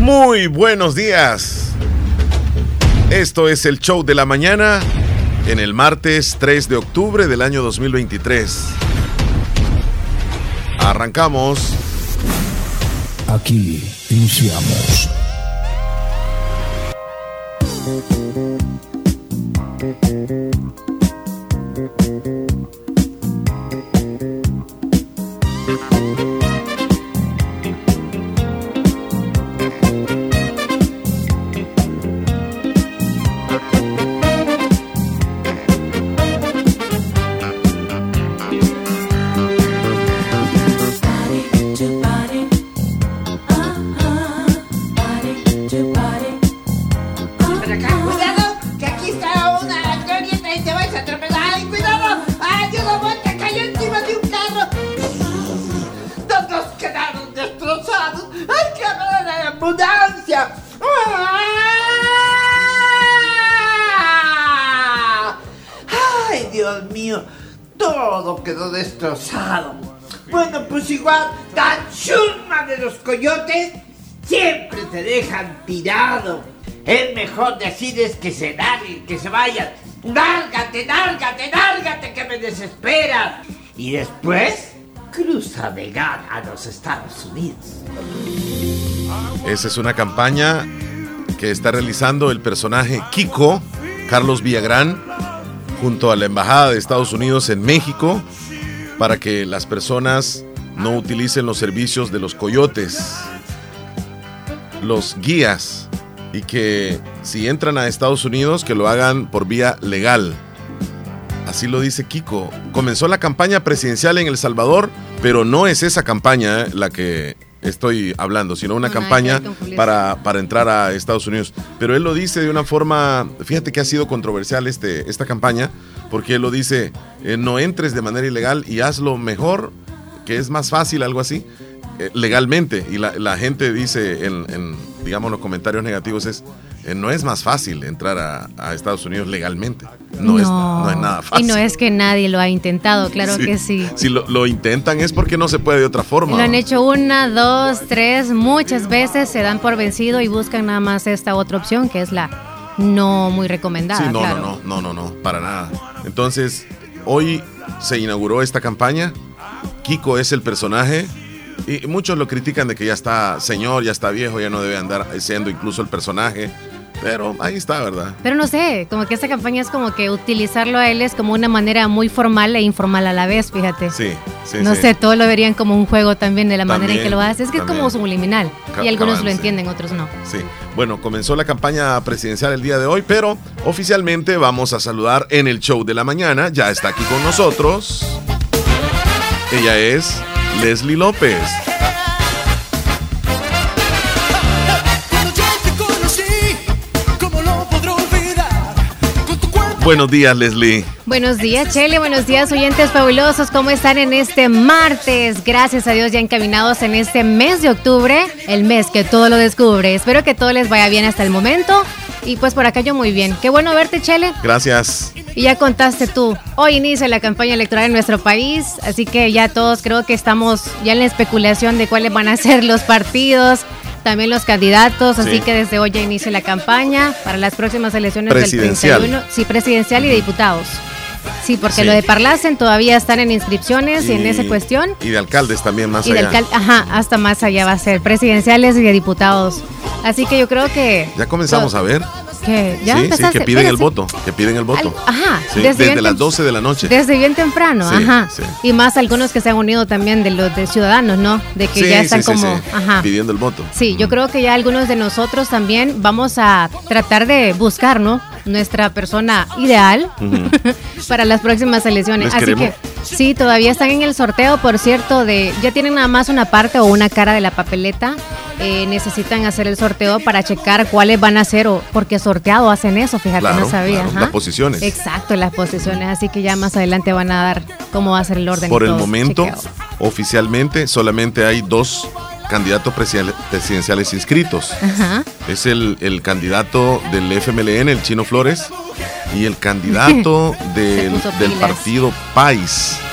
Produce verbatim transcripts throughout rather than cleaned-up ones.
Muy buenos días. Esto es el show de la mañana en el martes tres de octubre del año dos mil veintitrés. Arrancamos. Aquí iniciamos. Destrozado. Bueno, pues igual, tan chusma de los coyotes siempre te dejan tirado. Es mejor decirles que se larguen, que se vayan. Lárgate, lárgate, lárgate, que me desespera. Y después, cruza de gana a los Estados Unidos. Esa es una campaña que está realizando el personaje Kiko, Carlos Villagrán, junto a la Embajada de Estados Unidos en México, para que las personas no utilicen los servicios de los coyotes, los guías, y que si entran a Estados Unidos, que lo hagan por vía legal. Así lo dice Kiko. Comenzó la campaña presidencial en El Salvador, pero no es esa campaña eh, la que estoy hablando, sino una no, campaña para, para entrar a Estados Unidos. Pero él lo dice de una forma, fíjate que ha sido controversial este, esta campaña, porque él lo dice, eh, no entres de manera ilegal y hazlo mejor, que es más fácil, algo así, eh, legalmente. Y la, la gente dice en, en, digamos, los comentarios negativos es, eh, no es más fácil entrar a, a Estados Unidos legalmente. No, no, es, no es nada fácil. Y no es que nadie lo ha intentado, claro sí, que sí. Si lo, lo intentan es porque no se puede de otra forma. Lo han hecho una, dos, tres, muchas veces se dan por vencido y buscan nada más esta otra opción, que es la no muy recomendada. Sí, no, claro. no, no, no, no, no, para nada. Entonces, hoy se inauguró esta campaña. Kiko es el personaje y muchos lo critican de que ya está señor, ya está viejo, ya no debe andar siendo incluso el personaje. Pero ahí está, ¿verdad? Pero no sé, como que esta campaña es como que utilizarlo a él es como una manera muy formal e informal a la vez, fíjate. Sí, sí, No sí. sé, todos lo verían como un juego también de la También, manera en que lo hace. Es que también. es como subliminal. Ca- y algunos cabal, lo sí. entienden, otros no. Sí, bueno, comenzó la campaña presidencial el día de hoy, pero oficialmente vamos a saludar en el show de la mañana. Ya está aquí con nosotros. Ella es Leslie López. Buenos días, Leslie. Buenos días, Chele. Buenos días, oyentes fabulosos. ¿Cómo están en este martes? Gracias a Dios, ya encaminados en este mes de octubre, el mes que todo lo descubre. Espero que todo les vaya bien hasta el momento. Y pues por acá yo muy bien. Qué bueno verte, Chele. Gracias. Y ya contaste tú. Hoy inicia la campaña electoral en nuestro país, así que ya todos creo que estamos ya en la especulación de cuáles van a ser los partidos, también los candidatos, así Sí. que desde hoy ya inicia la campaña para las próximas elecciones Presidencial. del treinta y uno. Sí, presidencial y de diputados. Sí, porque Sí. lo de Parlacen todavía están en inscripciones y, en esa cuestión. Y de alcaldes también más Y de allá. alcal- ajá, hasta más allá va a ser presidenciales y de diputados. Así que yo creo que... Ya comenzamos a ver. ¿Qué? ¿Ya sí, sí, empezaste? que piden Pero el sí. voto, que piden el voto. Al- ajá, Sí, desde desde bien las tem- doce de la noche. Desde bien temprano, Sí, ajá. sí. Y más algunos que se han unido también de los de ciudadanos, ¿no? De que Sí, ya están sí, sí, como, sí, ajá. pidiendo el voto. Sí, yo creo que ya algunos de nosotros también vamos a tratar de buscar, ¿no? Nuestra persona ideal para las próximas elecciones. Les Así queremos. que sí, todavía están en el sorteo, por cierto, de ya tienen nada más una parte o una cara de la papeleta. Eh, necesitan hacer el sorteo para checar cuáles van a ser o porque sorteado hacen eso, fíjate, Claro, no sabía. claro, ajá. las posiciones. Exacto, las posiciones, así que ya más adelante van a dar cómo va a ser el orden. Por y el todo momento, chequeado. oficialmente, solamente hay dos candidatos presidencial- presidenciales inscritos. Ajá. Es el, el candidato del F M L N, el Chino Flores, y el candidato del, puso del pilas. partido País.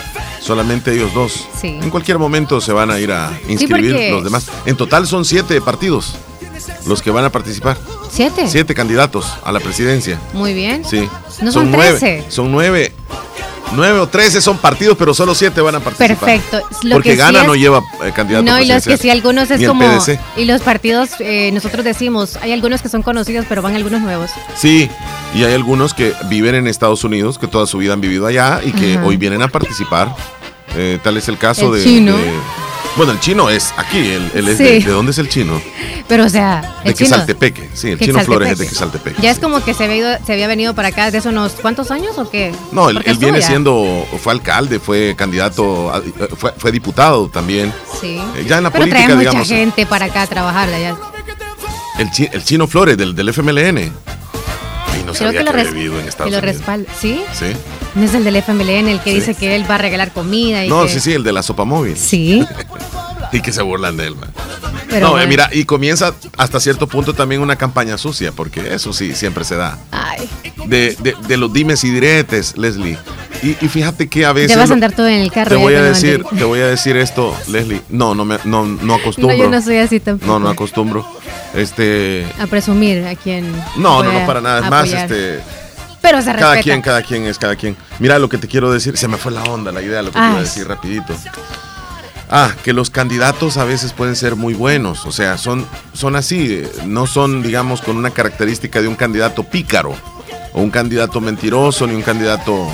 Solamente ellos dos. Sí. En cualquier momento se van a ir a inscribir sí, porque... los demás. En total son siete partidos los que van a participar. ¿Siete? Siete candidatos a la presidencia. Muy bien. Sí. ¿No son, son trece? Nueve, son nueve. Nueve o trece son partidos, pero solo siete van a participar. Perfecto. Lo Porque que Gana sí es... no lleva eh, candidato No, y los que sí, algunos es como... P D C. Y los partidos, eh, nosotros decimos, hay algunos que son conocidos, pero van algunos nuevos. Sí, y hay algunos que viven en Estados Unidos, que toda su vida han vivido allá y que Ajá. hoy vienen a participar. Eh, tal es el caso el de, chino. de... Bueno, el chino es aquí, él, él es sí. de, ¿de dónde es el chino? Pero o sea, el de Quezaltepeque, sí, el chino Flores es de Quezaltepeque. Ya sí. es como que se había, ido, se había venido para acá desde unos ¿cuántos años o qué? No, él, él viene siendo, fue alcalde, fue candidato, a, fue, fue diputado también. Sí. Eh, ya en la Pero política, trae digamos. mucha gente para acá a trabajar allá. El, chi, el chino Flores del, del F M L N. Ay, no Creo sabía que, que lo había vivido en Estados que lo Unidos. respalda, ¿sí? Sí. No es el del F M L N el que sí. dice que él va a regalar comida y No, que... sí, sí, el de la sopa móvil. Sí. Y que se burlan de él, man. Pero no, bueno. eh, mira, y comienza hasta cierto punto también una campaña sucia, porque eso sí, siempre se da. Ay. De, de, de los dimes y diretes, Leslie. Y, y fíjate que a veces... Te vas a andar todo en el carro. Te voy a decir, te voy a decir esto, Leslie. No, no me, no, no acostumbro. No, yo no soy así tampoco. No, no acostumbro. Este... A presumir a quien... No, no, no, para nada. Es más, este... Pero se cada respeta. quien, cada quien es cada quien. Mira lo que te quiero decir. Se me fue la onda, la idea, lo que Ay. te iba a decir rapidito. Ah, que los candidatos a veces pueden ser muy buenos, o sea, son, son así, no son, digamos, con una característica de un candidato pícaro, o un candidato mentiroso, ni un candidato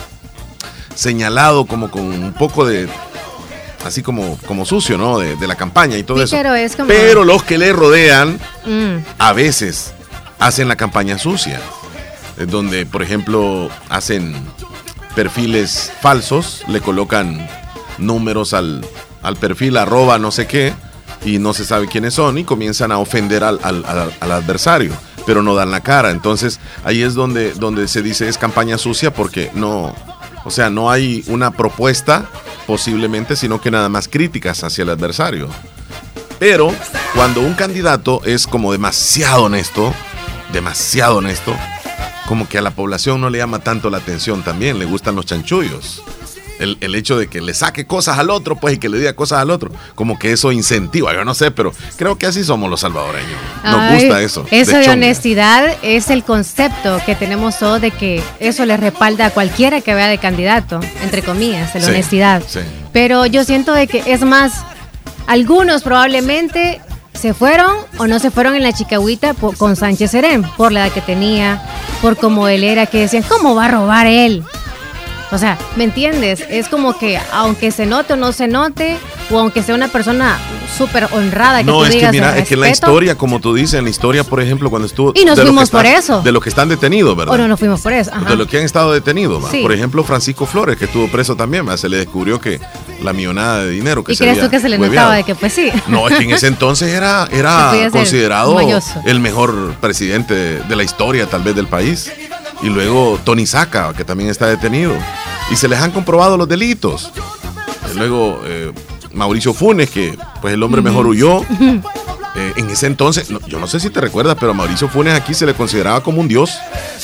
señalado como con un poco de, así como, como sucio, ¿no? De, de la campaña y todo pícaro eso. Es como... Pero los que le rodean, mm. a veces, hacen la campaña sucia, donde, por ejemplo, hacen perfiles falsos, le colocan números al, al perfil, arroba no sé qué, y no se sabe quiénes son, y comienzan a ofender al, al, al, al adversario, pero no dan la cara. Entonces ahí es donde, donde se dice es campaña sucia, porque no, o sea, no hay una propuesta posiblemente, sino que nada más críticas hacia el adversario. Pero cuando un candidato es como demasiado honesto, demasiado honesto, como que a la población no le llama tanto la atención también, le gustan los chanchullos. El, el hecho de que le saque cosas al otro, pues, y que le diga cosas al otro, como que eso incentiva, yo no sé, pero creo que así somos los salvadoreños. Nos Ay, gusta eso. Eso de, de honestidad es el concepto que tenemos todos de que eso le respalda a cualquiera que vea de candidato, entre comillas, la sí, honestidad. Sí. Pero yo siento de que es más, algunos probablemente se fueron o no se fueron en la chicahuita por, con Sánchez Serén, por la edad que tenía, por cómo él era, que decían, ¿cómo va a robar él? O sea, ¿me entiendes? Es como que aunque se note o no se note, o aunque sea una persona súper honrada, que no, tú es digas que mira, respeto, es que la historia, como tú dices, en la historia, por ejemplo, cuando estuvo... Y nos fuimos por están, eso. De los que están detenidos, ¿verdad? O no nos fuimos por eso. Ajá. De los que han estado detenidos, sí. Por ejemplo, Francisco Flores, que estuvo preso también, ¿va? Se le descubrió que la millonada de dinero que ¿Y se crees había tú que se le hueveado. notaba de que pues sí? No, es que en ese entonces era, era considerado mayoso. El mejor presidente de, de la historia, tal vez, del país. Y luego Tony Saca, que también está detenido. Y se les han comprobado los delitos. Y luego eh, Mauricio Funes, que pues el hombre uh-huh. mejor huyó. Eh, en ese entonces, no, yo no sé si te recuerdas, pero a Mauricio Funes aquí se le consideraba como un dios.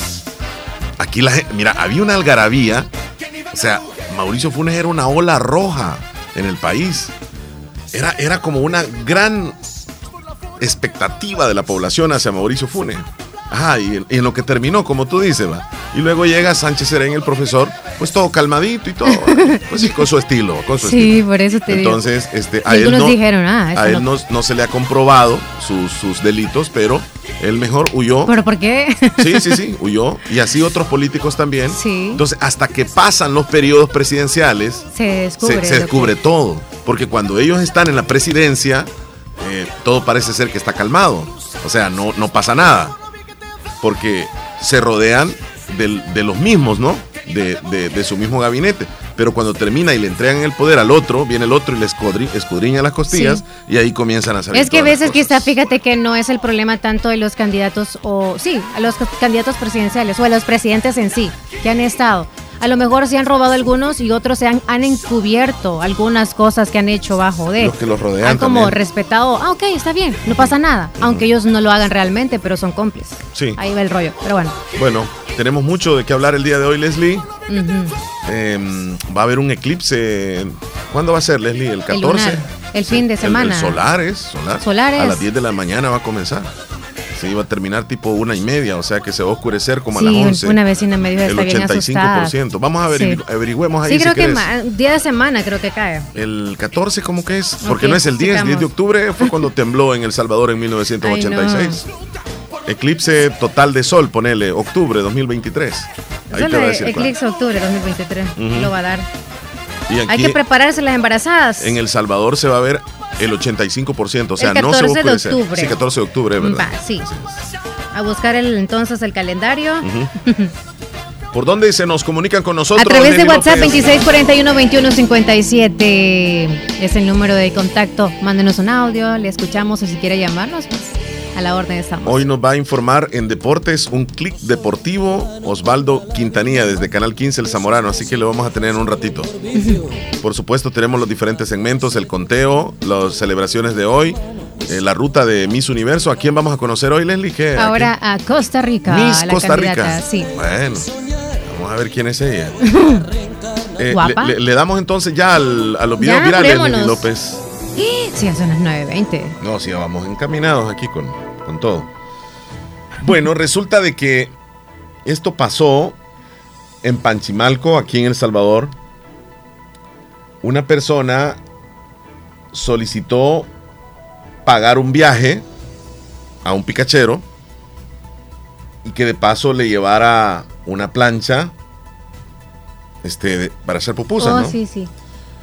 Aquí la gente, mira, había una algarabía. O sea, Mauricio Funes era una ola roja en el país. Era, era como una gran expectativa de la población hacia Mauricio Funes. Ajá, y, y en lo que terminó, como tú dices, va. Y luego llega Sánchez Serén, el profesor, pues todo calmadito y todo, pues sí, con su estilo, con su sí, estilo. Por eso te Entonces, digo. este, a él, no, dijeron, ah, a él no... no, no se le ha comprobado sus, sus delitos, pero él mejor huyó. ¿Pero por qué? Sí, sí, sí, huyó. Y así otros políticos también. Sí. Entonces, hasta que pasan los periodos presidenciales, se descubre, se, se descubre que... todo. Porque cuando ellos están en la presidencia, eh, todo parece ser que está calmado. O sea, no, no pasa nada. Porque se rodean de, de los mismos, ¿no? De, de, de su mismo gabinete. Pero cuando termina y le entregan el poder al otro, viene el otro y le escudri, escudriña las costillas, sí. Y ahí comienzan a salir. Es que a veces quizá, fíjate que no es el problema tanto de los candidatos, o sí, a los candidatos presidenciales o a los presidentes en sí, que han estado. A lo mejor se han robado algunos y otros se han, han encubierto algunas cosas que han hecho bajo de. Los que los rodean han como también. respetado, ah, ok, está bien, no pasa nada. Uh-huh. Aunque ellos no lo hagan realmente, pero son cómplices. Sí. Ahí va el rollo, pero bueno. Bueno, tenemos mucho de qué hablar el día de hoy, Leslie. Uh-huh. eh, va a haber un eclipse. ¿Cuándo va a ser, Leslie? ¿El catorce? El, lunar, el fin de semana. El, el solar es, solar. Solares. A las diez de la mañana va a comenzar. Sí, va a terminar tipo una y media, o sea que se va a oscurecer como sí, a las once. Una vecina me dijo que está bien asustada. El ochenta y cinco por ciento. Vamos a averiguar, sí. averigüemos ahí. Sí, creo si que más, día de semana creo que cae. El catorce, ¿cómo que es? Porque okay, no es el diez, sigamos. diez de octubre fue cuando tembló en El Salvador en mil novecientos ochenta y seis. Ay, no. Eclipse total de sol, ponele, octubre dos mil veintitrés. Ahí te va a decir, eclipse claro. octubre dos mil veintitrés, uh-huh. lo va a dar. Y aquí, hay que prepararse las embarazadas. En El Salvador se va a ver el ochenta y cinco por ciento, o sea, no se va a oscurecer. de octubre. Sí, catorce de octubre, ¿verdad? Va, sí. A buscar el, entonces el calendario. Uh-huh. ¿Por dónde se nos comunican con nosotros? A través de WhatsApp veintiséis cuarenta y uno veintiuno cincuenta y siete es el número de contacto. Mándenos un audio, le escuchamos o si quiere llamarnos, pues a la orden estamos. Hoy nos va a informar en deportes un clic deportivo Osvaldo Quintanilla desde Canal quince El Zamorano, así que lo vamos a tener en un ratito. Uh-huh. Por supuesto tenemos los diferentes segmentos, el conteo, las celebraciones de hoy, eh, la ruta de Miss Universo. ¿A quién vamos a conocer hoy, Leslie? ¿Qué, Ahora a, a Costa Rica. Miss la Costa Rica. Sí. Bueno, vamos a ver quién es ella. eh, ¿Guapa? Le, le, le damos entonces ya al, a los videos ya, virales, Leslie López. Sí, ya son las nueve veinte. No, sí, vamos encaminados aquí con, con todo. Bueno, resulta de que esto pasó en Panchimalco, aquí en El Salvador. Una persona solicitó pagar un viaje a un picachero y que de paso le llevara una plancha este, para hacer pupusas, oh, ¿no? Sí, sí.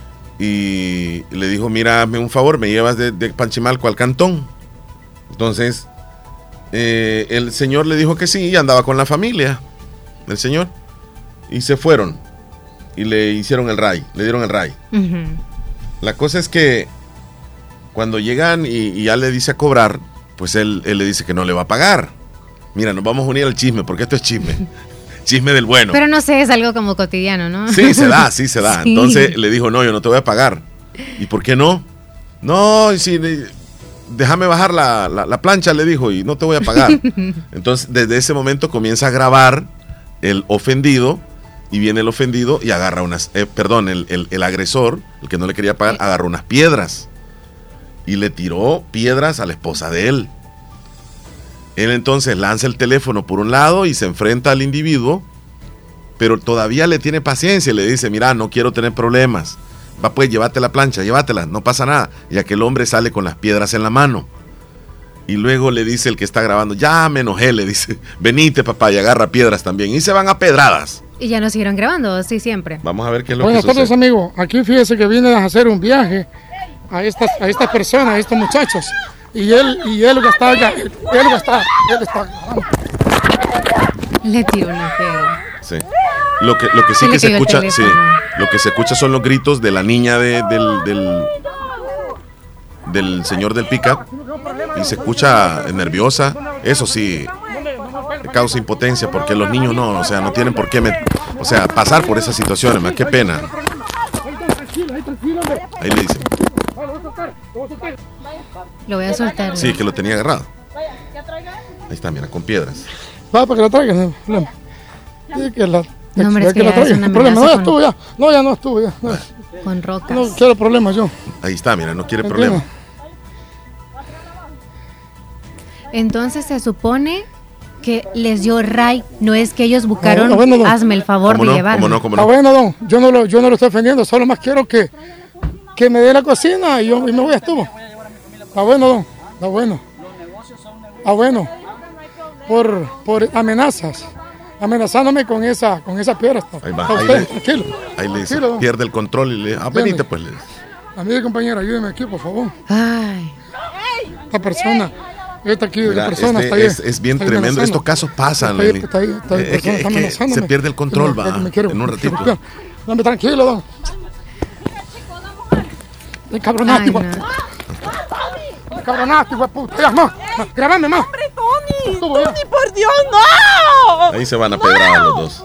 Y le dijo, mira, hazme un favor, me llevas de, de Panchimalco al Cantón. Entonces, eh, el señor le dijo que sí y andaba con la familia, el señor. Y se fueron y le hicieron el ray, le dieron el ray. Uh-huh. La cosa es que cuando llegan y, y ya le dice a cobrar, pues él, él le dice que no le va a pagar. Mira, nos vamos a unir al chisme, porque esto es chisme. Chisme del bueno. Pero no sé, es algo como cotidiano, ¿no? Sí, se da, sí se da. Sí. Entonces le dijo, no, yo no te voy a pagar. ¿Y por qué no? No, sí, déjame bajar la, la, la plancha, le dijo, y no te voy a pagar. Entonces, desde ese momento comienza a grabar el ofendido, y viene el ofendido y agarra unas, eh, perdón, el, el, el agresor, el que no le quería pagar, sí. agarró unas piedras y le tiró piedras a la esposa de él. Él entonces lanza el teléfono por un lado y se enfrenta al individuo, pero todavía le tiene paciencia y le dice, mira, no quiero tener problemas. Va pues, llévate la plancha, llévatela, no pasa nada. Y aquel hombre sale con las piedras en la mano. Y luego le dice el que está grabando, ya me enojé, le dice, venite papá, y agarra piedras también. Y se van a pedradas. Y ya nos siguieron grabando, sí, siempre. Vamos a ver qué es lo Buenas que sucede. Buenas tardes, amigo. Aquí fíjese que viene a hacer un viaje a estas, a estas personas, a estos muchachos. Y él, y él que está, él, él que está, él está. Le tiró una piedra. Sí. Lo que, lo que sí, sí que se escucha, sí, lo que se escucha son los gritos de la niña de, del, del, del señor del pick-up. Y se escucha nerviosa. Eso sí, causa impotencia porque los niños no, o sea, no tienen por qué, met, o sea, pasar por esas situaciones, más qué pena. Ahí le dice. Lo voy a soltar. Sí, que lo tenía agarrado. Ahí está, mira, con piedras. Va, para que la traigan, no hay problema. Sí, que la, no, hombre, es que, que ya la traigan. es una No, ya con, estuvo ya. No, ya no estuvo ya. No. Con rocas. No quiero problemas yo. Ahí está, mira, no quiere problemas. Entonces se supone que les dio ray, no es que ellos buscaron, no, no, bueno, no. hazme el favor de no? llevarme. ¿Cómo no? ¿Cómo no? Ah, bueno, don, yo no lo, yo no lo estoy ofendiendo, solo más quiero que, que me dé la cocina y yo y me voy a estuvo. Ah, bueno, don, ah, bueno. Ah, bueno. Por, por amenazas, amenazándome con esa, con esa piedra. Ahí va, a ahí, usted, le, tranquilo. ahí le dice, tranquilo, pierde el control y le ah, venite pues. Le... A mí, compañera, ayúdeme aquí, por favor. Ay. Esta persona... Esta aquí, Mira, persona este está ahí, es, es bien tremendo. Estos casos pasan. Está ahí, está ahí, está ahí, es que, es que se pierde el control, me, va, me quiero, en un ratito. Dame tranquilo, don. Me cabronaste, güey. Me cabronaste, güey, puta. Ya, más. Grabame más. ¡Hombre, Tony! ¡Tony, por Dios, no! Ahí se van a pedrar los dos.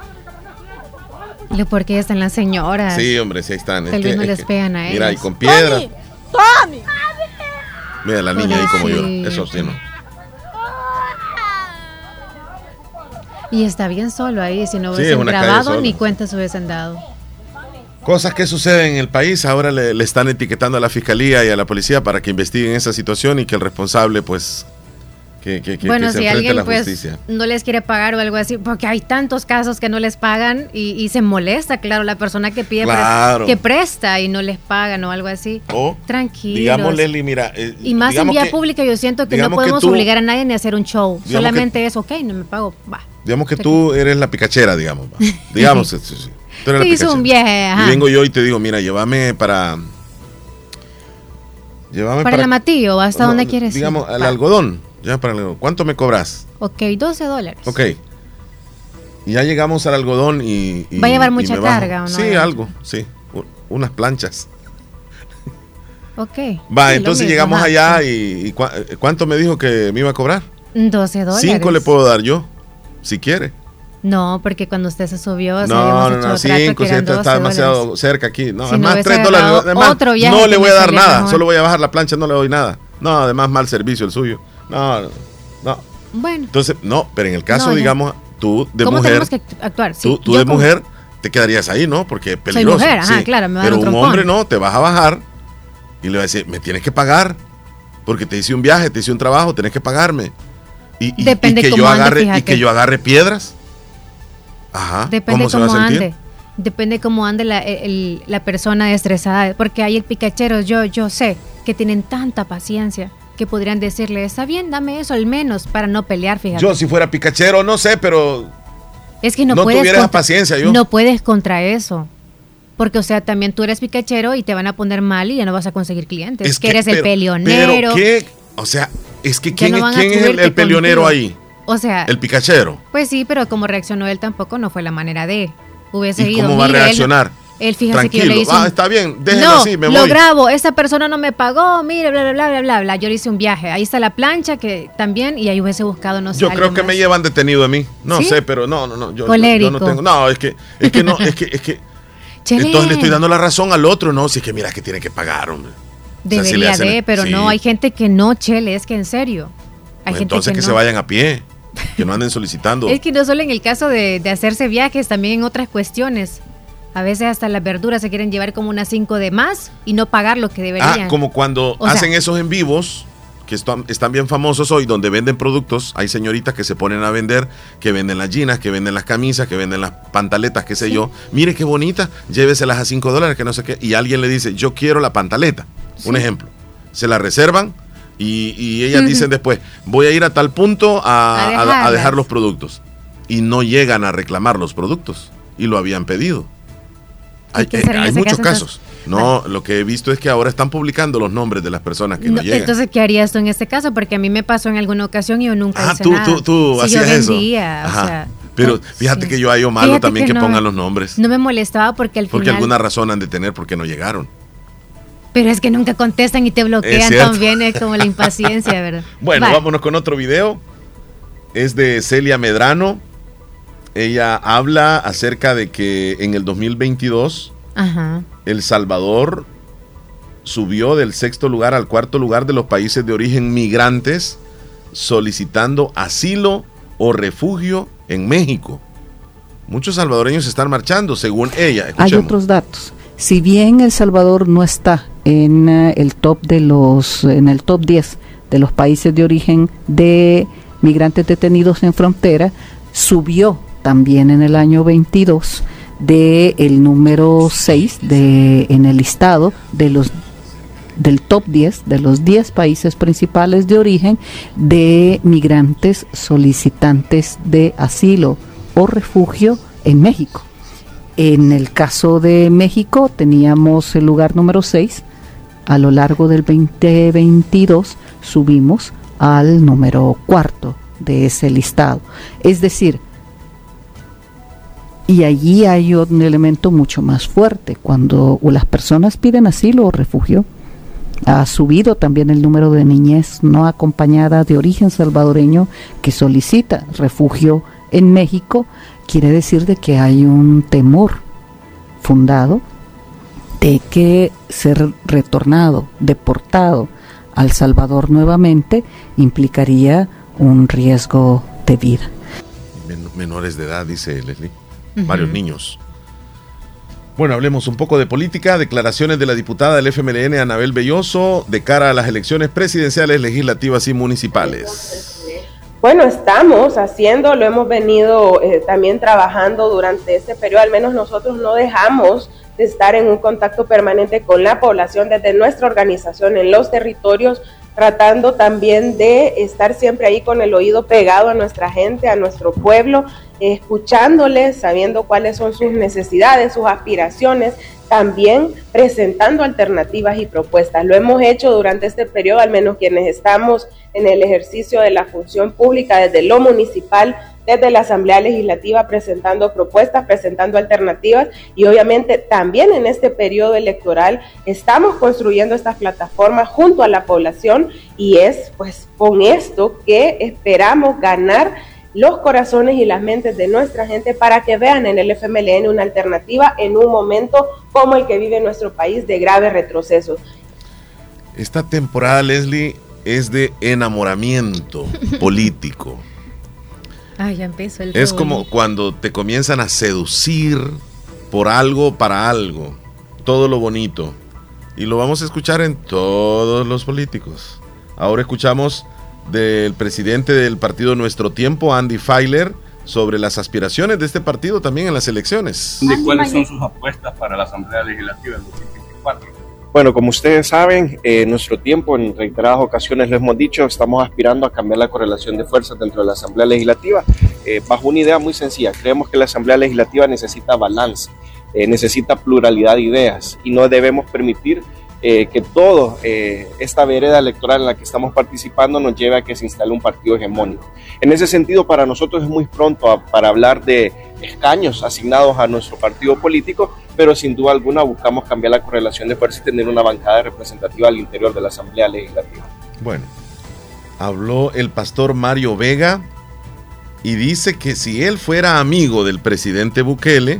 ¿Y por qué están las señoras? Sí, hombre, sí, ahí están. Tal vez no les pegan a ellos. Mira, y con piedra. ¡Tony! ¡Tony! Mira la niña ahí como llora. Eso sí, ¿no? Y está bien solo ahí, si no Sí, hubiesen es una calle grabado sola. ni cuentas hubiesen dado. Cosas que suceden en el país, ahora le, le están etiquetando a la fiscalía y a la policía para que investiguen esa situación y que el responsable, pues, que, que, que, Bueno, que se si enfrente a alguien la pues justicia. no les quiere pagar o algo así, porque hay tantos casos que no les pagan y, y se molesta, claro, la persona que pide, Claro. pre- que presta y no les pagan o algo así. O, Tranquilos. digamos, Leslie, mira. eh, Y más en digamos vía que- pública yo siento que no digamos que podemos tú- obligar a nadie ni a hacer un show. digamos Solamente que- es, ok, no me pago, va. Digamos que tú eres la picachera, digamos. va. Digamos, sí, sí, sí. Tú eres la Te hizo picachera. un viaje, ajá. Y vengo yo y te digo, mira, llévame para... Llévame Para el amatillo, ¿hasta no, dónde quieres ir? Digamos, al Va. algodón. Ya para el algodón. ¿Cuánto me cobras? Ok, doce dólares. Ok. Y ya llegamos al algodón y... y- ¿Va a llevar y mucha me bajo. carga o no? Sí, algo, sí. U- Unas planchas. Ok. Va, Sí, lo entonces mismo, llegamos ajá. allá y, y cua- ¿cuánto me dijo que me iba a cobrar? doce dólares. Cinco le puedo dar yo, si quiere. No, porque cuando usted se subió, o sea, No, habíamos no, hecho no, trato cinco, que si eran esto está doce demasiado dólares. cerca aquí. No, Si es no más, hubiese tres dólares. agarrado Además, otro viaje no que le voy me a dar salía nada, mejor. solo voy a bajar la plancha, no le doy nada. No, además, mal servicio el suyo. No, no, no. Bueno, Entonces, no, pero en el caso, No, ya. digamos, tú de ¿cómo mujer, tenemos que actuar? Sí, tú, tú yo de como- mujer, te quedarías ahí, ¿no? Porque es peligroso. mujer, ajá, sí. claro, me van a Pero un trompón. hombre no, te vas a bajar y le vas a decir, me tienes que pagar, porque te hice un viaje, te hice un trabajo, tenés que pagarme. Y, y- Depende y que cómo yo ande, agarre, y fíjate. que yo agarre piedras. Ajá. Depende ¿Cómo se va a cómo sentir? ande. Depende cómo ande la, el- la persona estresada. Porque hay el picachero, yo, yo sé que tienen tanta paciencia que podrían decirle, está bien, dame eso al menos para no pelear, fíjate. Yo si fuera picachero, no sé, pero es que no, no puedes tuviera esa contra- paciencia yo. No puedes contra eso. Porque, o sea, también tú eres picachero y te van a poner mal y ya no vas a conseguir clientes. es que, eres el pero- peleonero. Pero qué, o sea, es que Ya quién, no es- van a quién es el, subirte el peleonero contigo. ahí, O sea, el picachero. pues sí, pero como reaccionó él tampoco no fue la manera de. Hubiese ¿Y ido. cómo va a "Mire, él- reaccionar? Él, fíjese que yo Tranquilo, le hice ah, un- está bien, déjenlo no, así, me lo voy. grabo, esa persona no me pagó, mire, bla, bla, bla, bla, bla, bla. Yo le hice un viaje. Ahí está la plancha que también, y ahí hubiese buscado, no sé. Yo creo alguien que más. me llevan detenido a mí. No ¿Sí? sé, pero no, no, no. Yo, yo- yo Colérico. no tengo. No, es que, es que no, es que, es que. Chele, Entonces le estoy dando la razón al otro, no, si es que mira que tiene que pagar, hombre. O sea, si le Debería hacen- de, pero sí. no, hay gente que no, Chele, es que en serio. Hay Pues gente entonces que, no. se vayan a pie, que no anden solicitando. Es que no solo en el caso de, de hacerse viajes, también en otras cuestiones. A veces hasta las verduras se quieren llevar como unas cinco de más y no pagar lo que deberían. Ah, como cuando O sea- hacen esos en vivos, que están, están bien famosos hoy, donde venden productos. Hay señoritas que se ponen a vender, que venden las jeans, que venden las camisas, que venden las pantaletas, qué sé yo. Mire qué bonita, lléveselas a cinco dólares, que no sé qué. Y alguien le dice, yo quiero la pantaleta. Un ejemplo. Se la reservan y, y ellas dicen después, voy a ir a tal punto a, A a- a dejarlas. dejar los productos. Y no llegan a reclamar los productos. Y lo habían pedido. Hay, qué eh, será en hay ese muchos caso, casos. No, lo que he visto es que ahora están publicando los nombres de las personas que no, No, llegan. entonces, ¿qué harías tú en este caso? Porque a mí me pasó en alguna ocasión y yo nunca Ah, hice tú, nada. tú, tú Sí, yo hacías eso. vendía, o Ajá. sea, Pero pues, fíjate sí. que yo hallo malo Fíjate también que, no- pongan los nombres. No me molestaba porque al Porque final... alguna razón han de tener porque no llegaron. Pero es que nunca contestan y te Es bloquean cierto. también, es como la impaciencia, ¿verdad? Bueno, Va. vámonos con otro video. Es de Celia Medrano. Ella habla acerca de que en el dos mil veintidós Ajá. El Salvador subió del sexto lugar al cuarto lugar de los países de origen migrantes solicitando asilo o refugio en México. Muchos salvadoreños están marchando, según ella. Hay Escuchemos. otros datos. Si bien El Salvador no está en eh, el top de los en el top diez de los países de origen de migrantes detenidos en frontera, subió también en el año veintidós de el número seis de en el listado de los del top diez de los diez países principales de origen de migrantes solicitantes de asilo o refugio en México. En el caso de México teníamos el lugar número seis, a lo largo del veinte veintidós subimos al número cuarto de ese listado. Es decir, y allí hay un elemento mucho más fuerte, cuando las personas piden asilo o refugio, ha subido también el número de niñez no acompañada de origen salvadoreño que solicita refugio en México. Quiere decir de que hay un temor fundado de que ser retornado, deportado a El Salvador nuevamente implicaría un riesgo de vida. Bueno, menores de edad, dice Leslie. Uh-huh. Varios niños. Bueno, hablemos un poco de política. Declaraciones de la diputada del F M L N, Anabel Belloso, de cara a las elecciones presidenciales, legislativas y municipales. Bueno, estamos haciendo, lo hemos venido eh, también trabajando durante este periodo, al menos nosotros no dejamos de estar en un contacto permanente con la población desde nuestra organización en los territorios, tratando también de estar siempre ahí con el oído pegado a nuestra gente, a nuestro pueblo, eh, escuchándoles, sabiendo cuáles son sus necesidades, sus aspiraciones, también presentando alternativas y propuestas. Lo hemos hecho durante este periodo, al menos quienes estamos en el ejercicio de la función pública desde lo municipal, desde la Asamblea Legislativa, presentando propuestas, presentando alternativas, y obviamente también en este periodo electoral estamos construyendo estas plataformas junto a la población, y es pues con esto que esperamos ganar los corazones y las mentes de nuestra gente para que vean en el F M L N una alternativa en un momento como el que vive nuestro país de graves retrocesos. Esta temporada, Leslie, es de enamoramiento político. Ay, ya empezó el Es rol. como cuando te comienzan a seducir por algo para algo, todo lo bonito. Y lo vamos a escuchar en todos los políticos. Ahora escuchamos del presidente del partido Nuestro Tiempo, Andy Feiler, sobre las aspiraciones de este partido también en las elecciones. ¿De cuáles son sus apuestas para la Asamblea Legislativa del dos mil veinticuatro? Bueno, como ustedes saben, eh, Nuestro Tiempo, en reiteradas ocasiones lo hemos dicho, estamos aspirando a cambiar la correlación de fuerzas dentro de la Asamblea Legislativa, eh, bajo una idea muy sencilla. Creemos que la Asamblea Legislativa necesita balance, eh, necesita pluralidad de ideas, y no debemos permitir eh, que toda eh, esta vereda electoral en la que estamos participando nos lleve a que se instale un partido hegemónico. En ese sentido, para nosotros es muy pronto a, para hablar de escaños asignados a nuestro partido político, pero sin duda alguna buscamos cambiar la correlación de fuerza y tener una bancada representativa al interior de la Asamblea Legislativa. Bueno, habló el pastor Mario Vega y dice que si él fuera amigo del presidente Bukele,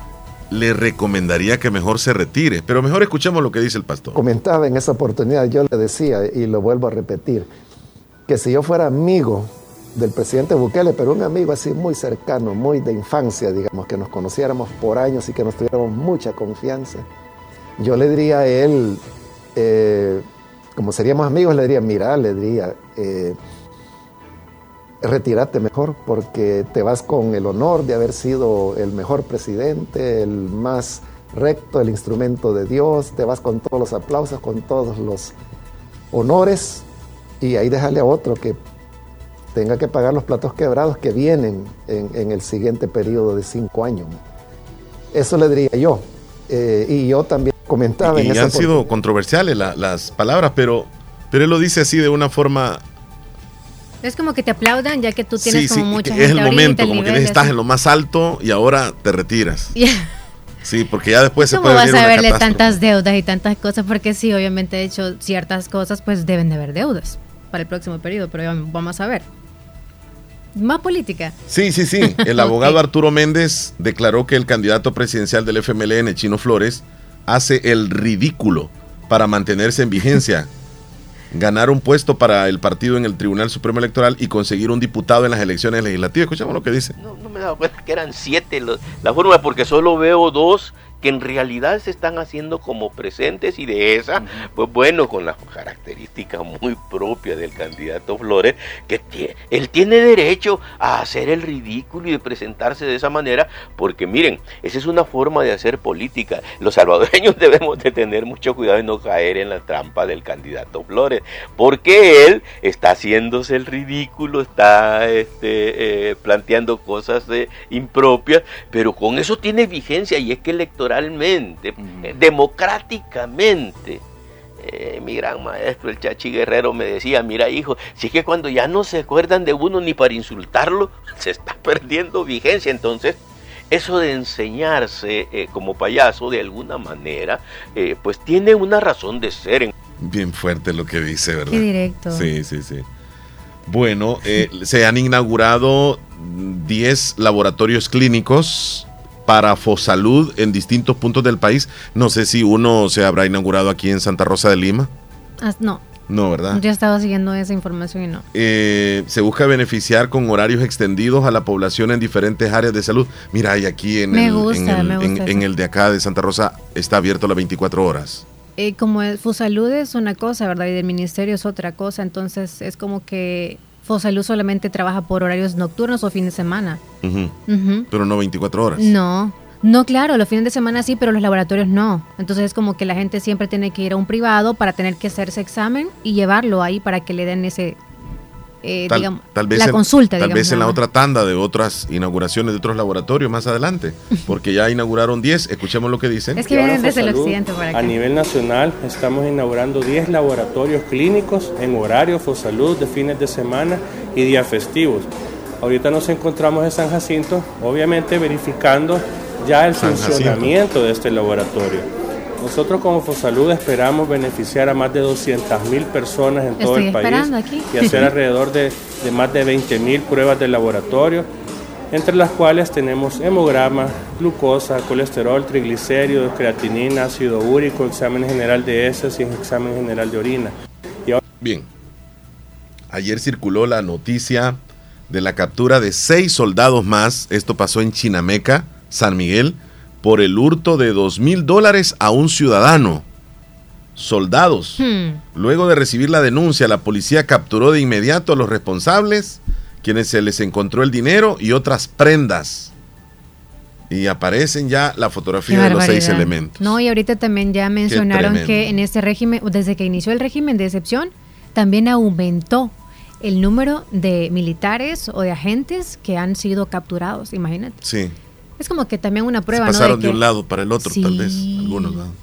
le recomendaría que mejor se retire. Pero mejor escuchemos lo que dice el pastor. Comentaba en esa oportunidad, yo le decía, y lo vuelvo a repetir, que si yo fuera amigo del presidente Bukele, pero un amigo así muy cercano, muy de infancia, digamos, que nos conociéramos por años y que nos tuviéramos mucha confianza, yo le diría a él, eh, como seríamos amigos, le diría, mira, le diría, eh, retírate mejor, porque te vas con el honor de haber sido el mejor presidente, el más recto, el instrumento de Dios, te vas con todos los aplausos, con todos los honores, y ahí déjale a otro que tenga que pagar los platos quebrados que vienen en, en el siguiente periodo de cinco años. Eso le diría yo. Eh, y yo también comentaba... Y, en y han sido controversiales la, las palabras, pero, pero él lo dice así de una forma... Es como que te aplaudan ya que tú tienes sí, como sí, mucha es gente el ahorita, momento, el como nivel, que estás así. en lo más alto y ahora te retiras. Yeah. Sí, porque ya después se ¿Cómo puede vas venir a una verle catástrofe? tantas deudas y tantas cosas? Porque sí, obviamente he hecho ciertas cosas, pues deben de haber deudas para el próximo periodo, pero ya vamos a ver. Más política. Sí, sí, sí. El abogado Arturo Méndez declaró que el candidato presidencial del F M L N, Chino Flores, hace el ridículo para mantenerse en vigencia, ganar un puesto para el partido en el Tribunal Supremo Electoral y conseguir un diputado en las elecciones legislativas. Escuchamos lo que dice. No, no me he dado cuenta que eran siete los, la fórmula, porque solo veo dos que en realidad se están haciendo como presentes, y de esa, uh-huh. pues bueno, con las características muy propias del candidato Flores, que t- él tiene derecho a hacer el ridículo y de presentarse de esa manera, porque miren, esa es una forma de hacer política. Los salvadoreños debemos de tener mucho cuidado de no caer en la trampa del candidato Flores, porque él está haciéndose el ridículo, está este, eh, planteando cosas eh, impropias, pero con eso tiene vigencia, y es que electoral Realmente, uh-huh. eh, democráticamente, eh, mi gran maestro, el Chachi Guerrero, me decía, mira hijo, si es que cuando ya no se acuerdan de uno ni para insultarlo, se está perdiendo vigencia. Entonces, eso de enseñarse eh, como payaso de alguna manera, eh, pues tiene una razón de ser. Bien fuerte lo que dice, ¿verdad? Qué directo. Sí, sí, sí. Bueno, eh, se han inaugurado diez laboratorios clínicos para Fosalud en distintos puntos del país. No sé si uno se habrá inaugurado aquí en Santa Rosa de Lima. Ah, no, No, ¿verdad? Yo he estado siguiendo esa información y no. Eh, se busca beneficiar con horarios extendidos a la población en diferentes áreas de salud. Mira, y aquí en, me el, gusta, en, el, me gusta en, en el de acá de Santa Rosa está abierto las veinticuatro horas. Eh, como el Fusalud es una cosa, ¿verdad? Y del ministerio es otra cosa, entonces es como que Fusalud solamente trabaja por horarios nocturnos o fin de semana. Uh-huh. Uh-huh. Pero no veinticuatro horas. No, no, claro, los fines de semana sí, pero los laboratorios no. Entonces es como que la gente siempre tiene que ir a un privado para tener que hacerse examen y llevarlo ahí para que le den ese, eh, tal, digamos, tal vez la en, consulta. Tal digamos, vez en la ¿no? otra tanda de otras inauguraciones de otros laboratorios más adelante, porque ya inauguraron diez, escuchemos lo que dicen. Es que vienen desde el occidente por acá. A nivel nacional estamos inaugurando diez laboratorios clínicos en horario Fosalud de fines de semana y días festivos. Ahorita nos encontramos en San Jacinto, obviamente verificando ya el San funcionamiento Jacinto. de este laboratorio. Nosotros como Fosalud esperamos beneficiar a más de doscientas mil personas en todo Estoy el país aquí. y hacer alrededor de, de más de veinte mil pruebas de laboratorio, entre las cuales tenemos hemograma, glucosa, colesterol, triglicéridos, creatinina, ácido úrico, examen general de heces y examen general de orina. Y ahora... Bien, ayer circuló la noticia de la captura de seis soldados más, esto pasó en Chinameca, San Miguel, por el hurto de dos mil dólares a un ciudadano. Soldados. Hmm. Luego de recibir la denuncia, la policía capturó de inmediato a los responsables, quienes se les encontró el dinero y otras prendas. Y aparecen ya la fotografía de los seis elementos. No, y ahorita también ya mencionaron que en este régimen, desde que inició el régimen de excepción, también aumentó el número de militares o de agentes que han sido capturados, imagínate. Sí. Es como que también una prueba, se pasaron ¿no? De, de que... un lado para el otro, sí. tal vez, algunos, ¿no?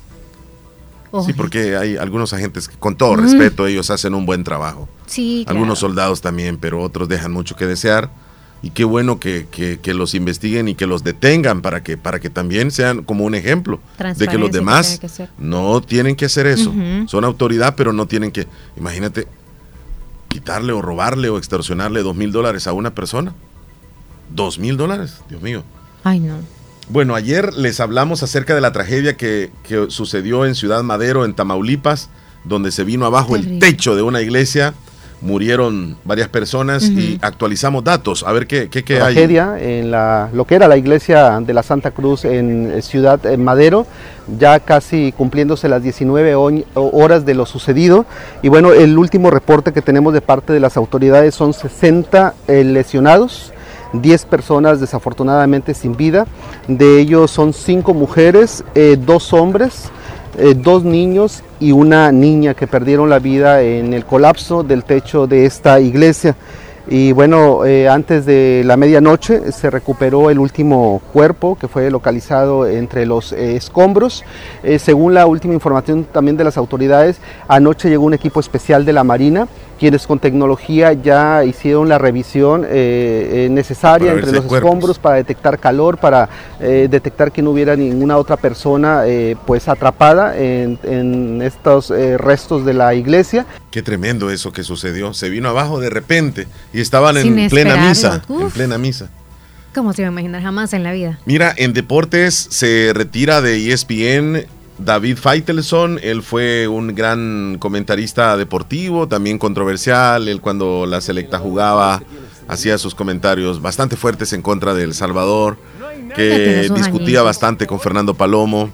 Oh. Sí, porque hay algunos agentes que, con todo mm. respeto, ellos hacen un buen trabajo. Sí, algunos claro. soldados también, pero otros dejan mucho que desear. Y qué bueno que, que, que los investiguen y que los detengan para que, para que también sean como un ejemplo de que los demás que que no tienen que hacer eso. Uh-huh. Son autoridad, pero no tienen que, imagínate, quitarle o robarle o extorsionarle dos mil dólares a una persona. Dos mil dólares, Dios mío. Ay, no. Bueno, ayer les hablamos acerca de la tragedia que, que sucedió en Ciudad Madero, en Tamaulipas, donde se vino abajo Terrible. el techo de una iglesia, murieron varias personas uh-huh. y actualizamos datos, a ver qué, qué, qué hay. Tragedia en la, lo que era la iglesia de la Santa Cruz en Ciudad Madero, ya casi cumpliéndose las diecinueve horas de lo sucedido, y bueno, el último reporte que tenemos de parte de las autoridades son sesenta eh, lesionados, diez personas desafortunadamente sin vida, de ellos son cinco mujeres, eh, dos hombres, eh, dos niños y una niña que perdieron la vida en el colapso del techo de esta iglesia. Y bueno, eh, antes de la medianoche se recuperó el último cuerpo que fue localizado entre los eh, escombros. Eh, según la última información también de las autoridades, anoche llegó un equipo especial de la Marina, quienes con tecnología ya hicieron la revisión eh, eh, necesaria entre los cuerpos. escombros para detectar calor, para eh, detectar que no hubiera ninguna otra persona eh, pues atrapada en, en estos eh, restos de la iglesia. Qué tremendo eso que sucedió, se vino abajo de repente y estaban Sin en plena misa, Uf. en plena misa. ¿Cómo se iba a imaginar? Jamás en la vida. Mira, en deportes se retira de E S P N David Faitelson, él fue un gran comentarista deportivo, también controversial, él cuando la selecta jugaba hacía sus comentarios bastante fuertes en contra de El Salvador, que discutía bastante con Fernando Palomo.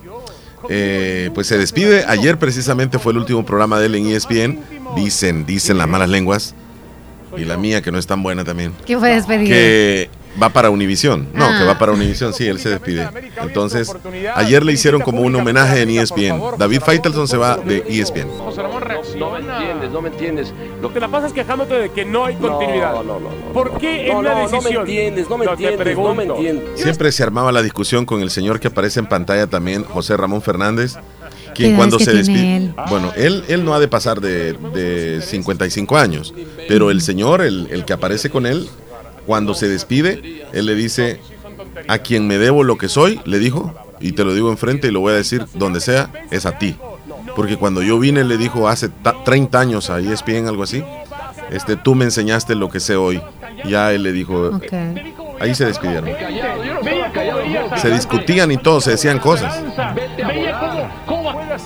Eh, pues se despide, ayer precisamente fue el último programa de él en E S P N, dicen, dicen las malas lenguas, y la mía que no es tan buena también. ¿Qué fue despedido? Que va para Univisión, no, ah. que va para Univisión, sí, él se despide. Entonces, ayer le hicieron como un homenaje en E S P N. David Faitelson se va de E S P N. José Ramón, reacciona. No me entiendes, no me entiendes. Lo que te la pasas quejándote de que no hay continuidad. No, no, no. no ¿Por qué no, en la no, decisión? No me entiendes, no me entiendes, no me entiendes. Siempre se armaba la discusión con el señor que aparece en pantalla también, José Ramón Fernández, quien cuando se despide, él? bueno, él, él no ha de pasar de, de cincuenta y cinco años, pero el señor, el, el que aparece con él, cuando se despide, él le dice, a quien me debo lo que soy, le dijo, y te lo digo enfrente y lo voy a decir donde sea, es a ti. Porque cuando yo vine, le dijo hace treinta años a E S P N, algo así, este, tú me enseñaste lo que sé hoy. Ya él le dijo, okay. Ahí se despidieron. Se discutían y todo, se decían cosas.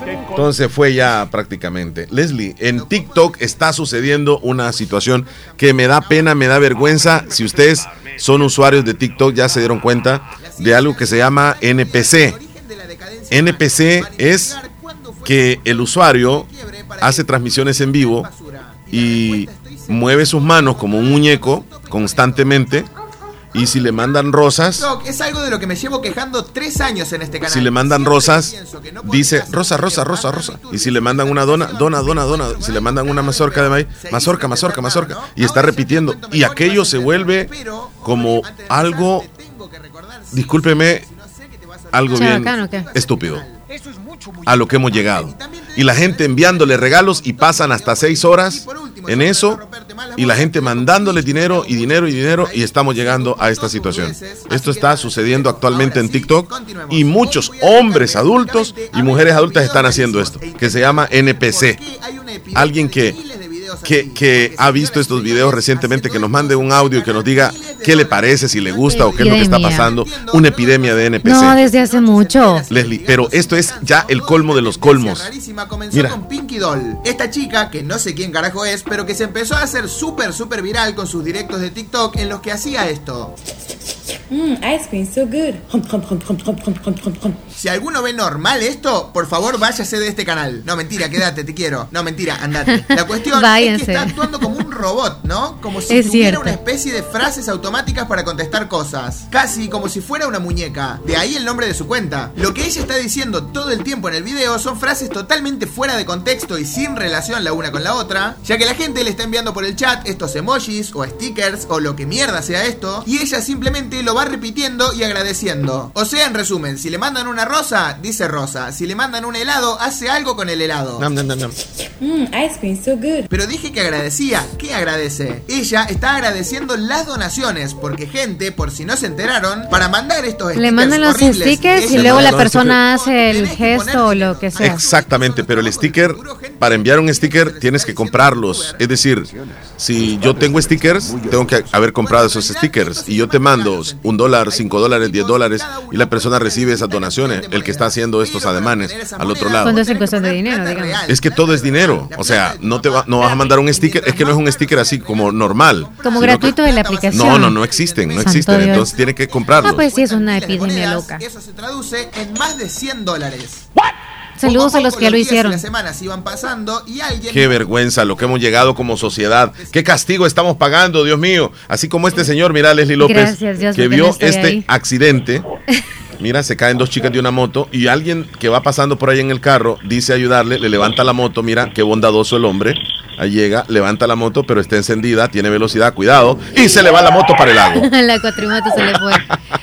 Entonces fue ya prácticamente. Leslie, en TikTok está sucediendo una situación que me da pena, me da vergüenza. Si ustedes son usuarios de TikTok, ya se dieron cuenta de algo que se llama N P C. N P C es que el usuario hace transmisiones en vivo y mueve sus manos como un muñeco constantemente. Y si le mandan rosas, es algo de lo que me llevo quejando tres años en este canal. Si le mandan rosas, dice rosa, rosa, rosa, rosa. Y si le mandan una dona, dona, dona, dona. Si le mandan una mazorca de maíz, mazorca, mazorca, mazorca. Y está repitiendo. Y aquello se vuelve como algo, discúlpeme, algo bien estúpido. A lo que hemos llegado. Y la gente enviándole regalos y pasan hasta seis horas en eso. Y la gente mandándole dinero y dinero y dinero. Y estamos llegando a esta situación. Esto está sucediendo actualmente en TikTok. Y muchos hombres adultos y mujeres adultas están haciendo esto. Que se llama N P C. Alguien que... Que, que ha visto estos videos recientemente, que nos mande un audio y que nos diga qué le parece, si le gusta o qué es lo que está pasando. Una epidemia de N P C. No, desde hace mucho. Leslie, pero esto es ya el colmo de los colmos. Comenzó Mira. con Pinky Doll, esta chica que no sé quién carajo es, pero que se empezó a hacer súper súper viral con sus directos de TikTok en los que hacía esto. Mmm, ice cream so good. Si alguno ve normal esto, por favor váyase de este canal. No, mentira, quédate, te quiero. No, mentira, andate. La cuestión Váyanse. es que está actuando como un robot, ¿no? Como si Es tuviera cierto. una especie de frases automáticas para contestar cosas. Casi como si fuera una muñeca. De ahí el nombre de su cuenta. Lo que ella está diciendo todo el tiempo en el video son frases totalmente fuera de contexto y sin relación la una con la otra, ya que la gente le está enviando por el chat estos emojis o stickers o lo que mierda sea esto, y ella simplemente lo va repitiendo y agradeciendo. O sea, en resumen, si le mandan una rosa, dice rosa. Si le mandan un helado, hace algo con el helado. Nam, nam, nam, nam. Mmm, ice cream so good. Pero dije que agradecía. ¿Qué agradece? Ella está agradeciendo las donaciones, porque gente, por si no se enteraron, para mandar estos Le mandan los horribles stickers que y ella luego la no, persona hace el gesto o lo que sea. Exactamente, pero el sticker, para enviar un sticker tienes que comprarlos. Es decir, si yo tengo stickers, tengo que haber comprado esos stickers. Y yo te mando un dólar, cinco dólares, diez dólares, y la persona recibe esas donaciones, el que está haciendo estos ademanes al otro lado. Cuando es en cuestión de dinero, digamos. Es que todo es dinero. O sea, no te va, no vas a mandar un sticker, es que no es un sticker así como normal. Como sino gratuito que- de la aplicación. No, no, no existen, no Santo existen. Dios. Entonces tiene que comprarlos. Ah, pues sí, es una epidemia loca. Eso se traduce en más de cien dólares. Saludos a los que ya lo hicieron. Las semanas iban pasando y alguien... Qué vergüenza lo que hemos llegado como sociedad. Qué castigo estamos pagando, Dios mío. Así como este señor, mira, Leslie López, Gracias, Dios, que porque vio no estoy este ahí. accidente. Mira, se caen dos chicas de una moto y alguien que va pasando por ahí en el carro dice ayudarle, le levanta la moto. Mira, qué bondadoso el hombre. Ahí llega, levanta la moto, pero está encendida, tiene velocidad, cuidado. Y se le va la moto para el lago. La cuatrimoto se le fue.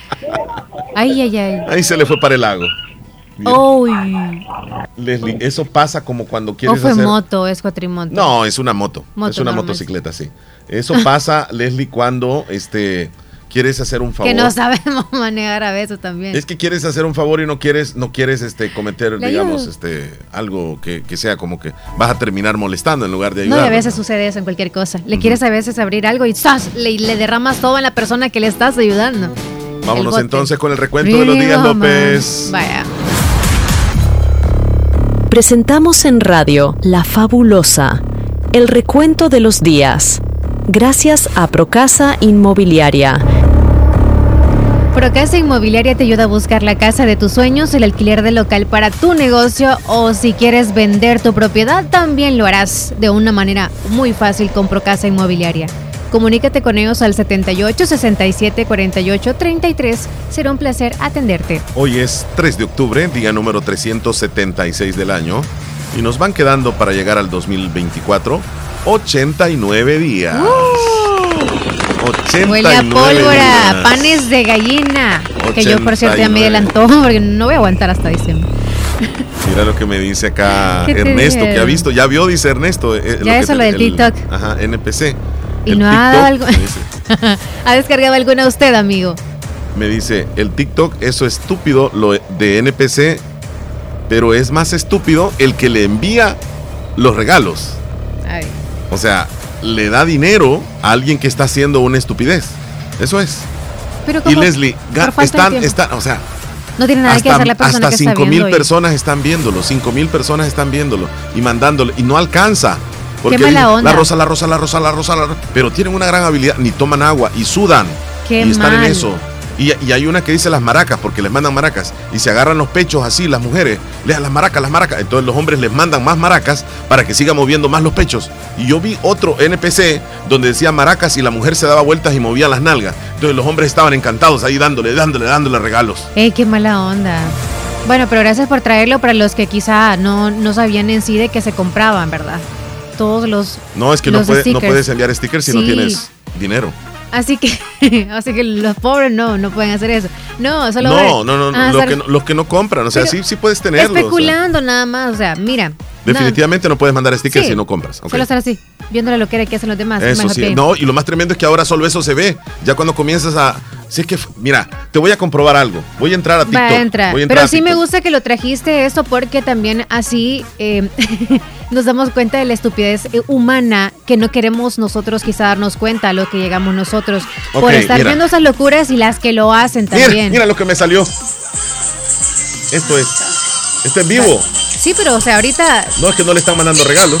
Ay, ay, ay. Ahí se le fue para el lago. Uy. Leslie, eso pasa como cuando O quieres fue hacer... moto, es cuatrimoto. No, es una moto. Moto es una normal. motocicleta, sí. Eso pasa, Leslie, cuando este quieres hacer un favor. Que no sabemos manejar a veces también. Es que quieres hacer un favor y no quieres, no quieres este cometer, Le digamos, ayudo. este, algo que, que sea como que vas a terminar molestando en lugar de No, ayudar. y a veces sucede eso en cualquier cosa. Le quieres a veces abrir algo y ¡zas! Le, le derramas todo en la persona que le estás ayudando. El Vámonos bote. entonces con el recuento de los días, Really, López. mamá. Vaya. Presentamos en radio La Fabulosa, el recuento de los días. Gracias a Procasa Inmobiliaria. Procasa Inmobiliaria te ayuda a buscar la casa de tus sueños, el alquiler del local para tu negocio o si quieres vender tu propiedad, también lo harás de una manera muy fácil con Procasa Inmobiliaria. Comunícate con ellos al setenta y ocho, sesenta y siete, cuarenta y ocho, treinta y tres. Será un placer atenderte. Hoy es tres de octubre, día número trescientos setenta y seis del año. Y nos van quedando para llegar al dos mil veinticuatro ochenta y nueve días. ochenta y nueve Huele a pólvora, días. panes de gallina. Que yo, por cierto, ya me di el antojo porque no voy a aguantar hasta diciembre. Mira lo que me dice acá ¿Qué te Ernesto, que ha dijeron? visto, ya vio, dice Ernesto. eh, Ya que eso, te- lo del el- TikTok. Ajá, N P C. ¿Y El no ha dado algo? TikTok, me dice, ¿Ha descargado alguna usted, amigo? me dice, el TikTok, eso estúpido, lo de N P C, pero es más estúpido el que le envía los regalos. Ay. O sea, le da dinero a alguien que está haciendo una estupidez. Eso es. Pero Y como Leslie, ga- por falta de están, tiempo. están, o sea, No tiene nada hasta, que hacer la persona hasta que está cinco mil viendo. personas están viéndolo, cinco mil personas están viéndolo y mandándolo y no alcanza. Porque Qué mala dicen, onda. la rosa, la rosa, la rosa, la rosa, la rosa, pero tienen una gran habilidad, ni toman agua y sudan. Qué y están mal. en eso. Y, y hay una que dice las maracas, porque les mandan maracas y se agarran los pechos así las mujeres, le dan las maracas, las maracas. Entonces los hombres les mandan más maracas para que siga moviendo más los pechos. Y yo vi otro N P C donde decía maracas y la mujer se daba vueltas y movía las nalgas. Entonces los hombres estaban encantados ahí dándole, dándole, dándole regalos. ¡Ey, qué mala onda! Bueno, pero gracias por traerlo para los que quizá no, no sabían en sí de que se compraban, ¿verdad? Todos los No, es que no, los puede- no stickers. puedes enviar stickers si no Sí. tienes dinero. Así que, así que los pobres no, no pueden hacer eso. No, solo No, no, no, Ah, los estar que no, los que no compran, o sea, Pero sí, sí puedes tenerlo. o sea, especulando nada más, o sea, mira. definitivamente no puedes mandar stickers Sí. si no compras. nada, ok. Solo estar así, viendo la loquera que hacen los demás. Eso mejor sí, que- no, y lo más tremendo es que ahora solo eso se ve. Ya cuando comienzas a. Si es que, mira, te voy a comprobar algo. Voy a entrar a TikTok. Va a entrar. Voy a entrar Pero a sí me TikTok. gusta que lo trajiste esto porque también así eh, nos damos cuenta de la estupidez eh, humana que no queremos nosotros quizá darnos cuenta a lo que llegamos nosotros por Ok, estar mira. viendo esas locuras y las que lo hacen Mira, también. mira lo que me salió. Esto es. Esto es vivo. Sí, pero o sea, ahorita No es que no le están mandando regalos.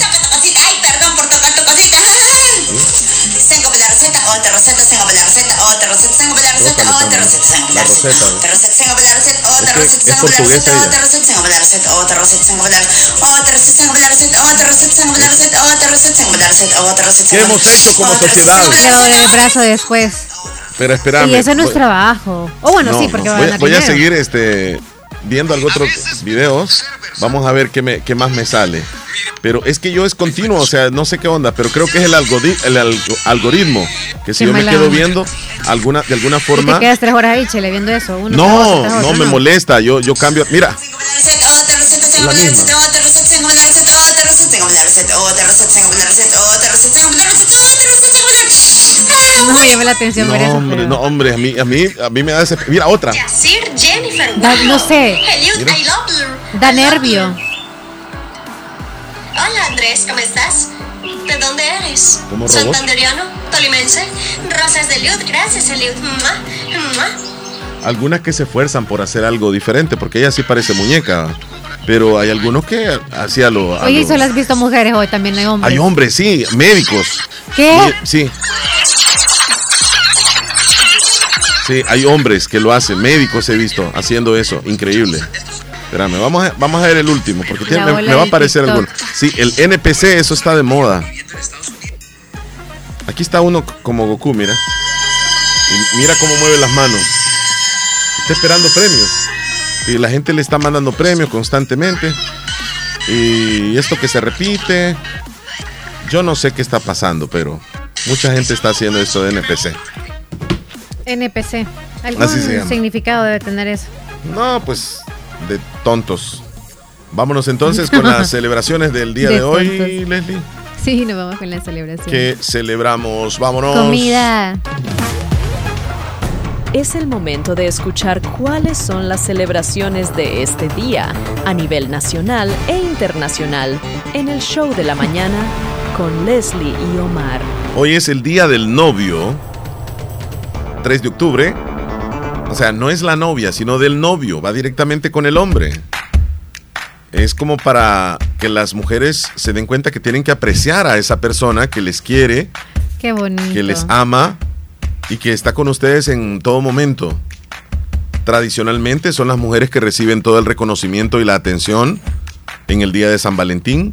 Tengo la receta, otra receta, tengo la receta, otra receta, tengo la receta, otra receta, tengo la receta, otra receta, tengo la receta, otra receta, tengo la receta, otra receta, tengo la receta, otra receta, tengo la receta, otra receta, tengo la receta, otra receta, tengo la receta, otra receta, tengo la receta, otra receta. ¿Qué hemos hecho como sociedad? le doy el brazo después. Pero espérame. Y eso no es voy- trabajo. O bueno, no, sí, porque no, va a voy, ganar voy a dinero. seguir este viendo algo otros videos. Vamos a ver qué, me, qué más me sale. Pero es que yo es continuo, o sea, no sé qué onda, pero creo que es el, algodi- el algo- algoritmo. Que si Qué yo me mala quedo onda. viendo alguna, de alguna Y te forma. quedas tres horas ahí, chele, viendo eso. Uno tras No, otro, tras no otro, me molesta. Yo, yo cambio. Mira, es la misma. Otra receta, tengo la receta, otra receta, tengo la receta, otra receta, tengo la receta, otra receta, tengo la receta, otra receta, tengo la receta. No me llame la atención ver No, eso. hombre, pero- no, hombre, a mí, a mí, a mí me da ese. Mira, otra. Sir Jennifer, Da- no sé. Hello, Mira. I love you. Da I love nervio. you. Hola Andrés, ¿cómo estás? ¿De dónde eres? ¿Como robot? ¿Santanderiano? ¿Tolimense? Rosas de Liud, gracias Eliud. Mua, mua. Algunas que se esfuerzan por hacer algo diferente, porque ella sí parece muñeca. Pero hay algunos que hacía lo. a Oye, ¿y lo- solo has visto mujeres hoy? También hay hombres. Hay hombres, sí, médicos. ¿Qué? Mi- Sí. Sí, hay hombres que lo hacen, médicos he visto haciendo eso, increíble. Espérame, vamos a, vamos a ver el último, porque tiene- La me, bola me va a del aparecer TikTok. alguno. Sí, el N P C, eso está de moda. Aquí está uno c- como Goku, mira. Y mira cómo mueve las manos. Está esperando premios. Y la gente le está mandando premios constantemente. Y esto que se repite. Yo no sé qué está pasando, pero mucha gente está haciendo esto de N P C. N P C. ¿Algún Así se llama. significado debe tener eso? No, pues de tontos. Vámonos entonces con las celebraciones del día de, De hoy, tontos. Leslie. Sí, nos vamos con la celebración. Que celebramos. Vámonos. Comida. Es el momento de escuchar cuáles son las celebraciones de este día a nivel nacional e internacional en el show de la mañana con Leslie y Omar. Hoy es el día del novio. tres de octubre. O sea, no es la novia, sino del novio. Va directamente con el hombre. Es como para que las mujeres se den cuenta que tienen que apreciar a esa persona que les quiere, Qué bonito. que les ama y que está con ustedes en todo momento. Tradicionalmente son las mujeres que reciben todo el reconocimiento y la atención en el día de San Valentín.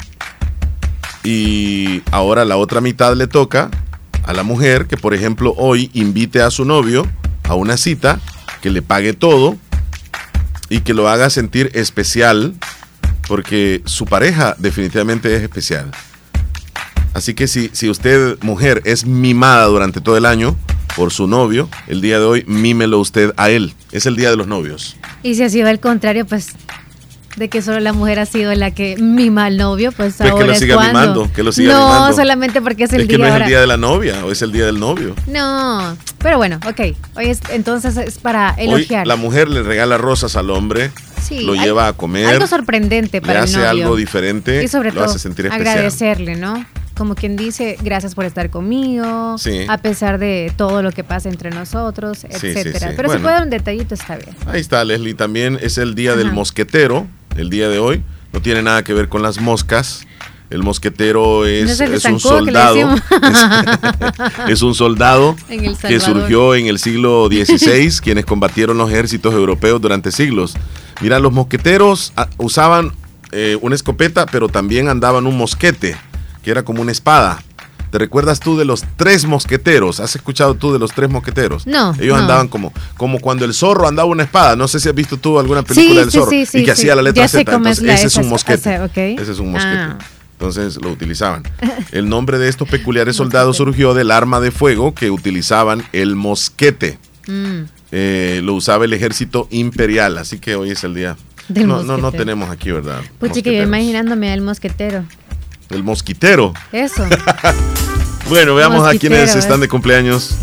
Y ahora la otra mitad le toca a la mujer que, por ejemplo, hoy invite a su novio a una cita, que le pague todo y que lo haga sentir especial, porque su pareja definitivamente es especial. Así que si, si usted, mujer, es mimada durante todo el año por su novio, el día de hoy mímelo usted a él. Es el día de los novios. Y si ha sido al contrario, pues de que solo la mujer ha sido la que mima al novio, pues, Pues que ahora lo es siga cuando. mimando, que lo siga no, mimando. solamente porque es el Es que día no es ahora. el día de la novia, o es el día del novio. No, pero bueno, ok. Hoy es, entonces es para Hoy elogiar. la mujer le regala rosas al hombre, Sí, lo al- lleva a comer, Algo sorprendente le para el hace novio. algo diferente, Y sobre lo todo hace sentir especial. agradecerle, ¿no? como quien dice, gracias por estar conmigo, Sí. a pesar de todo lo que pasa entre nosotros, Sí, sí, etcétera. sí. Pero Bueno. si puede dar un detallito está bien. Ahí está, Leslie. También es el día del Ajá. mosquetero, el día de hoy. No tiene nada que ver con las moscas. El mosquetero es, No es el de es un zancudo que le soldado. decimos. Es, es un soldado En El que Salvador. surgió en el siglo dieciséis, quienes combatieron los ejércitos europeos durante siglos. Mira, los mosqueteros ah, usaban eh, una escopeta, pero también andaban un mosquete, que era como una espada. ¿Te recuerdas tú de los tres mosqueteros? ¿Has escuchado tú de los tres mosqueteros? No, Ellos no. andaban como, como cuando el zorro andaba una espada. No sé si has visto tú alguna película Sí, del sí, zorro. sí, sí, y que sí. hacía la letra Ya sé Z. cómo es Entonces, la- ese es esa- un mosquete. esa, ok. Ese es un mosquete. Ah. Entonces lo utilizaban. El nombre de estos peculiares soldados surgió del arma de fuego que utilizaban, el mosquete. Mm. Eh, lo usaba el ejército imperial, así que hoy es el día. Del No, no, no mosquetero. tenemos aquí, ¿verdad? Puchi, que yo Mosqueteros. imaginándome al mosquetero. El mosquitero. Eso. Bueno, veamos a Mosquitero, quienes están ¿eh? de cumpleaños.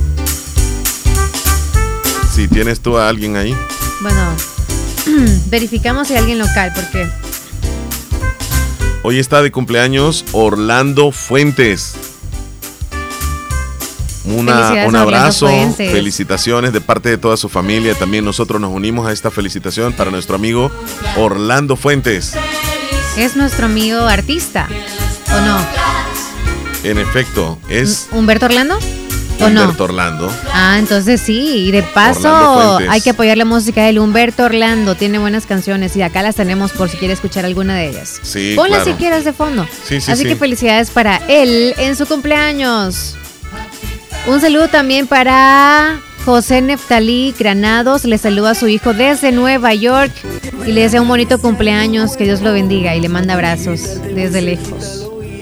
Si tienes tú a alguien ahí. Bueno, verificamos si hay alguien local, porque Hoy está de cumpleaños Orlando Fuentes. Una, Felicidades un a Orlando abrazo, Fuentes. felicitaciones de parte de toda su familia. También nosotros nos unimos a esta felicitación para nuestro amigo Orlando Fuentes. es nuestro amigo artista, ¿o no? En efecto, es ¿Humberto Orlando? ¿O no? Humberto Orlando. Ah, entonces sí, y de Orlando paso Fuentes. hay que apoyar la música del Humberto Orlando, tiene buenas canciones y acá las tenemos por si quiere escuchar alguna de ellas. Sí, Ponla claro. si quieres de fondo. Sí, sí, Así sí. que felicidades para él en su cumpleaños. Un saludo también para José Neftalí Granados, le saluda a su hijo desde Nueva York y le desea un bonito cumpleaños, que Dios lo bendiga y le manda abrazos desde lejos.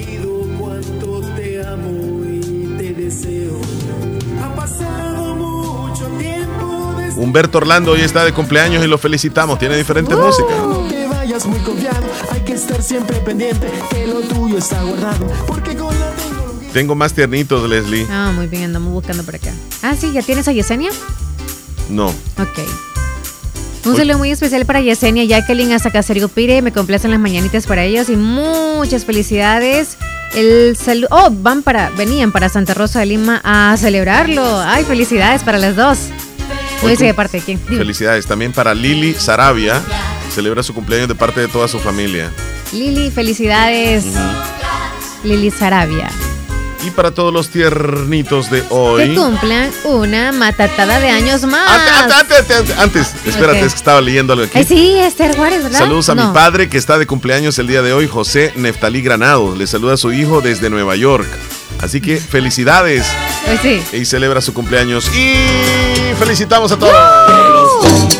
Humberto Orlando hoy está de cumpleaños y lo felicitamos. Tiene diferente música. Que vayas muy confiado, hay que estar siempre pendiente, que lo tuyo está guardado, porque con la tengo... Tengo más tiernitos, Leslie. Ah, muy bien, andamos buscando por acá. Ah, sí, ¿ya tienes a Yesenia? No. Ok. Un saludo muy especial para Yesenia, Jacqueline, hasta Caserio-Pire, me complacen las mañanitas para ellos y muchas felicidades. El saludo, oh, van para, venían para Santa Rosa de Lima a celebrarlo. Ay, felicidades para las dos. No Hoy dice cum- de parte de quién. Dime. Felicidades también para Lili Sarabia. Celebra su cumpleaños de parte de toda su familia. Lili, felicidades. Lili Sarabia. Y para todos los tiernitos de hoy. Que cumplan una matatada de años más. Antes, antes, antes, antes, espérate, Ok. es que estaba leyendo algo aquí. Ay, sí, Esther Juárez, ¿verdad? Saludos a No. mi padre que está de cumpleaños el día de hoy, José Neftalí Granados. Le saluda a su hijo desde Nueva York. Así que felicidades. Pues sí. Y celebra su cumpleaños. Y felicitamos a todos.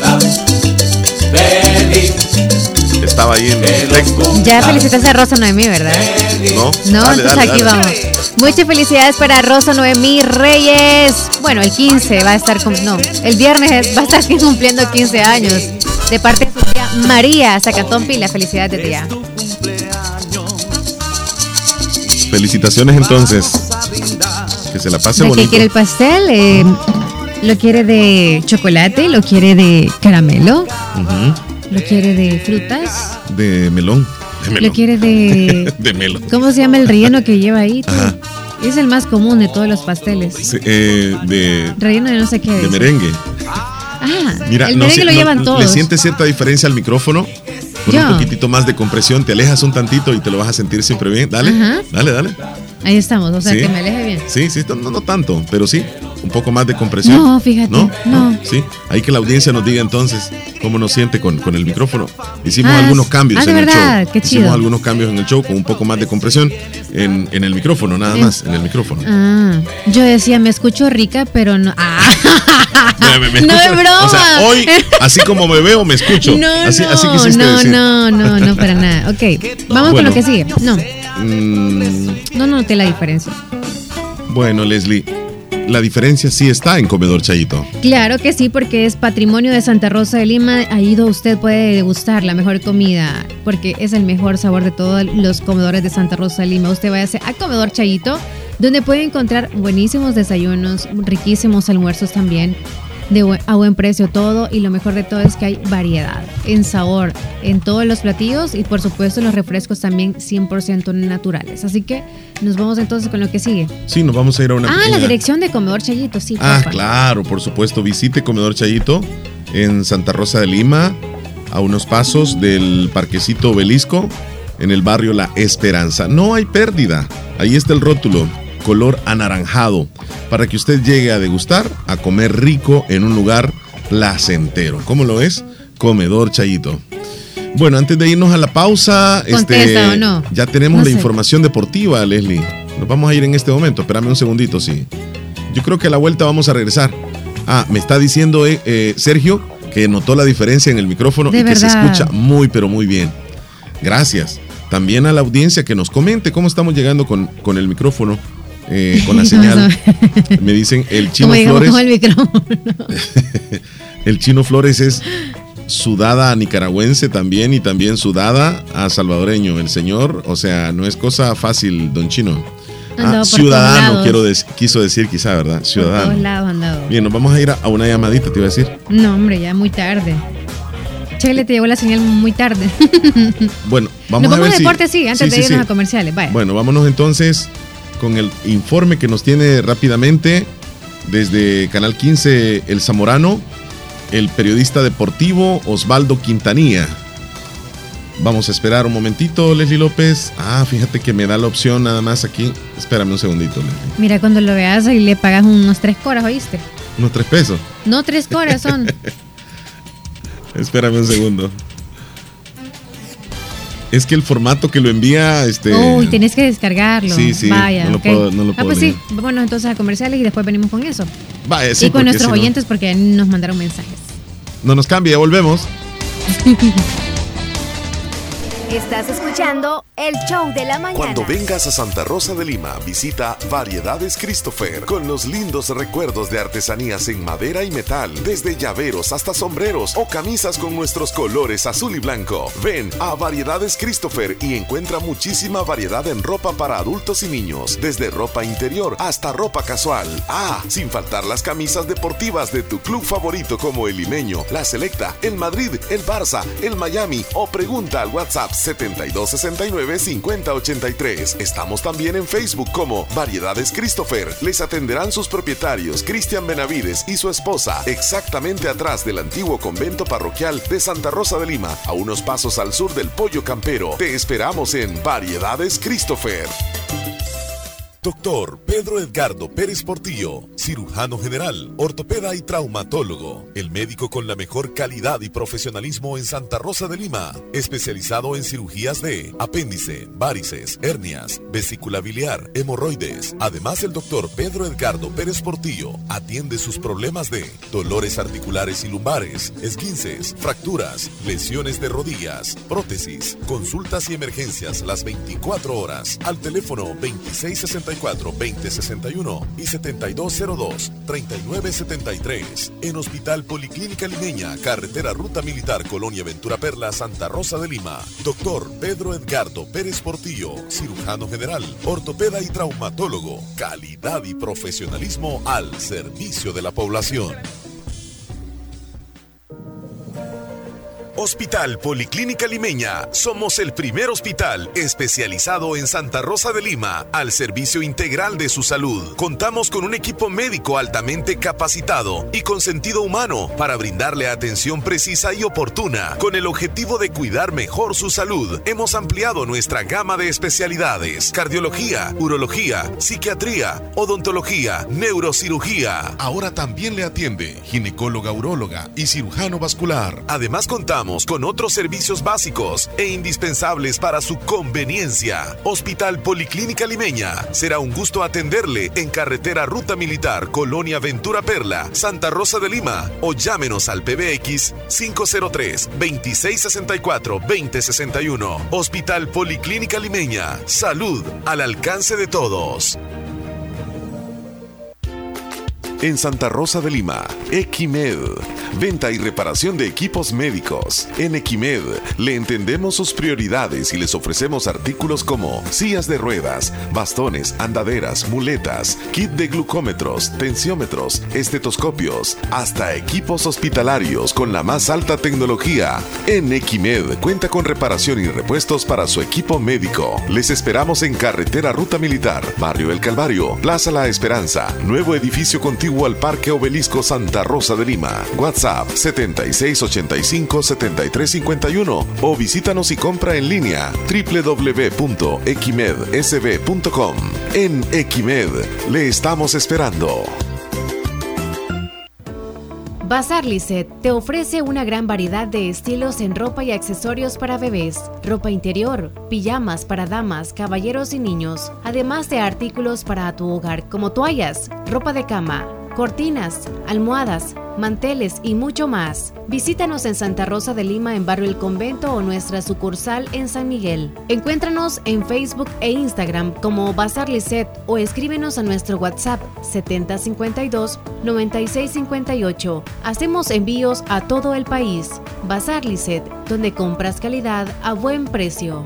Estaba ahí en el texto. Ya felicitas a Rosa Noemí, ¿verdad? ¿No? No, Dale, entonces dale, aquí dale. vamos. Muchas felicidades para Rosa Noemí Reyes. Bueno, el quince va a estar, cum- no, el viernes va a estar cumpliendo quince años. De parte de su tía María Zacatón Pila, felicidades de tía. Felicitaciones entonces. Que se la pase ¿De qué bonito. quiere el pastel? Eh, ¿Lo quiere de chocolate? ¿Lo quiere de caramelo? Ujú. ¿Lo quiere de frutas? De melón. De melón. ¿Lo quiere de... de melón. ¿Cómo se llama el relleno que lleva ahí? Ajá. Es el más común de todos los pasteles. Sí, eh, de, Relleno de no sé qué. de dice. merengue. Ah, Mira, el no merengue sé, lo no- llevan ¿le todos. sientes cierta diferencia al micrófono? Con Yo. un poquitito más de compresión, te alejas un tantito y te lo vas a sentir siempre bien. Dale, Ajá. dale, dale. Ahí estamos, o sea, Sí. que me aleje bien. Sí, sí, no, no tanto, pero sí, un poco más de compresión. No, fíjate, ¿No? no. Sí, hay que la audiencia nos diga entonces cómo nos siente con, con el micrófono. Hicimos Ah, algunos cambios ah, de en el verdad, show. qué Hicimos chido. algunos cambios en el show con un poco más de compresión en, en el micrófono, nada Sí. más, en el micrófono. Ah, yo decía, me escucho rica, pero no. Ah, Me- me- me no escucho- es broma. O sea, hoy, así como me veo, me escucho. No, así, no, así quisiste no, decir. no, no, no, para nada. Ok, vamos Bueno. con lo que sigue. No, Mm, no noté la diferencia. bueno, Leslie, la diferencia sí está en Comedor Chayito. Claro que sí, porque es patrimonio de Santa Rosa de Lima. Ahí usted puede degustar la mejor comida, porque es el mejor sabor de todos los comedores de Santa Rosa de Lima. Usted vaya a Comedor Chayito, donde puede encontrar buenísimos desayunos, riquísimos almuerzos también. de buen, a buen precio todo, y lo mejor de todo es que hay variedad en sabor en todos los platillos, y por supuesto los refrescos también cien por ciento naturales. Así que nos vamos entonces con lo que sigue. Sí, nos vamos a ir a una Ah, pequeña... la dirección de Comedor Chayito, sí. Ah, porfa. claro, por supuesto. Visite Comedor Chayito en Santa Rosa de Lima, a unos pasos del Parquecito Obelisco, en el barrio La Esperanza. No hay pérdida. Ahí está el rótulo, color anaranjado, para que usted llegue a degustar, a comer rico en un lugar placentero. ¿Cómo lo es? Comedor Chayito. Bueno, antes de irnos a la pausa, ¿Contesta este, o no? ya tenemos No la sé. información deportiva, Leslie. Nos vamos a ir en este momento. Espérame un segundito, sí. Yo creo que a la vuelta vamos a regresar. Ah, me está diciendo eh, eh, Sergio que notó la diferencia en el micrófono De y que se verdad. escucha muy, pero muy bien. Gracias. También a la audiencia que nos comente cómo estamos llegando con, con el micrófono, eh, con la señal. Me dicen, el Chino Como llegamos Flores. con el micrófono. El Chino Flores es sudada a nicaragüense también, y también sudada a salvadoreño. El señor, o sea, no es cosa fácil, don Chino. Ah, Andado por todos ciudadano, lados. quiero dec- quiso decir quizá, ¿verdad? Por Ciudadano. todos lados andado. Bien, nos vamos a ir a, a una llamadita, te iba a decir. No, hombre, ya muy tarde. Chele, te llegó la señal muy tarde. Bueno, vamos Nos a vamos ver a si... deporte, sí, antes sí, de sí, irnos sí. a comerciales. Vaya. Bueno, vámonos entonces con el informe que nos tiene rápidamente desde Canal quince El Zamorano, el periodista deportivo Osvaldo Quintanilla. Vamos a esperar un momentito, Leslie López. Ah, fíjate que me da la opción nada más aquí. Espérame un segundito, Leslie. Mira, cuando lo veas y le pagas unos tres coras, ¿oíste? Unos tres pesos. No, tres coras son. Espérame un segundo. Es que el formato que lo envía, este... Uy, tenés que descargarlo. Sí, sí, Vaya, no lo ok. puedo- no lo Ah, puedo pues leer. sí, vámonos entonces a comerciales y después venimos con eso. Vaya, sí, y con porque nuestros si no- oyentes porque nos mandaron mensajes. No nos cambia, ya volvemos. Estás escuchando el show de la mañana. Cuando vengas a Santa Rosa de Lima, visita Variedades Christopher, con los lindos recuerdos de artesanías en madera y metal, desde llaveros hasta sombreros o camisas con nuestros colores azul y blanco. Ven a Variedades Christopher y encuentra muchísima variedad en ropa para adultos y niños, desde ropa interior hasta ropa casual. Ah, sin faltar las camisas deportivas de tu club favorito como el Limeño, la Selecta, el Madrid, el Barça, el Miami, o pregunta al WhatsApp setenta y dos sesenta y nueve cincuenta ochenta y tres. Estamos también en Facebook como Variedades Christopher. Les atenderán sus propietarios Cristian Benavides y su esposa, exactamente atrás del antiguo convento parroquial de Santa Rosa de Lima, a unos pasos al sur del Pollo Campero. Te esperamos en Variedades Christopher. Doctor Pedro Edgardo Pérez Portillo, cirujano general, ortopeda y traumatólogo, el médico con la mejor calidad y profesionalismo en Santa Rosa de Lima, especializado en cirugías de apéndice, varices, hernias, vesícula biliar, hemorroides. Además, el doctor Pedro Edgardo Pérez Portillo atiende sus problemas de dolores articulares y lumbares, esguinces, fracturas, lesiones de rodillas, prótesis, consultas y emergencias las veinticuatro horas al teléfono veintiséis sesenta y cuatro veinte sesenta y uno y setenta y dos cero dos treinta y nueve setenta y tres. En Hospital Policlínica Limeña, carretera Ruta Militar, Colonia Ventura Perla, Santa Rosa de Lima. Doctor Pedro Edgardo Pérez Portillo, cirujano general, ortopeda y traumatólogo. Calidad y profesionalismo al servicio de la población. Hospital Policlínica Limeña. Somos el primer hospital especializado en Santa Rosa de Lima al servicio integral de su salud. Contamos con un equipo médico altamente capacitado y con sentido humano para brindarle atención precisa y oportuna. Con el objetivo de cuidar mejor su salud, hemos ampliado nuestra gama de especialidades: cardiología, urología, psiquiatría, odontología, neurocirugía. Ahora también le atiende ginecóloga, uróloga y cirujano vascular. Además, contamos con otros servicios básicos e indispensables para su conveniencia. Hospital Policlínica Limeña. Será un gusto atenderle en carretera Ruta Militar, Colonia Ventura Perla, Santa Rosa de Lima, o llámenos al P B X cinco cero tres, veintiséis sesenta y cuatro, veinte sesenta y uno. Hospital Policlínica Limeña. Salud al alcance de todos. en Santa Rosa de Lima. Equimed, venta y reparación de equipos médicos. En Equimed le entendemos sus prioridades y les ofrecemos artículos como sillas de ruedas, bastones, andaderas, muletas, kit de glucómetros, tensiómetros, estetoscopios, hasta equipos hospitalarios con la más alta tecnología. En Equimed cuenta con reparación y repuestos para su equipo médico. Les esperamos en Carretera Ruta Militar, Barrio El Calvario, Plaza La Esperanza, nuevo edificio contiguo al Parque Obelisco Santa Rosa de Lima. WhatsApp setenta y seis ochenta y cinco setenta y tres cincuenta y uno o visítanos y compra en línea doble u doble u doble u punto equimed s b punto com. En Equimed le estamos esperando. Bazar Lisset te ofrece una gran variedad de estilos en ropa y accesorios para bebés, ropa interior, pijamas para damas, caballeros y niños, además de artículos para tu hogar como toallas, ropa de cama, cortinas, almohadas, manteles y mucho más. Visítanos en Santa Rosa de Lima en Barrio El Convento o nuestra sucursal en San Miguel. Encuéntranos en Facebook e Instagram como Bazar Lisset o escríbenos a nuestro WhatsApp setenta cincuenta y dos noventa y seis cincuenta y ocho. Hacemos envíos a todo el país. Bazar Lisset, donde compras calidad a buen precio.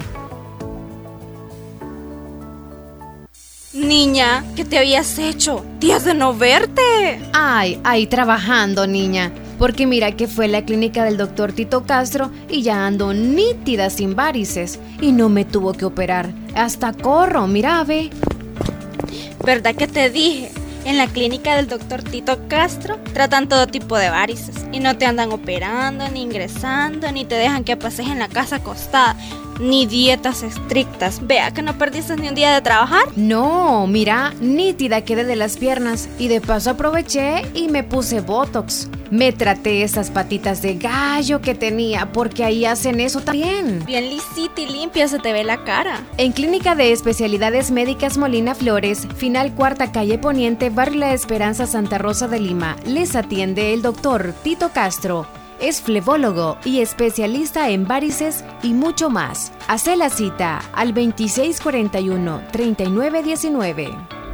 Niña, ¿qué te habías hecho? Días de no verte. Ay, ay, trabajando, niña. Porque mira que fue la clínica del doctor Tito Castro y ya ando nítida sin varices. Y no me tuvo que operar. Hasta corro, mira, ve. ¿Verdad que te dije? En la clínica del doctor Tito Castro tratan todo tipo de varices. Y no te andan operando, ni ingresando, ni te dejan que pases en la casa acostada. Ni dietas estrictas. Vea que no perdiste ni un día de trabajar. No, mira, nítida quedé de las piernas. Y de paso aproveché y me puse Botox. Me traté esas patitas de gallo que tenía, porque ahí hacen eso también. Bien lisita y limpia se te ve la cara. En Clínica de Especialidades Médicas Molina Flores, final Cuarta Calle Poniente, Barrio La Esperanza, Santa Rosa de Lima, les atiende el doctor Tito Castro. Es flebólogo y especialista en varices y mucho más. Hace la cita al veintiséis cuarenta y uno, treinta y nueve diecinueve.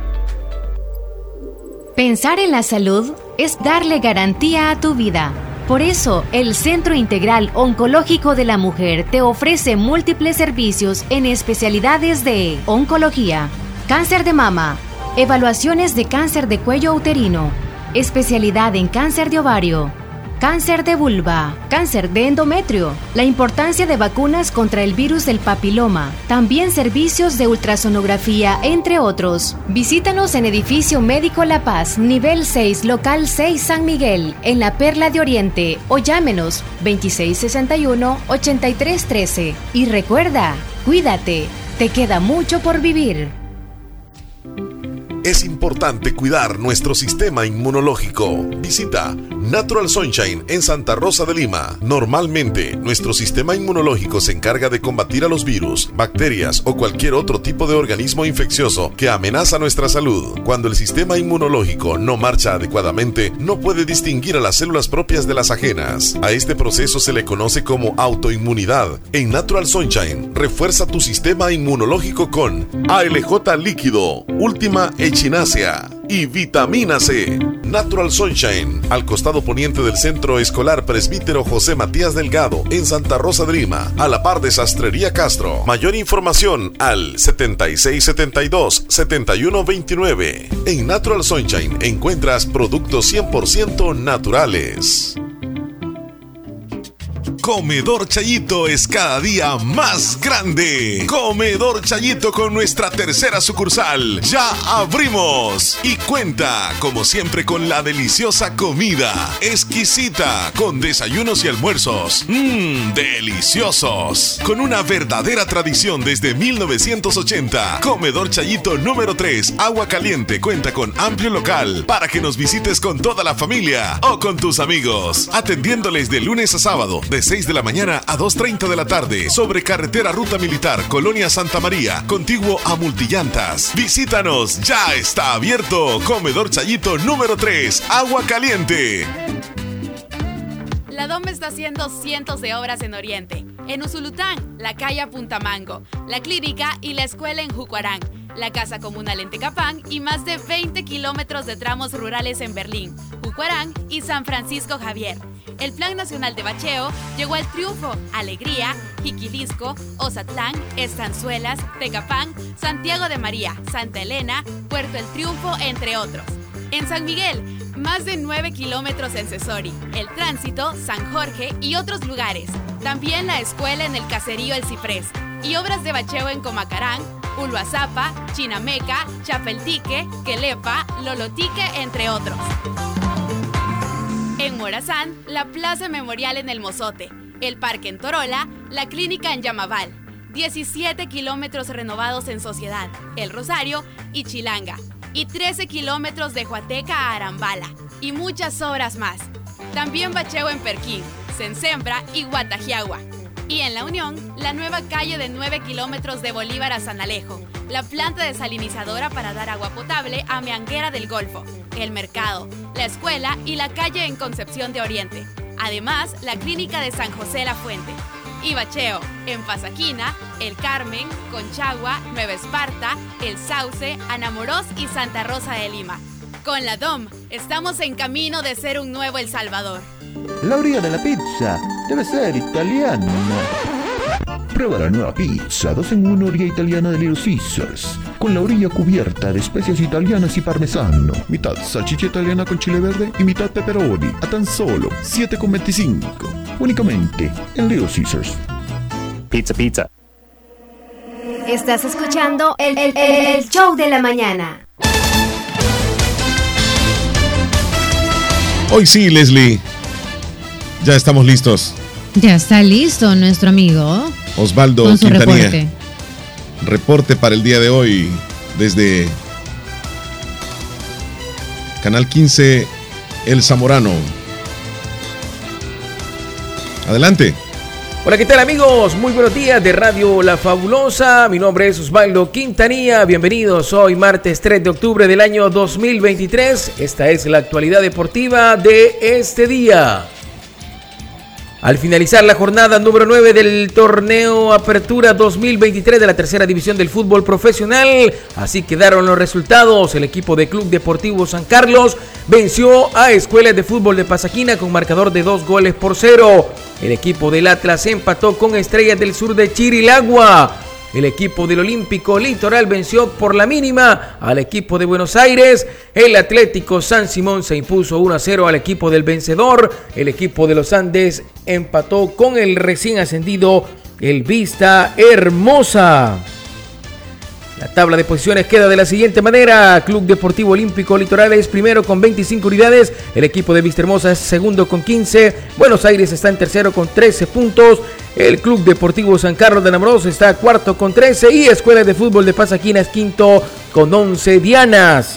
Pensar en la salud es darle garantía a tu vida. Por eso, el Centro Integral Oncológico de la Mujer te ofrece múltiples servicios en especialidades de oncología, cáncer de mama, evaluaciones de cáncer de cuello uterino, especialidad en cáncer de ovario, cáncer de vulva, cáncer de endometrio, la importancia de vacunas contra el virus del papiloma, también servicios de ultrasonografía, entre otros. Visítanos en Edificio Médico La Paz, nivel seis, local seis, San Miguel, en la Perla de Oriente, o llámenos veintiséis sesenta y uno, ochenta y tres trece. Y recuerda, cuídate, te queda mucho por vivir. Es importante cuidar nuestro sistema inmunológico. Visita Natural Sunshine en Santa Rosa de Lima. Normalmente, nuestro sistema inmunológico se encarga de combatir a los virus, bacterias o cualquier otro tipo de organismo infeccioso que amenaza nuestra salud. Cuando el sistema inmunológico no marcha adecuadamente, no puede distinguir a las células propias de las ajenas. A este proceso se le conoce como autoinmunidad. En Natural Sunshine, refuerza tu sistema inmunológico con A L J líquido, Última Echinacea y vitamina C. Natural Sunshine, al costado poniente del Centro Escolar Presbítero José Matías Delgado, en Santa Rosa de Lima, a la par de Sastrería Castro. Mayor información al setenta y seis setenta y dos, setenta y uno veintinueve. En Natural Sunshine encuentras productos cien por ciento naturales. Comedor Chayito es cada día más grande. Comedor Chayito con nuestra tercera sucursal. Ya abrimos. Y cuenta, como siempre, con la deliciosa comida. Exquisita, con desayunos y almuerzos. Mmm, deliciosos. Con una verdadera tradición desde mil novecientos ochenta. Comedor Chayito número tres, Agua Caliente, cuenta con amplio local para que nos visites con toda la familia o con tus amigos. Atendiéndoles de lunes a sábado, de seis de la mañana a dos treinta de la tarde, sobre Carretera Ruta Militar, Colonia Santa María, contiguo a Multillantas. Visítanos, ya está abierto. Comedor Chayito número tres, Agua Caliente. La D O M está haciendo cientos de obras en Oriente. En Usulután, la calle Puntamango, la clínica y la escuela en Jucuarán. la Casa Comunal en Tecapán y más de veinte kilómetros de tramos rurales en Berlín, Ucuarán y San Francisco Javier. El Plan Nacional de Bacheo llegó al triunfo, Alegría, Jiquilisco, Ozatlán, Estanzuelas, Tecapán, Santiago de María, Santa Elena, Puerto El Triunfo, entre otros. En San Miguel, más de nueve kilómetros en Cesori, El Tránsito, San Jorge y otros lugares. También la escuela en el caserío El Ciprés y obras de bacheo en Comacarán, Uluazapa, Chinameca, Chapeltique, Quelepa, Lolotique, entre otros. En Morazán, la Plaza Memorial en El Mozote, el Parque en Torola, la Clínica en Yamabal, diecisiete kilómetros renovados en Sociedad, El Rosario y Chilanga, y trece kilómetros de Huateca a Arambala, y muchas obras más. También bacheo en Perquín, Sensembra y Guatajiagua. Y en La Unión, la nueva calle de nueve kilómetros de Bolívar a San Alejo, la planta desalinizadora para dar agua potable a Meanguera del Golfo, el mercado, la escuela y la calle en Concepción de Oriente. Además, la clínica de San José La Fuente. Y bacheo en Pasaquina, El Carmen, Conchagua, Nueva Esparta, El Sauce, Anamorós y Santa Rosa de Lima. Con la D O M, estamos en camino de ser un nuevo El Salvador. La orilla de la pizza debe ser italiana. Prueba la nueva pizza dos en uno orilla italiana de Little Caesars, con la orilla cubierta de especias italianas y parmesano, mitad salchicha italiana con chile verde y mitad pepperoni, a tan solo siete con veinticinco, únicamente en Little Caesars. Pizza, pizza. Estás escuchando el, el, el, el show de la mañana. Hoy sí, Leslie. Ya estamos listos. Ya está listo nuestro amigo Osvaldo con su Quintanilla. reporte. Reporte para el día de hoy desde Canal quince El Zamorano. Adelante. Hola, ¿qué tal, amigos? Muy buenos días de Radio La Fabulosa. Mi nombre es Osvaldo Quintanilla. Bienvenidos hoy martes tres de octubre del año dos mil veintitrés. Esta es la actualidad deportiva de este día. Al finalizar la jornada número nueve del torneo Apertura dos mil veintitrés de la tercera división del fútbol profesional, así quedaron los resultados. El equipo de Club Deportivo San Carlos venció a Escuelas de Fútbol de Pasaquina con marcador de dos goles por cero. El equipo del Atlas empató con Estrellas del Sur de Chirilagua. El equipo del Olímpico Litoral venció por la mínima al equipo de Buenos Aires. El Atlético San Simón se impuso uno a cero al equipo del vencedor. El equipo de los Andes empató con el recién ascendido el Vista Hermosa. La tabla de posiciones queda de la siguiente manera. Club Deportivo Olímpico Litoral es primero con veinticinco unidades. El equipo de Vista Hermosa es segundo con quince. Buenos Aires está en tercero con trece puntos. El Club Deportivo San Carlos de Anamorós está cuarto con trece. Y Escuela de Fútbol de Pasaquina es quinto con once dianas.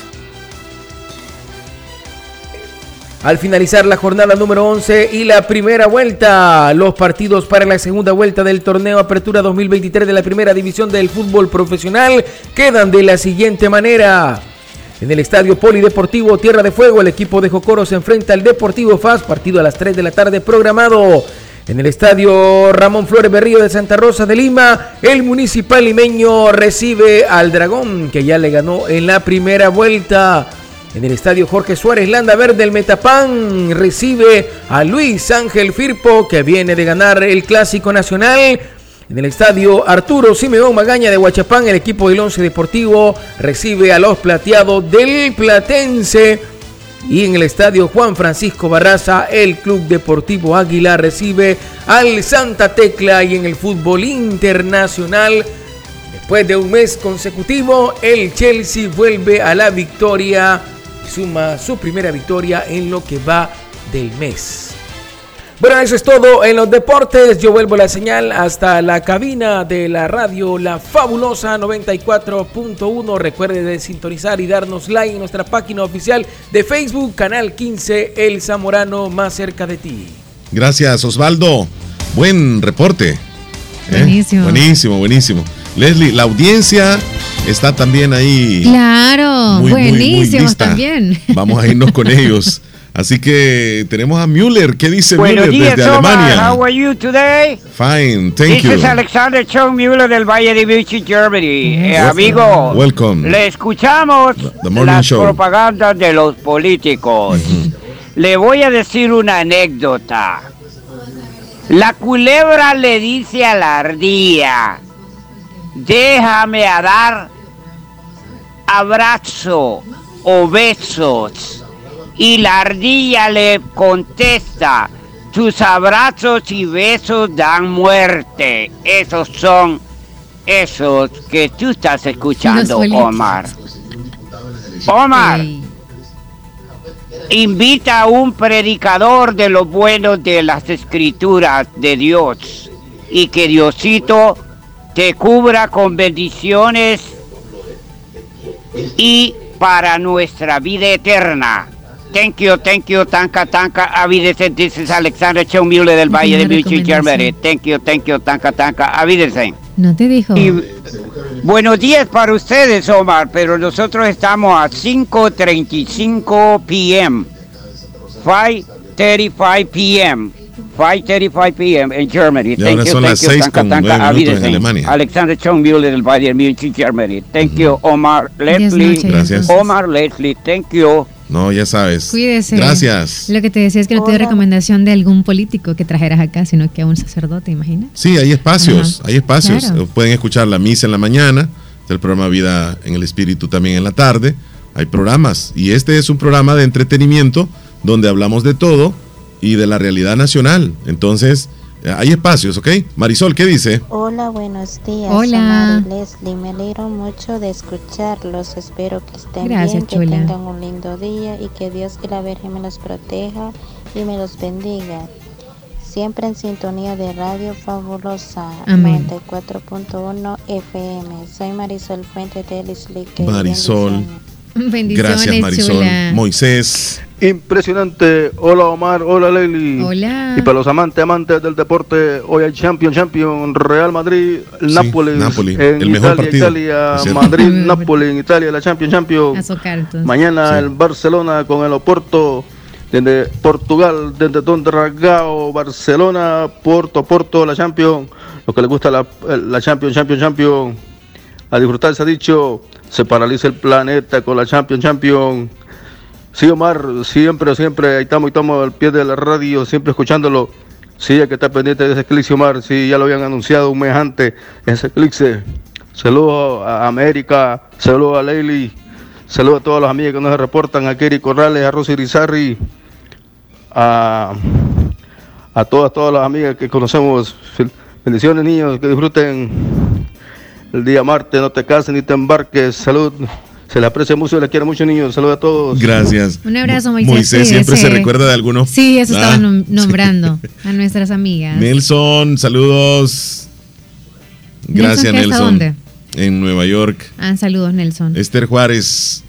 Al finalizar la jornada número once y la primera vuelta, los partidos para la segunda vuelta del torneo Apertura dos mil veintitrés de la primera división del fútbol profesional quedan de la siguiente manera. En el Estadio Polideportivo Tierra de Fuego, el equipo de Jocoro se enfrenta al Deportivo F A S, partido a las tres de la tarde programado. En el Estadio Ramón Flores Berrío de Santa Rosa de Lima, el Municipal Limeño recibe al Dragón, que ya le ganó en la primera vuelta. En el Estadio Jorge Suárez Landa Verde, el Metapán recibe a Luis Ángel Firpo, que viene de ganar el Clásico Nacional. En el Estadio Arturo Simeón Magaña de Huachapán, el equipo del Once Deportivo recibe a los Plateados del Platense. Y en el Estadio Juan Francisco Barraza, el Club Deportivo Águila recibe al Santa Tecla. Y en el fútbol internacional, después de un mes consecutivo, el Chelsea vuelve a la victoria. Suma su primera victoria en lo que va del mes. Bueno, eso es todo en los deportes. Yo vuelvo la señal hasta la cabina de la radio La Fabulosa noventa y cuatro punto uno. Recuerde de sintonizar y darnos like en nuestra página oficial de Facebook, Canal quince El Zamorano, más cerca de ti. Gracias, Osvaldo. Buen reporte. ¿eh? Buenísimo. Buenísimo, buenísimo. Leslie, la audiencia está también ahí. Claro, muy, buenísimo muy, muy lista. También. Vamos a irnos con ellos. Así que tenemos a Müller. ¿Qué dice Buenos Müller días, desde Omar. Alemania? How are you today? Fine, thank This you. is Alexander Schoen Müller del Valle de Vichy, Germany. Eh, Welcome. amigo, Welcome. le escuchamos The morning las show. propagandas de los políticos. Le voy a decir una anécdota. La culebra le dice a la ardilla, déjame a dar abrazo o besos. Y la ardilla le contesta, tus abrazos y besos dan muerte. Esos son esos que tú estás escuchando, Omar. Omar, invita a un predicador de lo bueno de las escrituras de Dios y que Diosito te cubra con bendiciones y para nuestra vida eterna. Thank you, thank you, tanka, tanka, Avidesen. This is Alexander Schoen Müller del Valle de Vichy, Germany. Thank you, thank you, tanka, tanka, Avidesen. No te dijo. Y buenos días para ustedes, Omar, pero nosotros estamos a cinco treinta y cinco p m cinco treinta y cinco p m cinco treinta y cinco p m en Germany. Y Thank ahora you, son thank las you, seis tanka, con tanka, nueve minutos en Avidesen. Alemania. Alexander Schoen Müller del Valle de Vichy, Germany. Thank you, Omar Leslie. Gracias. Omar Leslie, thank you. No, ya sabes. Cuídese. Gracias. Lo que te decía es que no te dio recomendación de algún político que trajeras acá, sino que a un sacerdote, ¿imaginas? Sí, hay espacios, Ajá. hay espacios. Claro. Pueden escuchar la misa en la mañana, el programa Vida en el Espíritu también en la tarde. Hay programas y este es un programa de entretenimiento donde hablamos de todo y de la realidad nacional. Entonces, eh, hay espacios, ¿ok? Marisol, ¿qué dice? Hola, buenos días. Hola. Omar y Leslie, me alegro mucho de escucharlos. Espero que estén Gracias, bien, que chula. tengan un lindo día y que Dios y la Virgen me los proteja y me los bendiga. Siempre en sintonía de Radio Fabulosa Amén. noventa y cuatro punto uno F M. Soy Marisol Fuentes de Leslie. Que Marisol. Bendiciones, Gracias, Marisol. chula. Moisés. Impresionante. Hola Omar, hola Leili. Hola. Y para los amantes, amantes del deporte, hoy hay Champion, Champion, Real Madrid, el Sí, Nápoles, Napoli, en el mejor Italia, partido. Italia, Es cierto. Madrid, Nápoles, en Italia, la Champion, Champion. A socar, entonces. Mañana Sí. el Barcelona con el Oporto, desde Portugal, desde Don Dragao, Barcelona, Porto, Porto, la Champion. Lo que le gusta la, la Champion, Champion, Champion. A disfrutar, se ha dicho, se paraliza el planeta con la Champion, Champion. Sí, Omar, siempre, siempre, ahí estamos, ahí estamos al pie de la radio, siempre escuchándolo. Sí, hay que estar pendiente de ese eclipse, Omar. Sí, ya lo habían anunciado un mes antes, ese eclipse. Saludos a América, saludos a Leili, saludos a todos los amigos que nos reportan, a Kerry Corrales, a Rosy Rizarri, a, a todas, todas las amigas que conocemos. Bendiciones, niños, que disfruten el día martes, no te cases ni te embarques. Salud, se les aprecia mucho, les quiero mucho, niños. Saludos a todos. Gracias. Un abrazo, Moisés. Moisés siempre Cuídese. se recuerda de algunos. Sí, eso Ah, estaba nom- nombrando a nuestras amigas. Nelson, saludos. Gracias, ¿Nelson qué está Nelson. dónde? En Nueva York. Ah, saludos, Nelson. Esther Juárez.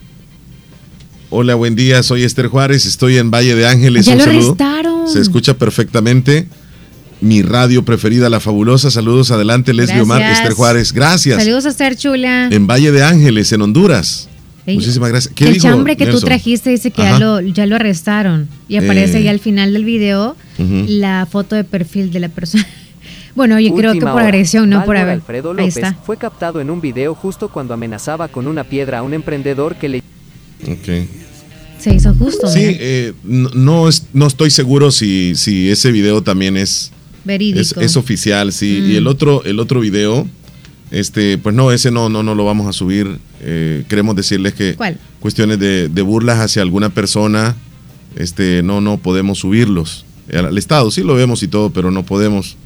Hola, buen día. Soy Esther Juárez. Estoy en Valle de Ángeles. Ya Un lo saludo. arrestaron. Se escucha perfectamente. Mi radio preferida, La Fabulosa. Saludos. Adelante, Leslie Omar. Gracias. Esther Juárez. Gracias. Saludos a Esther Chula. En Valle de Ángeles, en Honduras. Ey, Muchísimas gracias. ¿Qué el dijo, chambre que tú Nelson? trajiste dice que ya Ajá. lo, ya lo arrestaron. Y aparece Eh. ahí al final del video Ujú. la foto de perfil de la persona. Bueno, yo creo que Última por hora. agresión, no por Valvor haber. Alfredo Ahí López está. fue captado en un video justo cuando amenazaba con una piedra a un emprendedor que le... Ok. Se hizo justo, Sí, mira. eh, no, no, es- no estoy seguro si, si ese video también es, Verídico. es, es oficial, sí. Mm. Y el otro, el otro video, este, pues no, ese no, no, no lo vamos a subir. Eh, queremos decirles que ¿Cuál? cuestiones de, de burlas hacia alguna persona, este, no, no podemos subirlos. Al, al Estado sí lo vemos y todo, pero no podemos.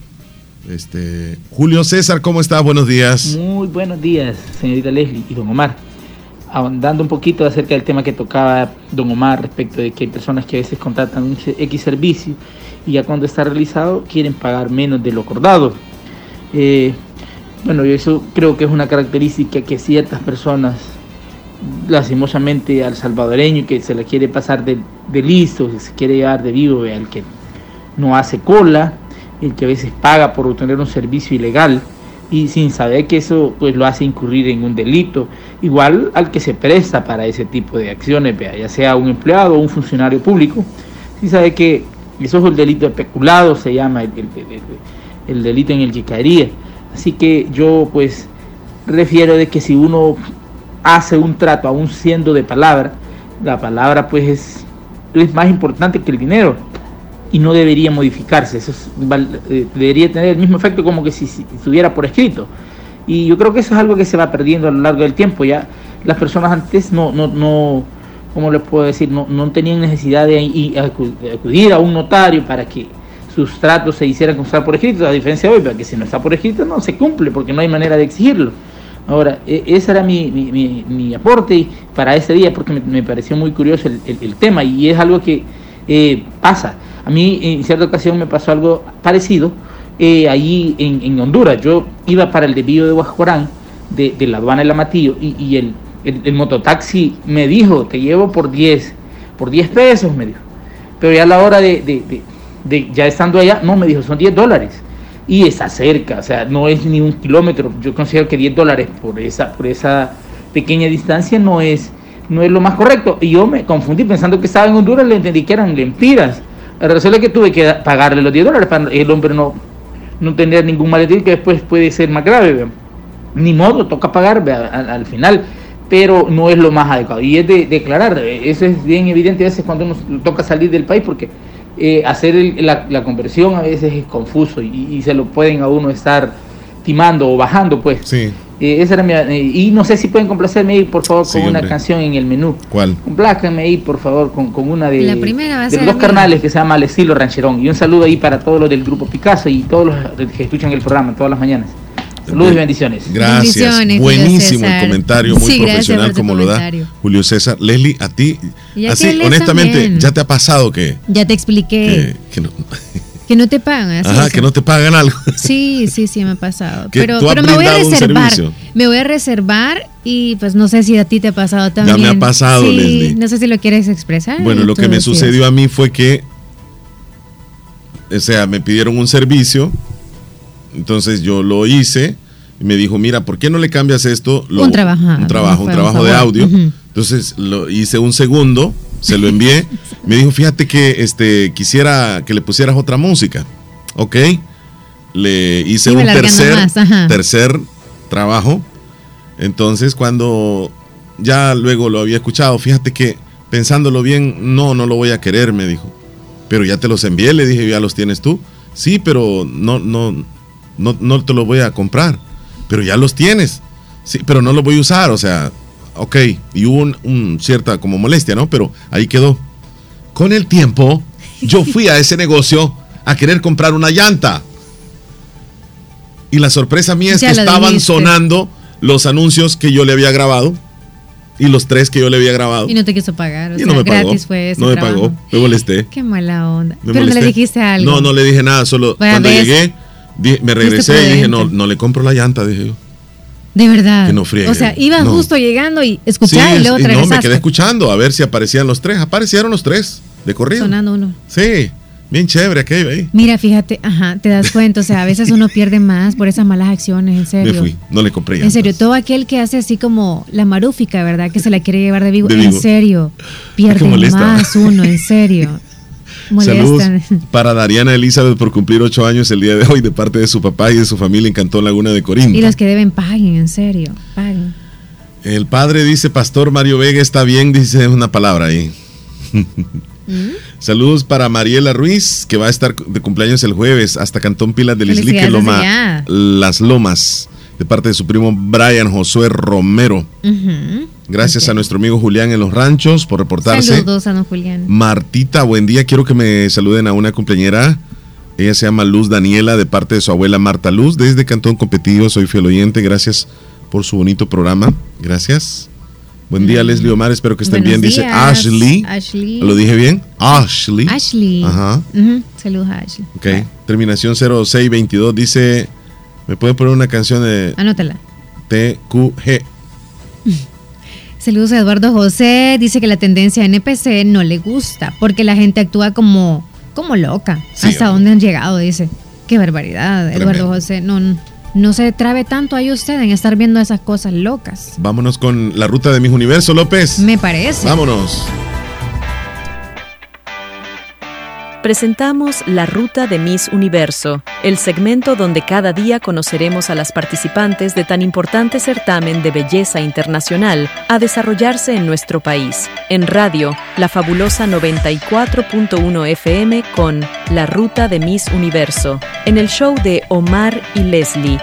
Este, Julio César, ¿cómo estás? Buenos días. Muy buenos días, señorita Leslie y don Omar. Ahondando un poquito acerca del tema que tocaba don Omar respecto de que hay personas que a veces contratan un X servicio y ya cuando está realizado quieren pagar menos de lo acordado. Eh, bueno, yo eso creo que es una característica que ciertas personas, lastimosamente al salvadoreño que se le quiere pasar de, de listo, que se quiere llevar de vivo, al que no hace cola, el que a veces paga por obtener un servicio ilegal y sin saber que eso pues lo hace incurrir en un delito, igual al que se presta para ese tipo de acciones, vea, ya sea un empleado o un funcionario público, sí sabe que eso es el delito de peculado, se llama el, el, el, el delito en el que caería. Así que yo pues refiero de que si uno hace un trato aún siendo de palabra, la palabra pues es, es más importante que el dinero y no debería modificarse. Eso es, eh, debería tener el mismo efecto como que si, si estuviera por escrito. Y yo creo que eso es algo que se va perdiendo a lo largo del tiempo. Ya las personas antes no, no, no ¿cómo les puedo decir? No, no tenían necesidad de, de acudir a un notario para que sus tratos se hicieran constar por escrito, a diferencia de hoy, porque si no está por escrito no se cumple, porque no hay manera de exigirlo. Ahora, e- ese era mi, mi, mi, mi aporte para ese día, porque me, me pareció muy curioso el, el, el tema, y es algo que eh, pasa. A mí en cierta ocasión me pasó algo parecido, eh, allí en, en Honduras. Yo iba para el desvío de Huascorán, de, de la aduana de La Matillo, y, y el, el, el mototaxi me dijo, te llevo por diez, por diez pesos, me dijo. Pero ya a la hora de, de, de, de ya estando allá, no, me dijo, son diez dólares. Y está cerca, o sea, no es ni un kilómetro. Yo considero que diez dólares por esa, por esa pequeña distancia no es, no es lo más correcto. Y yo me confundí pensando que estaba en Honduras, le entendí que eran lempiras. Resulta que tuve que pagarle los diez dólares para el hombre no, no tener ningún maletín, que después puede ser más grave, ¿ve? Ni modo, toca pagar, ¿ve? Al, al final, pero no es lo más adecuado. Y es de declarar, eso es bien evidente a veces cuando uno toca salir del país, porque eh, hacer el, la, la conversión a veces es confuso y, y se lo pueden a uno estar timando o bajando, pues. Sí. Eh, esa era mi, eh, y no sé si pueden complacerme ahí, por favor, con Sí, una hombre. canción en el menú. ¿Cuál? Complázcanme ahí, por favor, con, con una de, La primera va a de ser los dos mía. carnales que se llama Al estilo rancherón. Y un saludo ahí para todos los del grupo Picasso y todos los que escuchan el programa todas las mañanas. Saludos y bendiciones. Gracias. Bendiciones, Buenísimo Julio el César. comentario, muy Sí, gracias profesional por tu como lo da comentario. Julio César. Leslie, a ti, Y a así, ti, Les, honestamente, también. ¿ya te ha pasado que, Ya te expliqué que, que no, que no te pagan. Así ajá, es. que no te pagan algo? Sí, sí, sí me ha pasado. Que Pero, tú has pero me voy a brindado un reservar. servicio. Me voy a reservar y pues no sé si a ti te ha pasado también. me ha pasado, sí, Leslie. No sé si lo quieres expresar. Bueno, lo Tú que me decides. sucedió a mí fue que, o sea, me pidieron un servicio, entonces yo lo hice y me dijo, mira, ¿por qué no le cambias esto? Lo- Un trabajo, un trabajo, un por trabajo de favor. audio. Ujú. Entonces lo hice un segundo, se lo envié, me dijo, fíjate que este quisiera que le pusieras otra música. Ok, le hice Iba un alargando tercer, más, ajá. tercer trabajo. Entonces cuando ya luego lo había escuchado, fíjate que pensándolo bien, no, no lo voy a querer, me dijo. Pero ya te los envié, le dije, ya los tienes tú. Sí, pero no, no, no, no te los voy a comprar. Pero ya los tienes. Sí, pero no los voy a usar, o sea, ok. Y hubo un, un cierta como molestia, ¿no? Pero ahí quedó. Con el tiempo, yo fui a ese negocio a querer comprar una llanta. Y la sorpresa mía es Ya que lo estaban dijiste. sonando los anuncios que yo le había grabado. Y los tres que yo le había grabado. Y no te quiso pagar. O Y sea, no me pagó. gratis fue ese No me trabajo. pagó. Me molesté. Qué mala onda. Me Pero no molesté. le dijiste algo. No, no le dije nada. Solo Vaya, cuando ¿ves? llegué, di- me regresé Fuiste y dije, no, prudente. no le compro la llanta, dije yo. De verdad. Que no friegue. O sea, ibas No. justo llegando y escuchar y Sí, luego y te no, me regresaste. quedé escuchando a ver si aparecían los tres. Aparecieron los tres de corrido. Sonando uno. Sí, bien chévere aquello ahí. Mira, fíjate, ajá, te das cuenta, o sea, a veces uno pierde más por esas malas acciones, en serio. Me fui, no le compré En llantas. serio, todo aquel que hace así como la marúfica, ¿verdad? Que se la quiere llevar de vivo, De en vivo. serio, que pierde molesta. más uno, en serio. Saludos Molestan. para Dariana Elizabeth por cumplir ocho años el día de hoy de parte de su papá y de su familia en Cantón Laguna de Corinto. Y los que deben paguen, en serio, paguen. El padre dice, Pastor Mario Vega está bien, dice una palabra ahí. Saludos para Mariela Ruiz, que va a estar de cumpleaños el jueves, hasta Cantón Pilas del Islique, Felicidades Loma, allá. Las Lomas, de parte de su primo Brian Josué Romero. Ujú. Gracias Ok. a nuestro amigo Julián en los ranchos por reportarse. Saludos a don Julián. Martita, buen día. Quiero que me saluden a una cumpleañera. Ella se llama Luz Daniela, de parte de su abuela Marta Luz, desde Cantón Competido. Soy fiel oyente. Gracias por su bonito programa. Gracias. Buen día, Mm. Leslie Omar. Espero que estén Buenos bien. Dice días, Ashley. Ashley. ¿Lo dije bien? Ashley. Ashley. Ajá. Ujú. Saludos a Ashley. Ok. Terminación cero seis veintidós. Dice, ¿me pueden poner una canción de Anótala. T Q G? Saludos a Eduardo José. Dice que la tendencia N P C no le gusta porque la gente actúa como, como loca. Sí, ¿Hasta hombre. dónde han llegado? Dice. Qué barbaridad, Tremendo. Eduardo José. No, no, no se trabe tanto ahí usted en estar viendo esas cosas locas. Vámonos con la ruta de mis universos, López. Me parece. Vámonos. presentamos La Ruta de Miss Universo, el segmento donde cada día conoceremos a las participantes de tan importante certamen de belleza internacional a desarrollarse en nuestro país. En radio, La Fabulosa noventa y cuatro punto uno F M con La Ruta de Miss Universo, en el show de Omar y Leslie.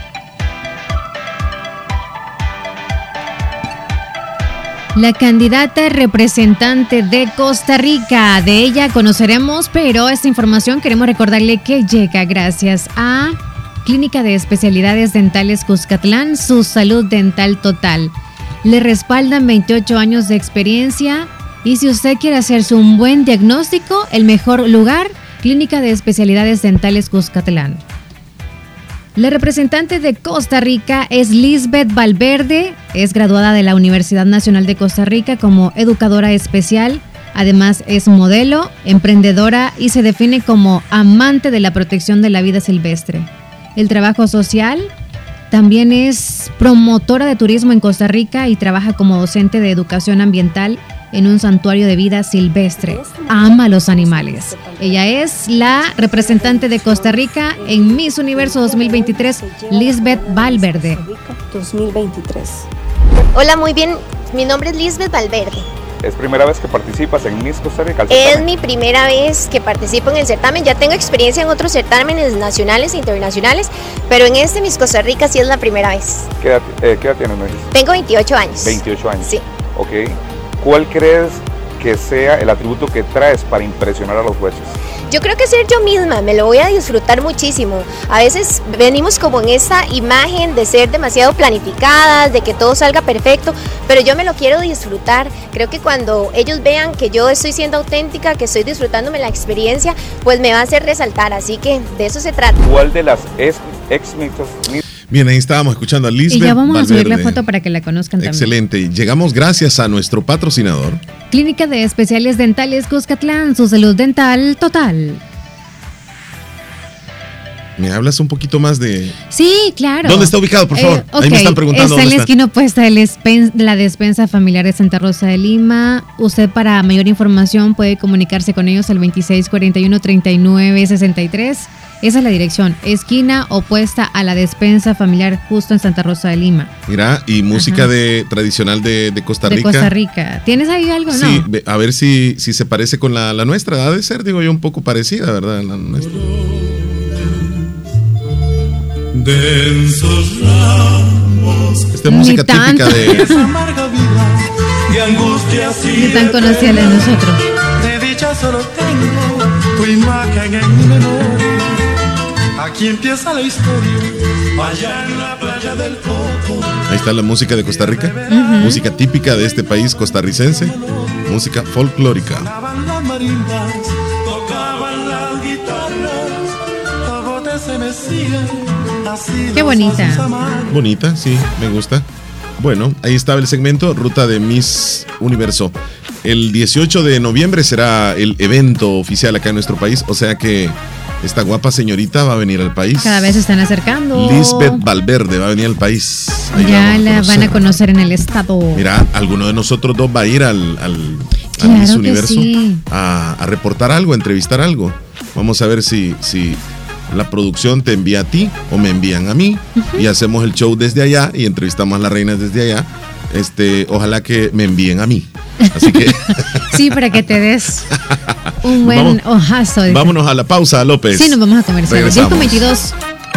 La candidata representante de Costa Rica, de ella conoceremos, pero esta información queremos recordarle que llega gracias a Clínica de Especialidades Dentales Cuscatlán, su salud dental total. Le respaldan veintiocho años de experiencia y si usted quiere hacerse un buen diagnóstico, el mejor lugar, Clínica de Especialidades Dentales Cuscatlán. La representante de Costa Rica es Lisbeth Valverde, es graduada de la Universidad Nacional de Costa Rica como educadora especial, además es modelo, emprendedora y se define como amante de la protección de la vida silvestre. El trabajo social, también es promotora de turismo en Costa Rica y trabaja como docente de educación ambiental en un santuario de vida silvestre. Ama a los animales. Ella es la representante de Costa Rica en Miss Universo dos mil veintitrés, Lisbeth Valverde. dos mil veintitrés. Hola, muy bien. Mi nombre es Lisbeth Valverde. ¿Es primera vez que participas en Miss Costa Rica? Es mi primera vez que participo en el certamen. Ya tengo experiencia en otros certámenes nacionales e internacionales, pero en este Miss Costa Rica sí es la primera vez. ¿Qué edad, eh, ¿qué edad tienes, me dices? Tengo veintiocho años. veintiocho años. Sí. Ok. ¿Cuál crees que sea el atributo que traes para impresionar a los jueces? Yo creo que ser yo misma, me lo voy a disfrutar muchísimo. A veces venimos como en esa imagen de ser demasiado planificadas, de que todo salga perfecto, pero yo me lo quiero disfrutar. Creo que cuando ellos vean que yo estoy siendo auténtica, que estoy disfrutándome la experiencia, pues me va a hacer resaltar, así que de eso se trata. ¿Cuál de las ex, ex Miss? Bien, ahí estábamos escuchando a Lisbeth Y ya vamos Valverde. a subir la foto para que la conozcan también. Excelente. Llegamos gracias a nuestro patrocinador. Clínica de Especiales Dentales Cuscatlán, su salud dental total. ¿Me hablas un poquito más de...? Sí, claro. ¿Dónde está ubicado, por favor? Eh, okay. Ahí me están preguntando está dónde en la está. esquina opuesta de la, espen- la despensa familiar de Santa Rosa de Lima. Usted para mayor información puede comunicarse con ellos al veintiséis cuarenta y uno treinta y nueve sesenta y tres. Esa es la dirección, esquina opuesta a la despensa familiar justo en Santa Rosa de Lima. Mira, y música de tradicional de, de Costa Rica. De Costa Rica. ¿Tienes ahí algo, no? Sí, ve- a ver si, si se parece con la, la nuestra. Ha de ser, digo yo, un poco parecida, ¿verdad? La nuestra. Densos ramos. Esta es música Ni típica tanto. de... Esa amarga vida de angustia Ni tan conocida la de nosotros. De dicha solo tengo tu imagen en mi memoria. Aquí empieza la historia, allá en la playa del Coco. Ahí está la música de Costa Rica. Ujú. Música típica de este país costarricense. Música folclórica. Sonaban las marimbas, tocaban las guitarras, a botes se mecían, así Qué los bonita. asos amados. Bonita, sí, me gusta. Bueno, ahí estaba el segmento Ruta de Miss Universo. El dieciocho de noviembre será el evento oficial acá en nuestro país, o sea que esta guapa señorita va a venir al país. Cada vez se están acercando. Lisbeth Valverde va a venir al país. Ahí Ya vamos a la conocer. van a conocer en el estado. Mira, alguno de nosotros dos va a ir al, al, al Claro Miss que Universo sí. a, a reportar algo, a entrevistar algo. Vamos a ver si, si la producción te envía a ti o me envían a mí y hacemos el show desde allá y entrevistamos a las reinas desde allá. Este, ojalá que me envíen a mí. Así que Sí, para que te des un buen Vamos- ojazo. dice. vámonos a la pausa, López. Sí, nos vamos a comercial. diez Regresamos. con veintidós.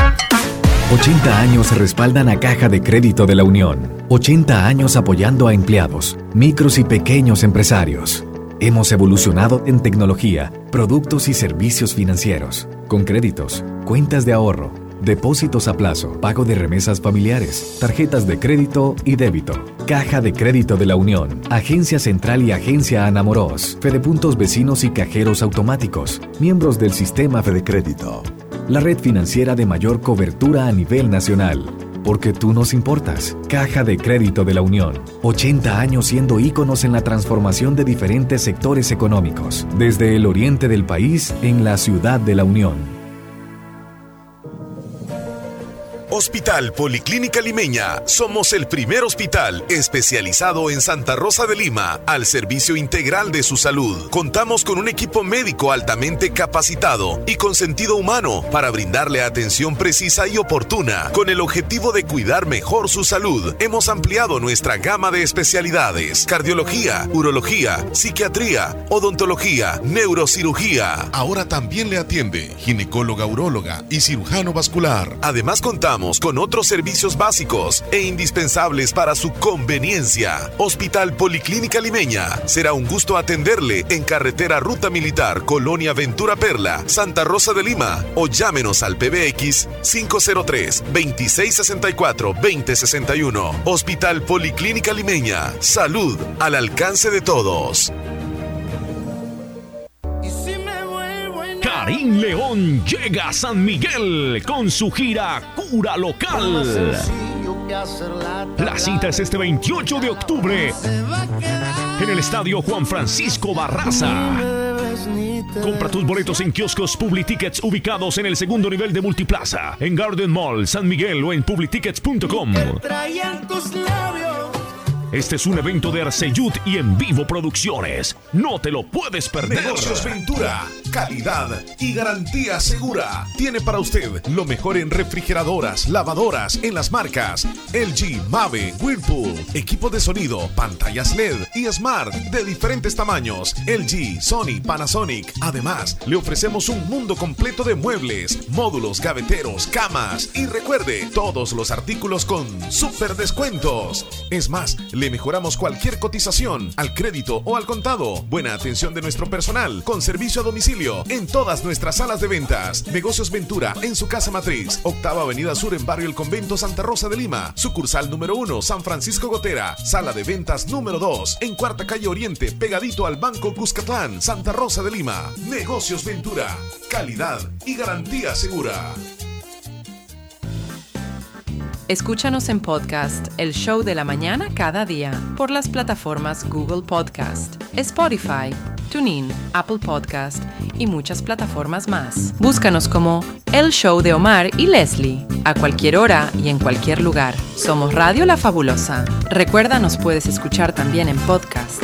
ochenta años respaldan a Caja de Crédito de la Unión. ochenta años apoyando a empleados, micros y pequeños empresarios. Hemos evolucionado en tecnología, productos y servicios financieros, con créditos, cuentas de ahorro, depósitos a plazo, pago de remesas familiares, tarjetas de crédito y débito. Caja de Crédito de la Unión, Agencia Central y Agencia Anamoros, Fedepuntos Vecinos y Cajeros Automáticos, miembros del sistema Fedecrédito. La red financiera de mayor cobertura a nivel nacional. Porque tú nos importas. Caja de Crédito de la Unión. ochenta años siendo íconos en la transformación de diferentes sectores económicos. Desde el oriente del país en la ciudad de la Unión. Hospital Policlínica Limeña. Somos el primer hospital especializado en Santa Rosa de Lima al servicio integral de su salud. Contamos con un equipo médico altamente capacitado y con sentido humano para brindarle atención precisa y oportuna. Con el objetivo de cuidar mejor su salud, hemos ampliado nuestra gama de especialidades: cardiología, urología, psiquiatría, odontología, neurocirugía. Ahora también le atiende ginecóloga, uróloga y cirujano vascular. Además, contamos con otros servicios básicos e indispensables para su conveniencia. Hospital Policlínica Limeña. Será un gusto atenderle en carretera Ruta Militar, Colonia Ventura Perla, Santa Rosa de Lima, o llámenos al P B X cinco cero tres, veintiséis sesenta y cuatro, veinte sesenta y uno. Hospital Policlínica Limeña. Salud al alcance de todos. Karim León llega a San Miguel con su gira Cura Local. La cita es este veintiocho de octubre en el Estadio Juan Francisco Barraza. Compra tus boletos en kioscos Publitickets ubicados en el segundo nivel de Multiplaza, en Garden Mall, San Miguel o en publitickets punto com. Este es un evento de Arceyud y En Vivo Producciones. No te lo puedes perder. Negocios Ventura. Calidad y garantía segura. Tiene para usted lo mejor en refrigeradoras, lavadoras, en las marcas L G, Mave, Whirlpool, equipo de sonido, pantallas L E D y Smart de diferentes tamaños. L G, Sony, Panasonic. Además, le ofrecemos un mundo completo de muebles, módulos, gaveteros, camas. Y recuerde, todos los artículos con super descuentos. Es más, le mejoramos cualquier cotización al crédito o al contado. Buena atención de nuestro personal con servicio a domicilio en todas nuestras salas de ventas. Negocios Ventura en su casa matriz, Octava Avenida Sur en Barrio El Convento, Santa Rosa de Lima. Sucursal número uno, San Francisco Gotera. Sala de ventas número dos, en Cuarta Calle Oriente, pegadito al Banco Cuscatlán, Santa Rosa de Lima. Negocios Ventura. Calidad y garantía segura. Escúchanos en podcast El Show de la Mañana cada día por las plataformas Google Podcast, Spotify, TuneIn, Apple Podcast y muchas plataformas más. Búscanos como El Show de Omar y Leslie a cualquier hora y en cualquier lugar. Somos Radio La Fabulosa. Recuerda, nos puedes escuchar también en podcast.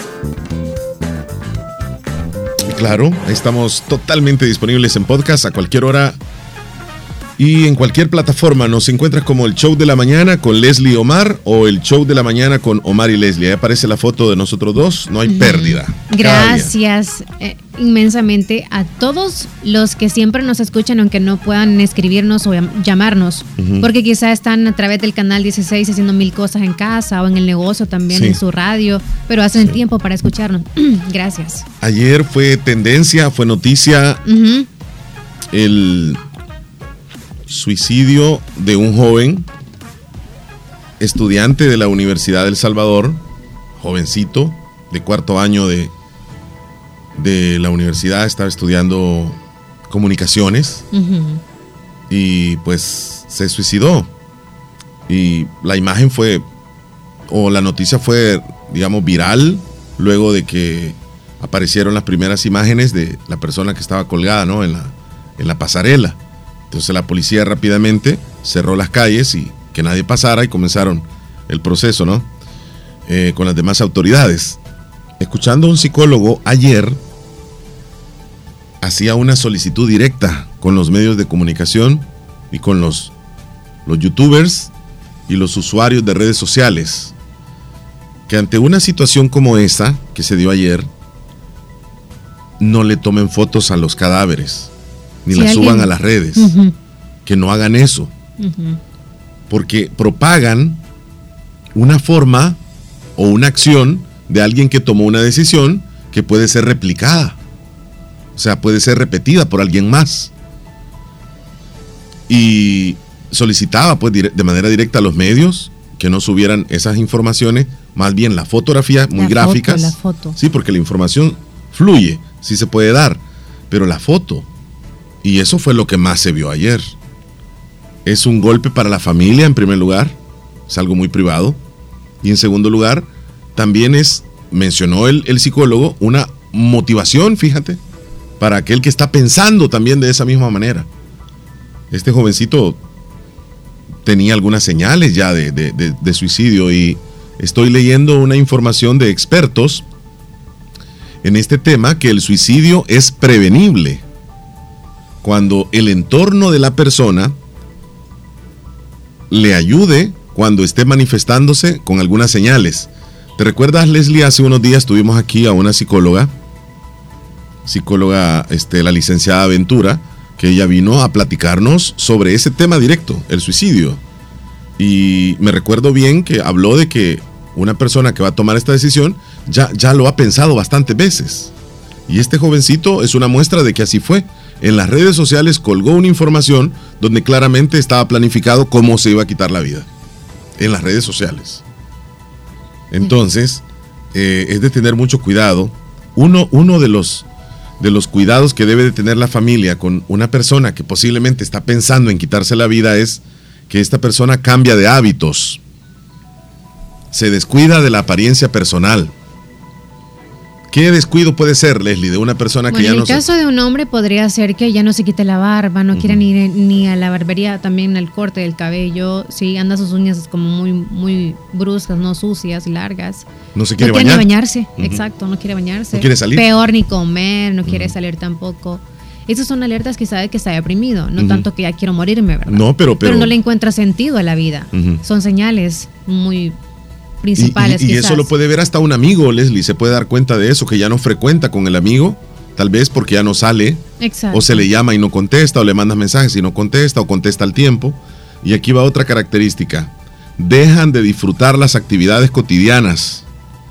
Claro, estamos totalmente disponibles en podcast a cualquier hora y en cualquier plataforma. Nos encuentras como El Show de la Mañana con Leslie y Omar o El Show de la Mañana con Omar y Leslie. Ahí aparece la foto de nosotros dos, no hay pérdida. Gracias eh, inmensamente a todos los que siempre nos escuchan, aunque no puedan escribirnos o llamarnos, uh-huh. porque quizá están a través del canal dieciséis haciendo mil cosas en casa o en el negocio también, sí. en su radio, pero hacen sí. tiempo para escucharnos. Gracias. Ayer fue tendencia, fue noticia uh-huh. el suicidio de un joven estudiante de la Universidad del Salvador, jovencito de cuarto año de, de la universidad, estaba estudiando comunicaciones uh-huh. y pues se suicidó. Y la imagen fue, o la noticia fue, digamos, viral, luego de que aparecieron las primeras imágenes de la persona que estaba colgada, ¿no? en la, en la pasarela. Entonces la policía rápidamente cerró las calles y que nadie pasara y comenzaron el proceso, ¿no? Eh, con las demás autoridades. Escuchando a un psicólogo ayer, hacía una solicitud directa con los medios de comunicación y con los, los youtubers y los usuarios de redes sociales, que ante una situación como esa que se dio ayer, no le tomen fotos a los cadáveres. Ni si la alguien... suban a las redes, uh-huh. que no hagan eso, uh-huh. porque propagan una forma o una acción de alguien que tomó una decisión que puede ser replicada, o sea, puede ser repetida por alguien más. Y solicitaba pues de manera directa a los medios que no subieran esas informaciones, más bien la fotografía, muy la gráficas, foto, la foto. Sí, porque la información fluye, sí se puede dar, pero la foto. Y eso fue lo que más se vio ayer. Es un golpe para la familia, en primer lugar. Es algo muy privado. Y en segundo lugar, también es, mencionó el, el psicólogo, una motivación, fíjate, para aquel que está pensando también de esa misma manera. Este jovencito tenía algunas señales ya de, de, de, de suicidio, y estoy leyendo una información de expertos en este tema que el suicidio es prevenible cuando el entorno de la persona le ayude cuando esté manifestándose con algunas señales. ¿Te recuerdas, Leslie? Hace unos días tuvimos aquí a una psicóloga, psicóloga, este, la licenciada Ventura, que ella vino a platicarnos sobre ese tema directo, el suicidio. Y me recuerdo bien que habló de que una persona que va a tomar esta decisión ya, ya lo ha pensado bastantes veces. Y este jovencito es una muestra de que así fue. En las redes sociales colgó una información donde claramente estaba planificado cómo se iba a quitar la vida. En las redes sociales. Entonces, eh, es de tener mucho cuidado. Uno, uno de los, de los cuidados que debe de tener la familia con una persona que posiblemente está pensando en quitarse la vida es que esta persona cambia de hábitos. Se descuida de la apariencia personal. ¿Qué descuido puede ser, Leslie, de una persona que bueno, ya no se... en el caso de un hombre podría ser que ya no se quite la barba, no uh-huh. quiera ni, ni a la barbería, también el corte del cabello, sí, anda sus uñas como muy, muy bruscas, no sucias, largas. No se quiere no bañar. No quiere ni bañarse, uh-huh. exacto, no quiere bañarse. No quiere salir. Peor ni comer, no uh-huh. quiere salir tampoco. Esas son alertas que sabe que está deprimido, no uh-huh. tanto que ya quiero morirme, ¿verdad? No, pero... Pero, pero no le encuentra sentido a la vida. Uh-huh. Son señales muy... principales. Y, y, y eso lo puede ver hasta un amigo, Leslie, se puede dar cuenta de eso, que ya no frecuenta con el amigo, tal vez porque ya no sale. Exacto. O se le llama y no contesta, o le mandas mensajes y no contesta, o contesta al tiempo. Y aquí va otra característica: dejan de disfrutar las actividades cotidianas.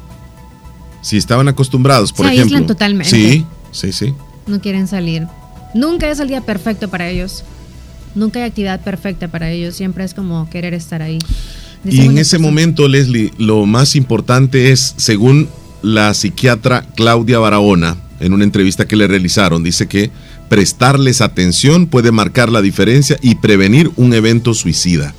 Si estaban acostumbrados, por se ejemplo. aíslan totalmente. Sí, sí, sí. No quieren salir. Nunca es el día perfecto para ellos. Nunca hay actividad perfecta para ellos. Siempre es como querer estar ahí. Y en ese momento, Leslie, lo más importante es, según la psiquiatra Claudia Barahona, en una entrevista que le realizaron, dice que prestarles atención puede marcar la diferencia y prevenir un evento suicida.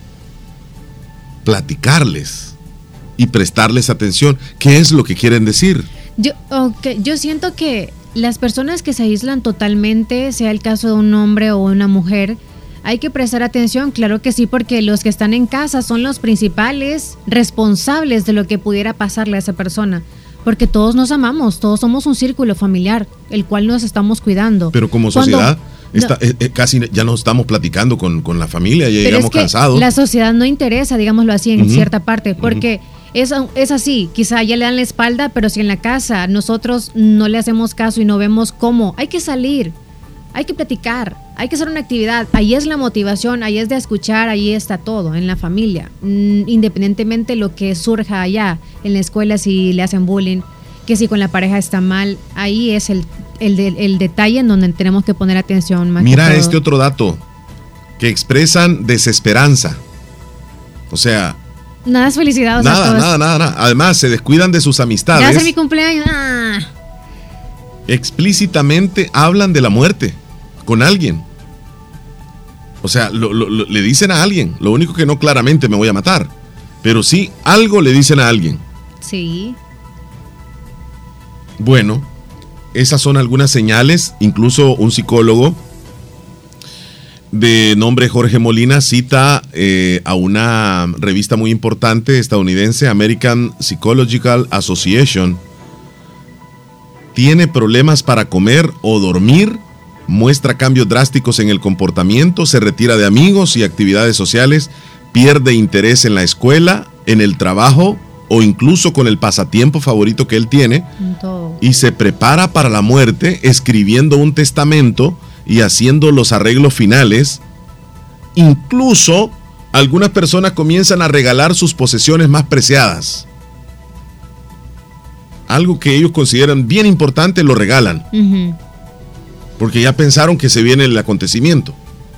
Platicarles y prestarles atención. ¿Qué es lo que quieren decir? Yo, okay, yo siento que las personas que se aíslan totalmente, sea el caso de un hombre o una mujer, hay que prestar atención, claro que sí, porque los que están en casa son los principales responsables de lo que pudiera pasarle a esa persona. Porque todos nos amamos, todos somos un círculo familiar, el cual nos estamos cuidando. Pero como sociedad, Cuando, está, no, eh, casi ya no estamos platicando con, con la familia, ya llegamos es que cansados. La sociedad no interesa, digámoslo así, en uh-huh. cierta parte, porque uh-huh. es, es así, quizá ya le dan la espalda, pero si en la casa nosotros no le hacemos caso y no vemos cómo, hay que salir. Hay que platicar, hay que hacer una actividad, ahí es la motivación, ahí es de escuchar, ahí está todo, en la familia, mm, independientemente de lo que surja allá, en la escuela si le hacen bullying, que si con la pareja está mal, ahí es el, el, de, el detalle en donde tenemos que poner atención más. Mira este otro dato, que expresan desesperanza, o sea... Nada es felicidad. O nada, sea, nada, nada, nada, además se descuidan de sus amistades. Ya hace mi cumpleaños, ah. Explícitamente hablan de la muerte con alguien. O sea, lo, lo, lo, le dicen a alguien. Lo único que no claramente me voy a matar, pero sí algo le dicen a alguien. Sí. Bueno, esas son algunas señales. Incluso un psicólogo de nombre Jorge Molina cita eh, a una revista muy importante estadounidense, American Psychological Association. Tiene problemas para comer o dormir, muestra cambios drásticos en el comportamiento, se retira de amigos y actividades sociales, pierde interés en la escuela, en el trabajo o incluso con el pasatiempo favorito que él tiene, Todo. Y se prepara para la muerte escribiendo un testamento y haciendo los arreglos finales. Incluso algunas personas comienzan a regalar sus posesiones más preciadas. Algo que ellos consideran bien importante lo regalan. Uh-huh. Porque ya pensaron que se viene el acontecimiento.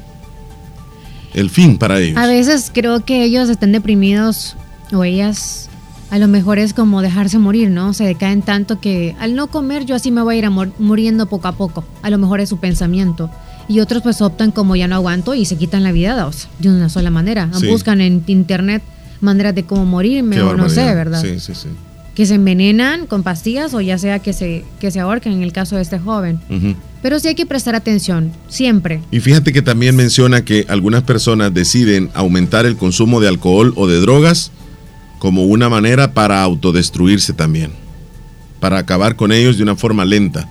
El fin para ellos. A veces creo que ellos están deprimidos o ellas, a lo mejor es como dejarse morir, ¿no? Se decaen tanto que al no comer yo así me voy a ir a mor- muriendo poco a poco. A lo mejor es su pensamiento. Y otros pues optan como ya no aguanto y se quitan la vida, o sea, de una sola manera. Sí. Buscan en internet maneras de cómo morirme. Qué o barbaridad. No sé, ¿verdad? Sí, sí, sí. Que se envenenan con pastillas o ya sea que se, que se ahorquen en el caso de este joven. Uh-huh. Pero sí hay que prestar atención, siempre. Y fíjate que también menciona que algunas personas deciden aumentar el consumo de alcohol o de drogas como una manera para autodestruirse también, para acabar con ellos de una forma lenta.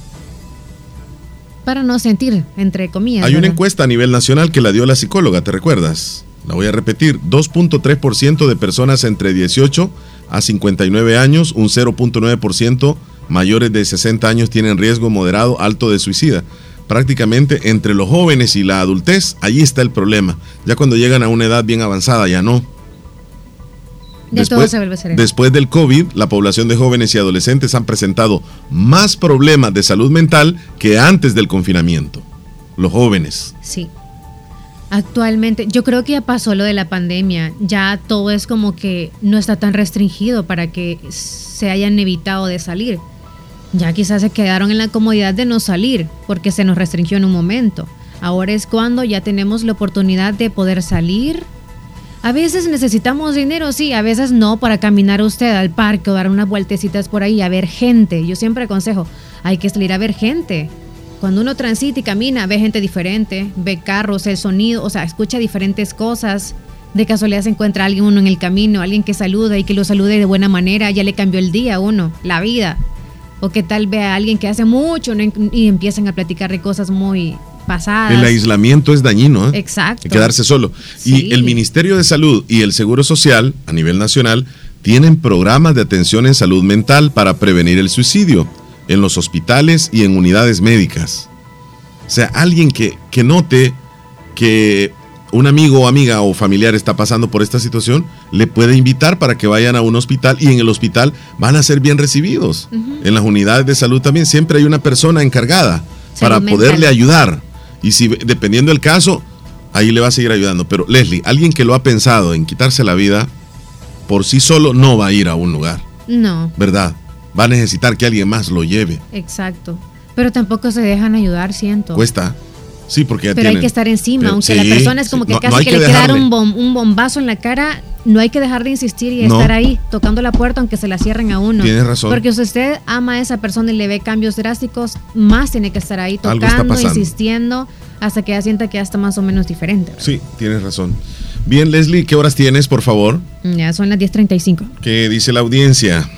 Para no sentir, entre comillas. Hay ¿verdad? una encuesta a nivel nacional que la dio la psicóloga, ¿te recuerdas? La voy a repetir. dos punto tres por ciento de personas entre dieciocho a cincuenta y nueve años, un cero punto nueve por ciento mayores de sesenta años tienen riesgo moderado alto de suicida. Prácticamente entre los jóvenes y la adultez, ahí está el problema. Ya cuando llegan a una edad bien avanzada, ya no. Ya Después, todo se vuelve sereno. después del COVID, la población de jóvenes y adolescentes han presentado más problemas de salud mental que antes del confinamiento. Los jóvenes. Sí. Actualmente, yo creo que ya pasó lo de la pandemia. Ya todo es como que no está tan restringido para que se hayan evitado de salir. Ya quizás se quedaron en la comodidad de no salir porque se nos restringió en un momento. Ahora es cuando ya tenemos la oportunidad de poder salir. A veces necesitamos dinero, sí, a veces no, para caminar usted al parque o dar unas vueltecitas por ahí a ver gente. Yo siempre aconsejo, hay que salir a ver gente. Cuando uno transita y camina, ve gente diferente, ve carros, el sonido, o sea, escucha diferentes cosas. De casualidad se encuentra alguien uno en el camino, alguien que saluda y que lo salude de buena manera, ya le cambió el día a uno, la vida. O que tal vea a alguien que hace mucho ¿no? y empiezan a platicar de cosas muy pasadas. El aislamiento es dañino, ¿eh? Exacto. Hay que quedarse solo. Sí. Y el Ministerio de Salud y el Seguro Social a nivel nacional tienen programas de atención en salud mental para prevenir el suicidio en los hospitales y en unidades médicas. O sea, alguien que, que note que un amigo o amiga o familiar está pasando por esta situación, le puede invitar para que vayan a un hospital y en el hospital van a ser bien recibidos. Uh-huh. En las unidades de salud también siempre hay una persona encargada salud para mental. Poderle ayudar. Y si dependiendo del caso, ahí le va a seguir ayudando. Pero Leslie, alguien que lo ha pensado en quitarse la vida, por sí solo no va a ir a un lugar. No. ¿Verdad? Va a necesitar que alguien más lo lleve. Exacto. Pero tampoco se dejan ayudar, siento. Cuesta. Sí, porque ya Pero tienen, hay que estar encima, pero, aunque sí, la persona es como sí, que no, casi no que, que le quiera dar dejarle. un, bom, un bombazo en la cara, no hay que dejar de insistir y No. estar ahí, tocando la puerta aunque se la cierren a uno. Tienes razón. Porque si usted ama a esa persona y le ve cambios drásticos, más tiene que estar ahí Algo está tocando, pasando. insistiendo, hasta que ya sienta que ya está más o menos diferente. Sí, tienes razón. Bien, Leslie, ¿qué horas tienes, por favor? Ya son las diez treinta y cinco. ¿Qué dice la audiencia?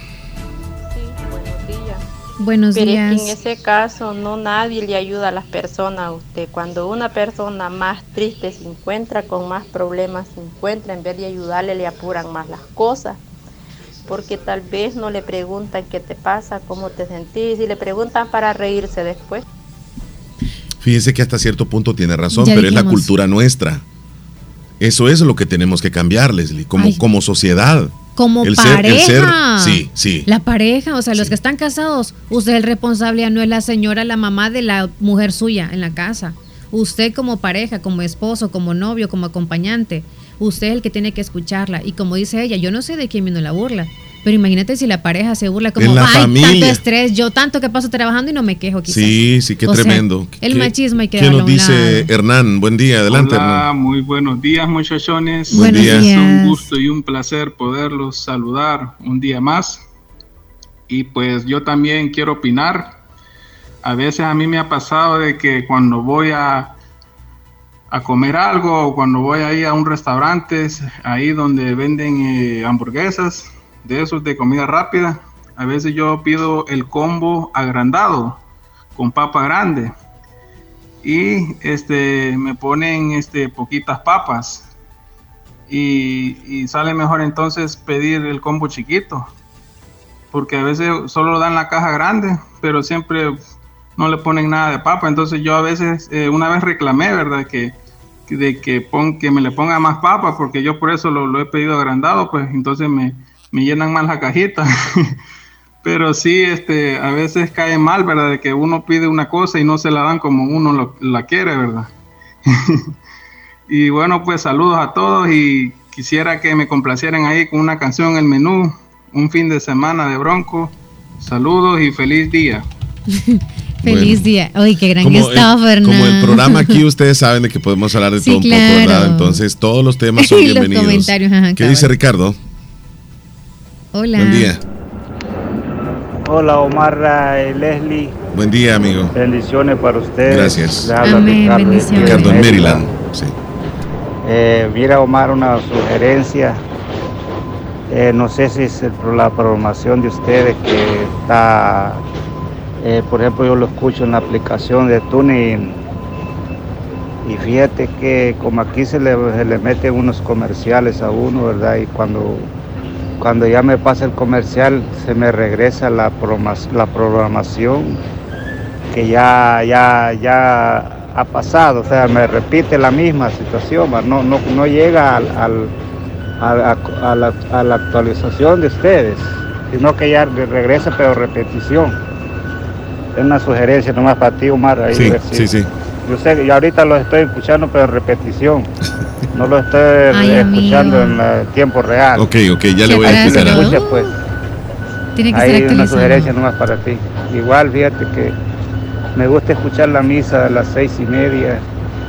Buenos Pero días. es que en ese caso no nadie le ayuda a las personas a usted. Cuando una persona más triste se encuentra, con más problemas se encuentra, en vez de ayudarle le apuran más las cosas. Porque tal vez no le preguntan qué te pasa, cómo te sentís, y le preguntan para reírse después. Fíjese que hasta cierto punto tiene razón, Ya pero dijimos. es la cultura nuestra. Eso es lo que tenemos que cambiar, Leslie, como, Ay. como sociedad. Como El ser- el pareja. ser- sí, sí. La pareja, o sea, los que están casados, usted es el responsable, ya no es la señora, la mamá de la mujer suya en la casa. Usted como pareja, como esposo, como novio, como acompañante, usted es el que tiene que escucharla. Y como dice ella, yo no sé de quién vino la burla, pero imagínate si la pareja se burla como, En la ay, familia. tanto estrés, yo tanto que paso trabajando y no me quejo quizás. Sí, sí, qué O sea, tremendo. el ¿Qué- machismo hay que ¿Qué darlo nos a un dice lado. Hernán? Buen día, adelante, Hola, Hernán. muy buenos días, muchachones. Buen Buenos día. Es un días. gusto y un placer poderlos saludar un día más. Y pues yo también quiero opinar. A veces a mí me ha pasado de que cuando voy a, a comer algo o cuando voy ahí a un restaurante, ahí donde venden eh, hamburguesas, de esos de comida rápida, a veces yo pido el combo agrandado con papa grande. Y este me ponen este poquitas papas y, y sale mejor entonces pedir el combo chiquito, porque a veces solo dan la caja grande pero siempre no le ponen nada de papa. Entonces yo a veces eh, una vez reclamé, verdad, que, que de que, pon, que me le ponga más papa, porque yo por eso lo, lo he pedido agrandado, pues entonces me, me llenan más la cajita. Pero sí, este, a veces cae mal, ¿verdad? De que uno pide una cosa y no se la dan como uno lo, la quiere, ¿verdad? Y bueno, pues saludos a todos y quisiera que me complacieran ahí con una canción en el menú, un fin de semana de Bronco. Saludos y feliz día. Feliz Bueno. día. Uy, qué gran Como estado, el, Fernando. como el programa aquí, ustedes saben de que podemos hablar de Sí, todo un claro. poco, ¿verdad? Entonces, todos los temas son Y los bienvenidos. comentarios, ajá, ¿Qué cabal. dice Ricardo? Hola. Buen día. Hola Omar y Leslie. Buen día, amigo. Bendiciones para ustedes. Gracias. Le habla Amén, Ricardo, bendiciones. Ricardo en Maryland. Sí. Eh, mira Omar, una sugerencia. Eh, no sé si es el- la programación de ustedes que está, eh, por ejemplo, yo lo escucho en la aplicación de TuneIn. Y fíjate que como aquí se le, se le meten unos comerciales a uno, ¿verdad? Y cuando, cuando ya me pasa el comercial, se me regresa la, promas- la programación que ya, ya, ya ha pasado. O sea, me repite la misma situación, ¿va? No, no, no llega al, al- a, a- a la, a la actualización de ustedes, sino que ya re- regresa, pero repetición. Es una sugerencia nomás para ti, Omar. Ahí, Sí, a ver si- sí, sí. Yo sé que yo ahorita lo estoy escuchando, pero en repetición. No lo estoy Ay, escuchando amigo. en eh, tiempo real. Ok, ok, ya le ¿Qué voy a pasa? explicar algo. Escucha, pues. Tiene que Hay ser una actualizado. sugerencia nomás para ti. Igual, fíjate que me gusta escuchar la misa a las seis y media.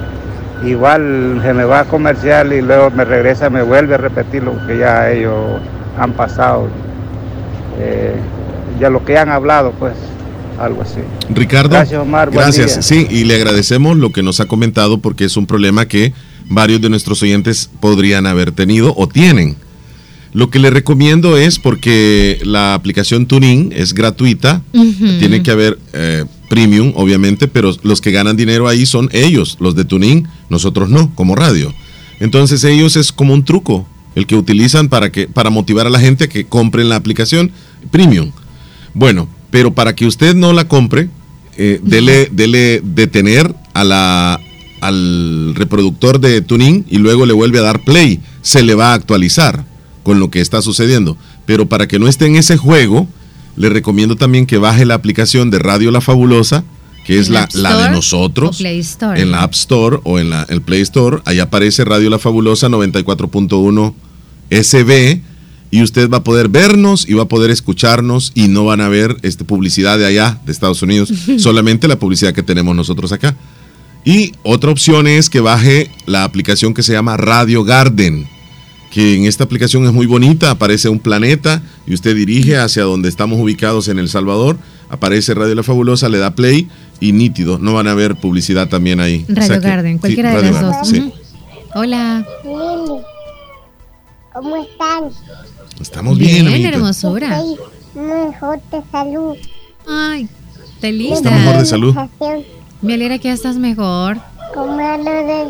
Igual se me va a comercial y luego me regresa, me vuelve a repetir lo que ya ellos han pasado. Eh, ya lo que han hablado, pues, algo así. Ricardo, Gracias, Omar, buen gracias. día. Sí, y le agradecemos lo que nos ha comentado porque es un problema que varios de nuestros oyentes podrían haber tenido o tienen. Lo que le recomiendo es porque la aplicación TuneIn es gratuita, Ujú. tiene que haber eh, premium, obviamente, pero los que ganan dinero ahí son ellos, los de TuneIn, nosotros no, como radio. Entonces ellos es como un truco, el que utilizan para que para motivar a la gente a que compren la aplicación premium. Bueno, pero para que usted no la compre, eh, dele, dele detener a la, al reproductor de TuneIn y luego le vuelve a dar play. Se le va a actualizar con lo que está sucediendo. Pero para que no esté en ese juego, le recomiendo también que baje la aplicación de Radio La Fabulosa, que es ¿En la, App la de Store nosotros. o Play Store? En la App Store o en la, el Play Store. Ahí aparece Radio La Fabulosa noventa y cuatro punto uno S B. Y usted va a poder vernos y va a poder escucharnos y no van a ver este, publicidad de allá, de Estados Unidos, solamente la publicidad que tenemos nosotros acá. Y otra opción es que baje la aplicación que se llama Radio Garden, que en esta aplicación es muy bonita, aparece un planeta y usted dirige hacia donde estamos ubicados en El Salvador, aparece Radio La Fabulosa, le da play y nítido, no van a ver publicidad también ahí. O Radio sea que- Garden, sí, cualquiera de Radio las Garden, dos. sí. Ujú. Hola. Lili, ¿cómo están? Estamos bien, amiguita. hermosura. Estoy mejor de salud. Ay, qué Está linda. mejor de salud. Me alegra que ya estás mejor. Como lo de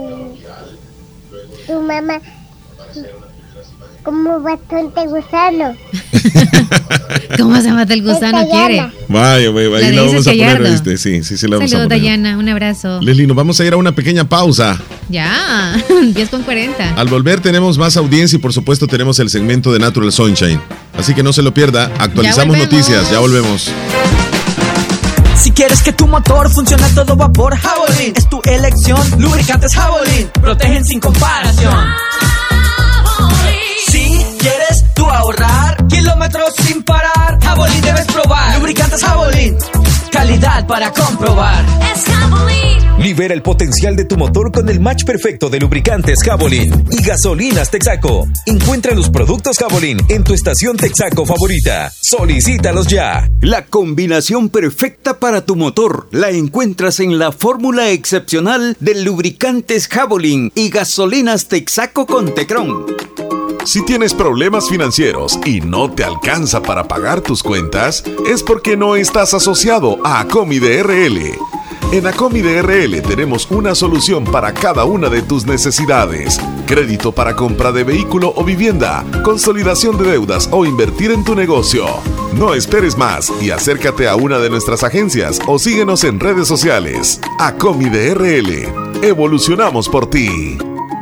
que tu mamá, como bastante gusano. ¿Cómo se mata el gusano? Esta ¿Quiere? llana. Vaya, vaya, La ahí de la vamos Isis a poner, Gallardo. ¿viste? Sí, sí, sí, la vamos Saludos, a poner. Dayana. Un abrazo. Leslie, nos vamos a ir a una pequeña pausa. Ya, diez con cuarenta. Al volver tenemos más audiencia y por supuesto tenemos el segmento de Natural Sunshine. Así que no se lo pierda, actualizamos Ya volvemos. noticias, ya volvemos. Si quieres que tu motor funcione a todo vapor, Javelin es tu elección. Lubricantes Javelin protegen sin comparación. Si quieres tú ahorrar kilómetros sin parar, Javelin debes probar. Lubricantes Javelin, calidad para comprobar. Es Javelin. Libera el potencial de tu motor con el match perfecto de lubricantes Javelin y gasolinas Texaco. Encuentra los productos Javelin en tu estación Texaco favorita. Solicítalos ya. La combinación perfecta para tu motor la encuentras en la fórmula excepcional de lubricantes Javelin y gasolinas Texaco con Tecron. Si tienes problemas financieros y no te alcanza para pagar tus cuentas, es porque no estás asociado a Acomi D R L. En Acomi D R L tenemos una solución para cada una de tus necesidades. Crédito para compra de vehículo o vivienda, consolidación de deudas o invertir en tu negocio. No esperes más y acércate a una de nuestras agencias o síguenos en redes sociales. Acomi D R L. Evolucionamos por ti.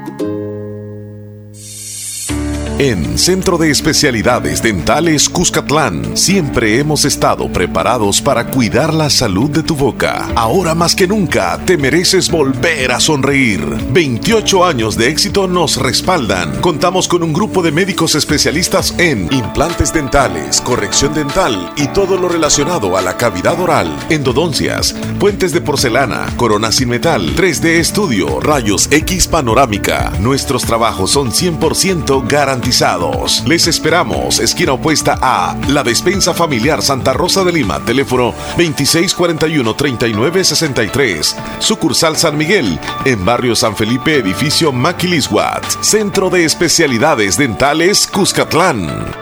En Centro de Especialidades Dentales Cuscatlán, siempre hemos estado preparados para cuidar la salud de tu boca. Ahora más que nunca, te mereces volver a sonreír. veintiocho años de éxito nos respaldan. Contamos con un grupo de médicos especialistas en implantes dentales, corrección dental y todo lo relacionado a la cavidad oral, endodoncias, puentes de porcelana, corona sin metal, tres D estudio, rayos X panorámica. Nuestros trabajos son cien por ciento garantizados. garantizados. Les esperamos, esquina opuesta a La Despensa Familiar Santa Rosa de Lima, teléfono veintiséis cuarenta y uno, treinta y nueve sesenta y tres. Sucursal San Miguel, en Barrio San Felipe, edificio Maquilisguat. Centro de Especialidades Dentales Cuscatlán.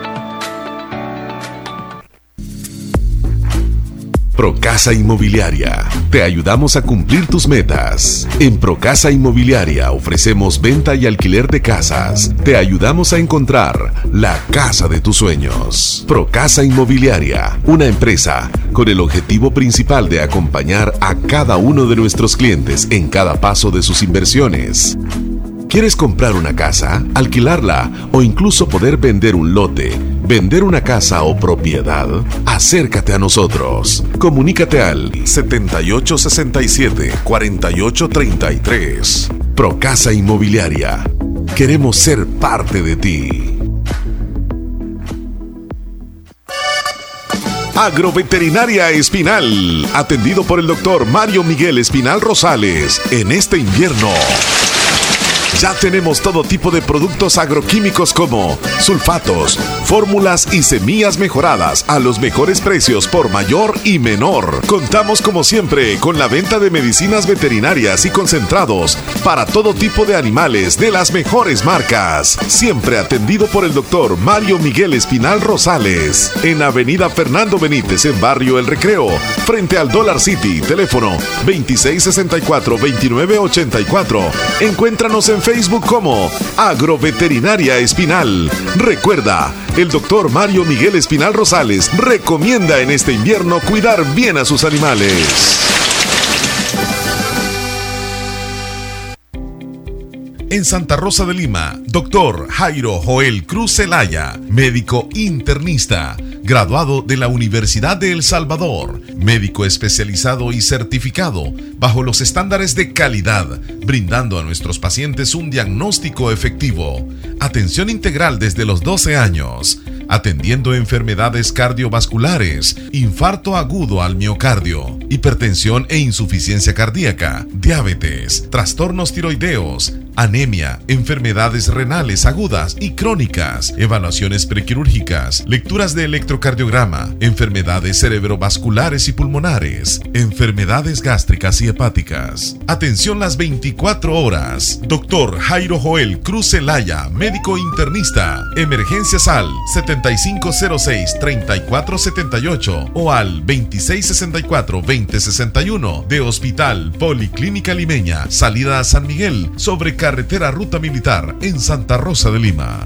Procasa Inmobiliaria. Te ayudamos a cumplir tus metas. En Procasa Inmobiliaria ofrecemos venta y alquiler de casas. Te ayudamos a encontrar la casa de tus sueños. Procasa Inmobiliaria, una empresa con el objetivo principal de acompañar a cada uno de nuestros clientes en cada paso de sus inversiones. ¿Quieres comprar una casa, alquilarla o incluso poder vender un lote, vender una casa o propiedad? Acércate a nosotros. Comunícate al setenta y ocho sesenta y siete, cuarenta y ocho treinta y tres. Procasa Inmobiliaria. Queremos ser parte de ti. Agroveterinaria Espinal, atendido por el doctor Mario Miguel Espinal Rosales. En este invierno ya tenemos todo tipo de productos agroquímicos como sulfatos, fórmulas y semillas mejoradas a los mejores precios por mayor y menor. Contamos como siempre con la venta de medicinas veterinarias y concentrados para todo tipo de animales de las mejores marcas. Siempre atendido por el doctor Mario Miguel Espinal Rosales. En Avenida Fernando Benítez, en Barrio El Recreo, frente al Dollar City. Teléfono veintiséis sesenta y cuatro, veintinueve ochenta y cuatro. Encuéntranos en Facebook como Agroveterinaria Espinal. Recuerda, el doctor Mario Miguel Espinal Rosales recomienda en este invierno cuidar bien a sus animales. En Santa Rosa de Lima, doctor Jairo Joel Cruz Zelaya, médico internista, graduado de la Universidad de El Salvador, médico especializado y certificado bajo los estándares de calidad, brindando a nuestros pacientes un diagnóstico efectivo, atención integral desde los doce años, atendiendo enfermedades cardiovasculares, infarto agudo al miocardio, hipertensión e insuficiencia cardíaca, diabetes, trastornos tiroideos, anemia, enfermedades renales agudas y crónicas, evaluaciones prequirúrgicas, lecturas de electrocardiograma, enfermedades cerebrovasculares y pulmonares, enfermedades gástricas y hepáticas. Atención las veinticuatro horas. Doctor Jairo Joel Cruz Zelaya, médico internista. Emergencias al setenta y cinco cero seis, treinta y cuatro setenta y ocho o al veintiséis sesenta y cuatro, veinte sesenta y uno de Hospital Policlínica Limeña, salida a San Miguel, sobre carretera Ruta Militar en Santa Rosa de Lima.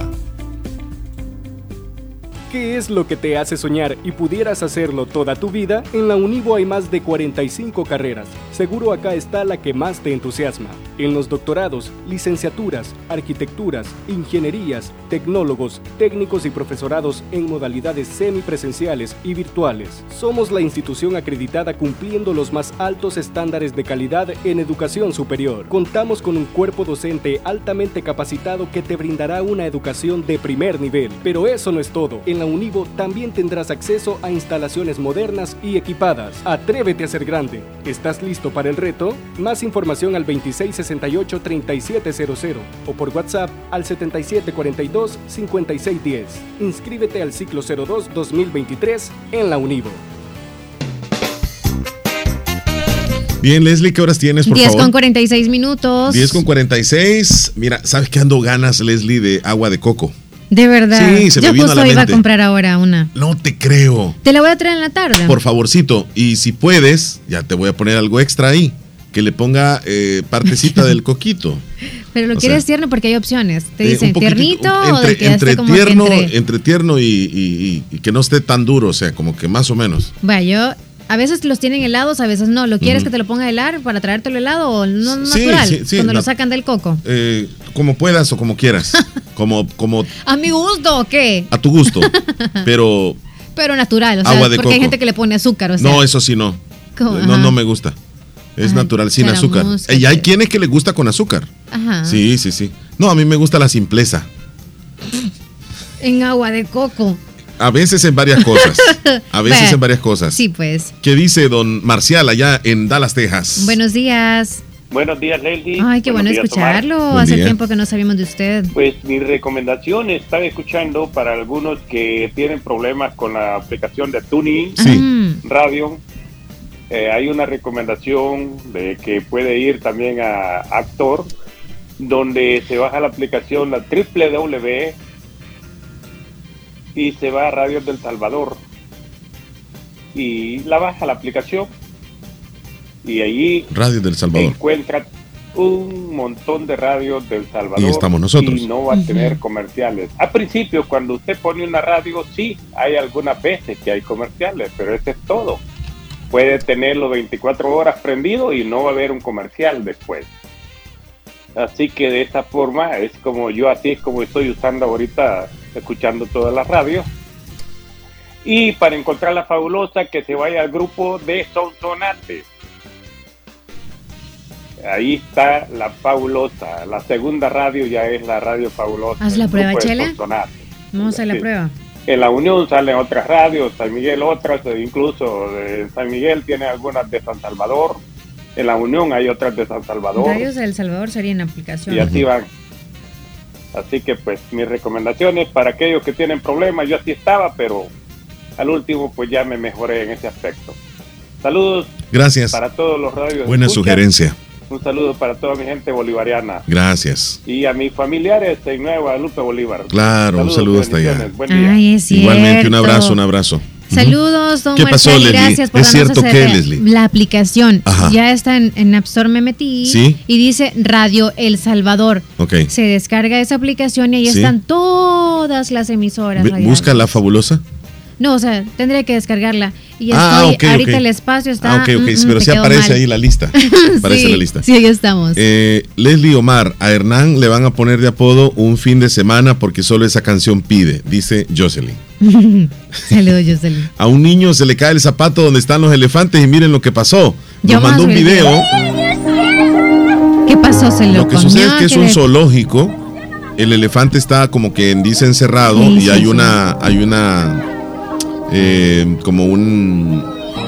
¿Qué es lo que te hace soñar y pudieras hacerlo toda tu vida? En la Univo hay más de cuarenta y cinco carreras. Seguro acá está la que más te entusiasma. En los doctorados, licenciaturas, arquitecturas, ingenierías, tecnólogos, técnicos y profesorados en modalidades semipresenciales y virtuales. Somos la institución acreditada cumpliendo los más altos estándares de calidad en educación superior. Contamos con un cuerpo docente altamente capacitado que te brindará una educación de primer nivel. Pero eso no es todo. En la Univo también tendrás acceso a instalaciones modernas y equipadas. Atrévete a ser grande. ¿Estás listo para el reto? Más información al veintiséis sesenta y ocho, treinta y siete cero cero o por WhatsApp al setenta y siete cuarenta y dos, cincuenta y seis diez. Inscríbete al ciclo cero dos dos mil veintitrés en la Univo. Bien, Leslie, ¿qué horas tienes, por diez favor? con cuarenta y seis minutos. diez con cuarenta y seis. Mira, ¿sabes qué ando ganas, Leslie, de agua de coco? De verdad. Sí, se me Yo vino a justo la iba mente. a comprar ahora una. No te creo. Te la voy a traer en la tarde. Por favorcito. Y si puedes, ya te voy a poner algo extra ahí. Que le ponga eh, partecita del coquito. Pero lo O quieres sea, tierno porque hay opciones. Te Eh, dicen un poquitito, tiernito un- o del que ya entre esté como que tierno, entre. entre tierno y, y- y- y que no esté tan duro, o sea, como que más o menos. Bueno, yo a veces los tienen helados, a veces no. ¿Lo quieres Ujú. que te lo ponga a helar para traértelo helado o no Sí, natural? sí, sí, cuando la- lo sacan del coco. Eh, como puedas o como quieras. como, como ¿A mi gusto o qué? a tu gusto. Pero Pero natural, o sea, Agua de porque hay coco. gente que le pone azúcar, o sea. no, eso sí no. ¿cómo? No, Ajá. no me gusta. Es Ay, natural, sin pero azúcar. múscate. Y hay quienes que les gusta con azúcar. Ajá. Sí, sí, sí. No, a mí me gusta la simpleza. En agua de coco. A veces en varias cosas. A veces Ve. en varias cosas. Sí, pues. ¿Qué dice don Marcial allá en Dallas, Texas? Buenos días. Buenos días, Leslie. Ay, qué bueno escucharlo. Hace tiempo que no sabíamos de usted. Pues mi recomendación, estaba escuchando para algunos que tienen problemas con la aplicación de TuneIn sí. Radio. Eh, hay una recomendación de que puede ir también a Actor, donde se baja la aplicación, la doble u doble u doble u y se va a Radios del Salvador. Y la baja la aplicación. Y allí Radio del Salvador encuentra un montón de radios del Salvador. Y estamos nosotros. Y no va a tener comerciales. Al principio, cuando usted pone una radio, sí, hay algunas veces que hay comerciales, pero ese es todo. Puede tenerlo veinticuatro horas prendido y no va a haber un comercial después. Así que de esta forma es como yo, así es como estoy usando ahorita, escuchando todas las radios. Y para encontrar la fabulosa, que se vaya al grupo de Sonsonate. Ahí está la fabulosa. La segunda radio ya es la radio fabulosa. Haz la prueba, Chele. Vamos a hacer la prueba. En la Unión salen otras radios, San Miguel otras, incluso de San Miguel tiene algunas de San Salvador. En la Unión hay otras de San Salvador. Radios de El Salvador serían aplicación. Y así van. Así que pues mis recomendaciones para aquellos que tienen problemas, yo así estaba, pero al último pues ya me mejoré en ese aspecto. Saludos. Gracias. Para todos los radios. Buena sugerencia. Un saludo para toda mi gente bolivariana. Gracias. Y a mis familiares en Nueva Guadalupe, Bolívar. Claro, Saludos, un saludo hasta allá. Buen día. Ay, es Igualmente, un abrazo, un abrazo. Saludos, don ¿Qué pasó, Marcial, Leslie? gracias por ¿Es darnos cierto hacer qué, Leslie? La aplicación. Ajá. Ya está en, en App Store, me metí. ¿Sí? Y dice Radio El Salvador. Ok. Se descarga esa aplicación y ahí ¿Sí? están todas las emisoras. Ve- ¿Busca la fabulosa? No, o sea, tendría que descargarla. Y ya Ah, estoy, ok, ahorita ok. el espacio está... Ah, ok, ok, mm, mm, pero te sí quedó aparece mal. ahí la lista. Aparece Sí, la lista. sí, ahí estamos. Eh, Leslie Omar, a Hernán le van a poner de apodo un fin de semana porque solo esa canción pide, dice Jocelyn. Saludos, Jocelyn. A un niño se le cae el zapato donde están los elefantes y miren lo que pasó. Ya Nos mandó un vamos a ver. video. ¿Qué pasó? ¿Se lo, Lo que comió? sucede es que es ¿Qué un le- zoológico. El elefante está como que dice encerrado Sí, y sí, hay sí. una, hay una, eh, como un,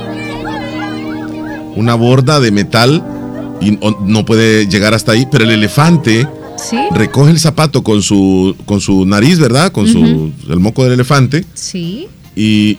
una borda de metal y o- no puede llegar hasta ahí. Pero el elefante ¿Sí? recoge el zapato con su, con su nariz, ¿verdad? Con Ujú. su, el moco del elefante Sí. y,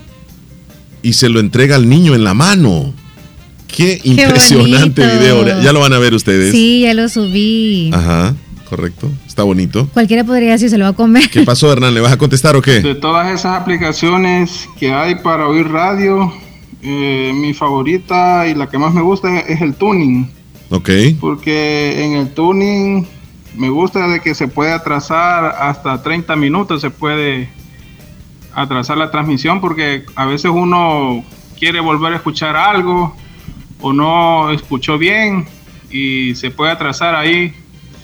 y se lo entrega al niño en la mano. Qué impresionante bonito. video. Ya lo van a ver ustedes. Sí, ya lo subí. Ajá, correcto. Está bonito. Cualquiera podría decir se lo va a comer. ¿Qué pasó, Hernán? ¿Le vas a contestar o qué? De todas esas aplicaciones que hay para oír radio, eh, mi favorita y la que más me gusta es el tuning. Ok. Porque en el tuning me gusta de que se puede atrasar hasta treinta minutos, se puede atrasar la transmisión porque a veces uno quiere volver a escuchar algo o no escuchó bien y se puede atrasar ahí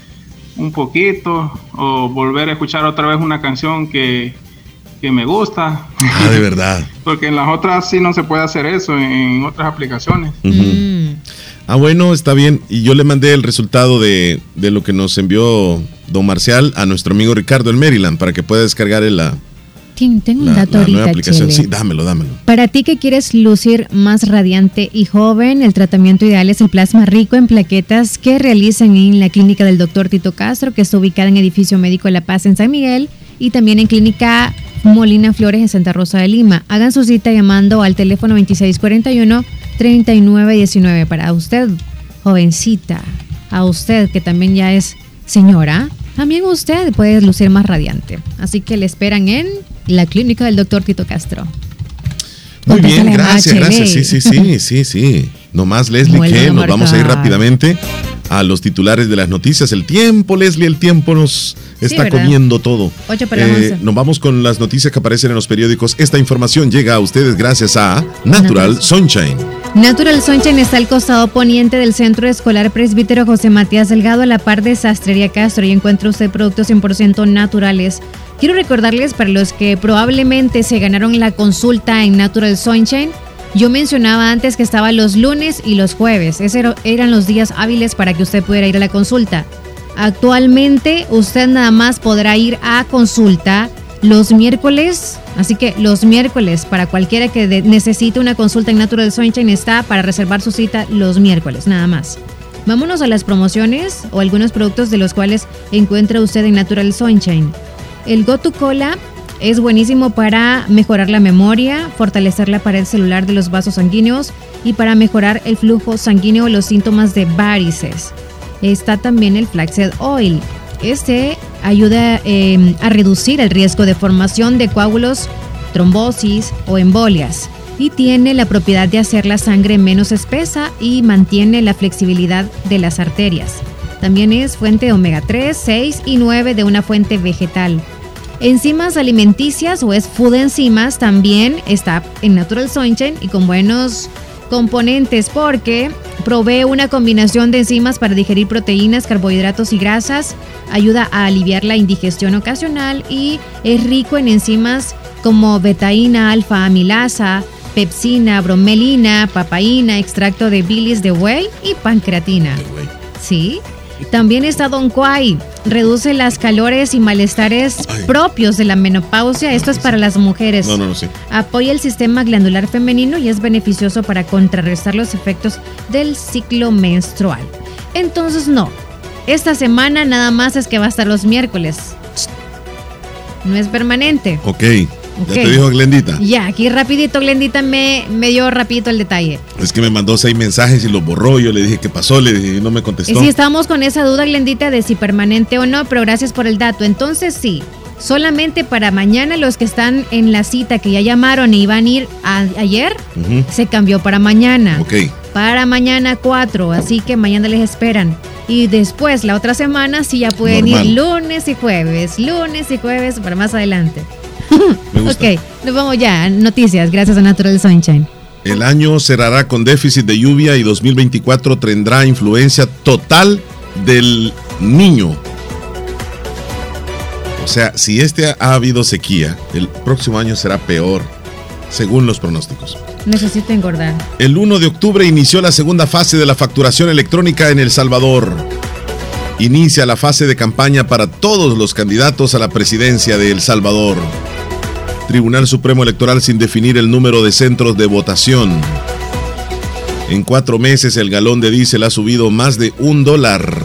un poquito o volver a escuchar otra vez una canción que, que me gusta. Ah, de verdad. Porque en las otras sí no se puede hacer eso, en otras aplicaciones. Ujú. Ah, bueno, está bien. Y yo le mandé el resultado de, de lo que nos envió don Marcial a nuestro amigo Ricardo en Maryland para que pueda descargar el- la, Tien- Tengo un la, dato la ahorita, nueva aplicación. Chele. Sí, dámelo, dámelo. Para ti que quieres lucir más radiante y joven, el tratamiento ideal es el plasma rico en plaquetas que realizan en la clínica del doctor Tito Castro, que está ubicada en Edificio Médico de La Paz en San Miguel, y también en Clínica Molina Flores en Santa Rosa de Lima. Hagan su cita llamando al teléfono veintiséis cuarenta y uno, treinta y nueve diecinueve. Para usted, jovencita, a usted que también ya es señora, también usted puede lucir más radiante. Así que le esperan en la clínica del doctor Tito Castro. Muy bien, Contéstale a gracias, Chele. gracias. Sí, sí, sí, sí, sí. Nomás, Leslie, Vuelve que a nos vamos a ir marcar. rápidamente a los titulares de las noticias. El tiempo, Leslie, el tiempo nos está ¿verdad? comiendo todo. Ocho para las once. Nos vamos con las noticias que aparecen en los periódicos. Esta información llega a ustedes gracias a Natural Sunshine. Natural Sunshine está al costado poniente del Centro Escolar Presbítero José Matías Delgado, a la par de Sastrería Castro, y encuentra usted productos cien por ciento naturales. Quiero recordarles, para los que probablemente se ganaron la consulta en Natural Sunshine, yo mencionaba antes que estaba los lunes y los jueves. Esos eran los días hábiles para que usted pudiera ir a la consulta. Actualmente usted nada más podrá ir a consulta los miércoles, así que los miércoles para cualquiera que de- necesite una consulta en Natural Sunshine está para reservar su cita los miércoles, nada más. Vámonos a las promociones o algunos productos de los cuales encuentra usted en Natural Sunshine. El Gotu Cola es buenísimo para mejorar la memoria, fortalecer la pared celular de los vasos sanguíneos y para mejorar el flujo sanguíneo o los síntomas de varices. Está también el Flaxseed Oil. Este ayuda eh, a reducir el riesgo de formación de coágulos, trombosis o embolias y tiene la propiedad de hacer la sangre menos espesa y mantiene la flexibilidad de las arterias. También es fuente de omega tres, seis y nueve de una fuente vegetal. Enzimas alimenticias o es Food Enzimas también está en Natural Sunshine y con buenos componentes porque provee una combinación de enzimas para digerir proteínas, carbohidratos y grasas, ayuda a aliviar la indigestión ocasional y es rico en enzimas como betaína, alfa amilasa, pepsina, bromelina, papaína, extracto de bilis de buey y pancreatina. Sí. También está Don Quai, reduce las calores y malestares Ay. propios de la menopausia. Esto es para las mujeres. No, no, no, sí. Apoya el sistema glandular femenino y es beneficioso para contrarrestar los efectos del ciclo menstrual. Entonces, no, esta semana nada más es que va a estar los miércoles. No es permanente. Ok. ¿Ya okay. te dijo Glendita? Ya, aquí rapidito Glendita me, me dio rapidito el detalle. Es que me mandó seis mensajes y los borró. Yo le dije, ¿qué pasó? Le dije, y no me contestó. Y sí, estamos con esa duda, Glendita, de si permanente o no, pero gracias por el dato. Entonces sí, solamente para mañana los que están en la cita que ya llamaron y iban a ir a, ayer, uh-huh. se cambió para mañana. Ok. Para mañana cuatro, así que mañana les esperan. Y después, la otra semana, sí ya pueden Normal. ir lunes y jueves, lunes y jueves para más adelante. Me gusta. Ok, nos vamos ya. Noticias, gracias a Natural Sunshine. El año cerrará con déficit de lluvia y dos mil veinticuatro tendrá influencia total del Niño. O sea, si este ha habido sequía, el próximo año será peor, según los pronósticos. Necesito engordar. El uno de octubre inició la segunda fase de la facturación electrónica en El Salvador. Inicia la fase de campaña para todos los candidatos a la presidencia de El Salvador. Tribunal Supremo Electoral sin definir el número de centros de votación. En cuatro meses el galón de diésel ha subido más de un dólar.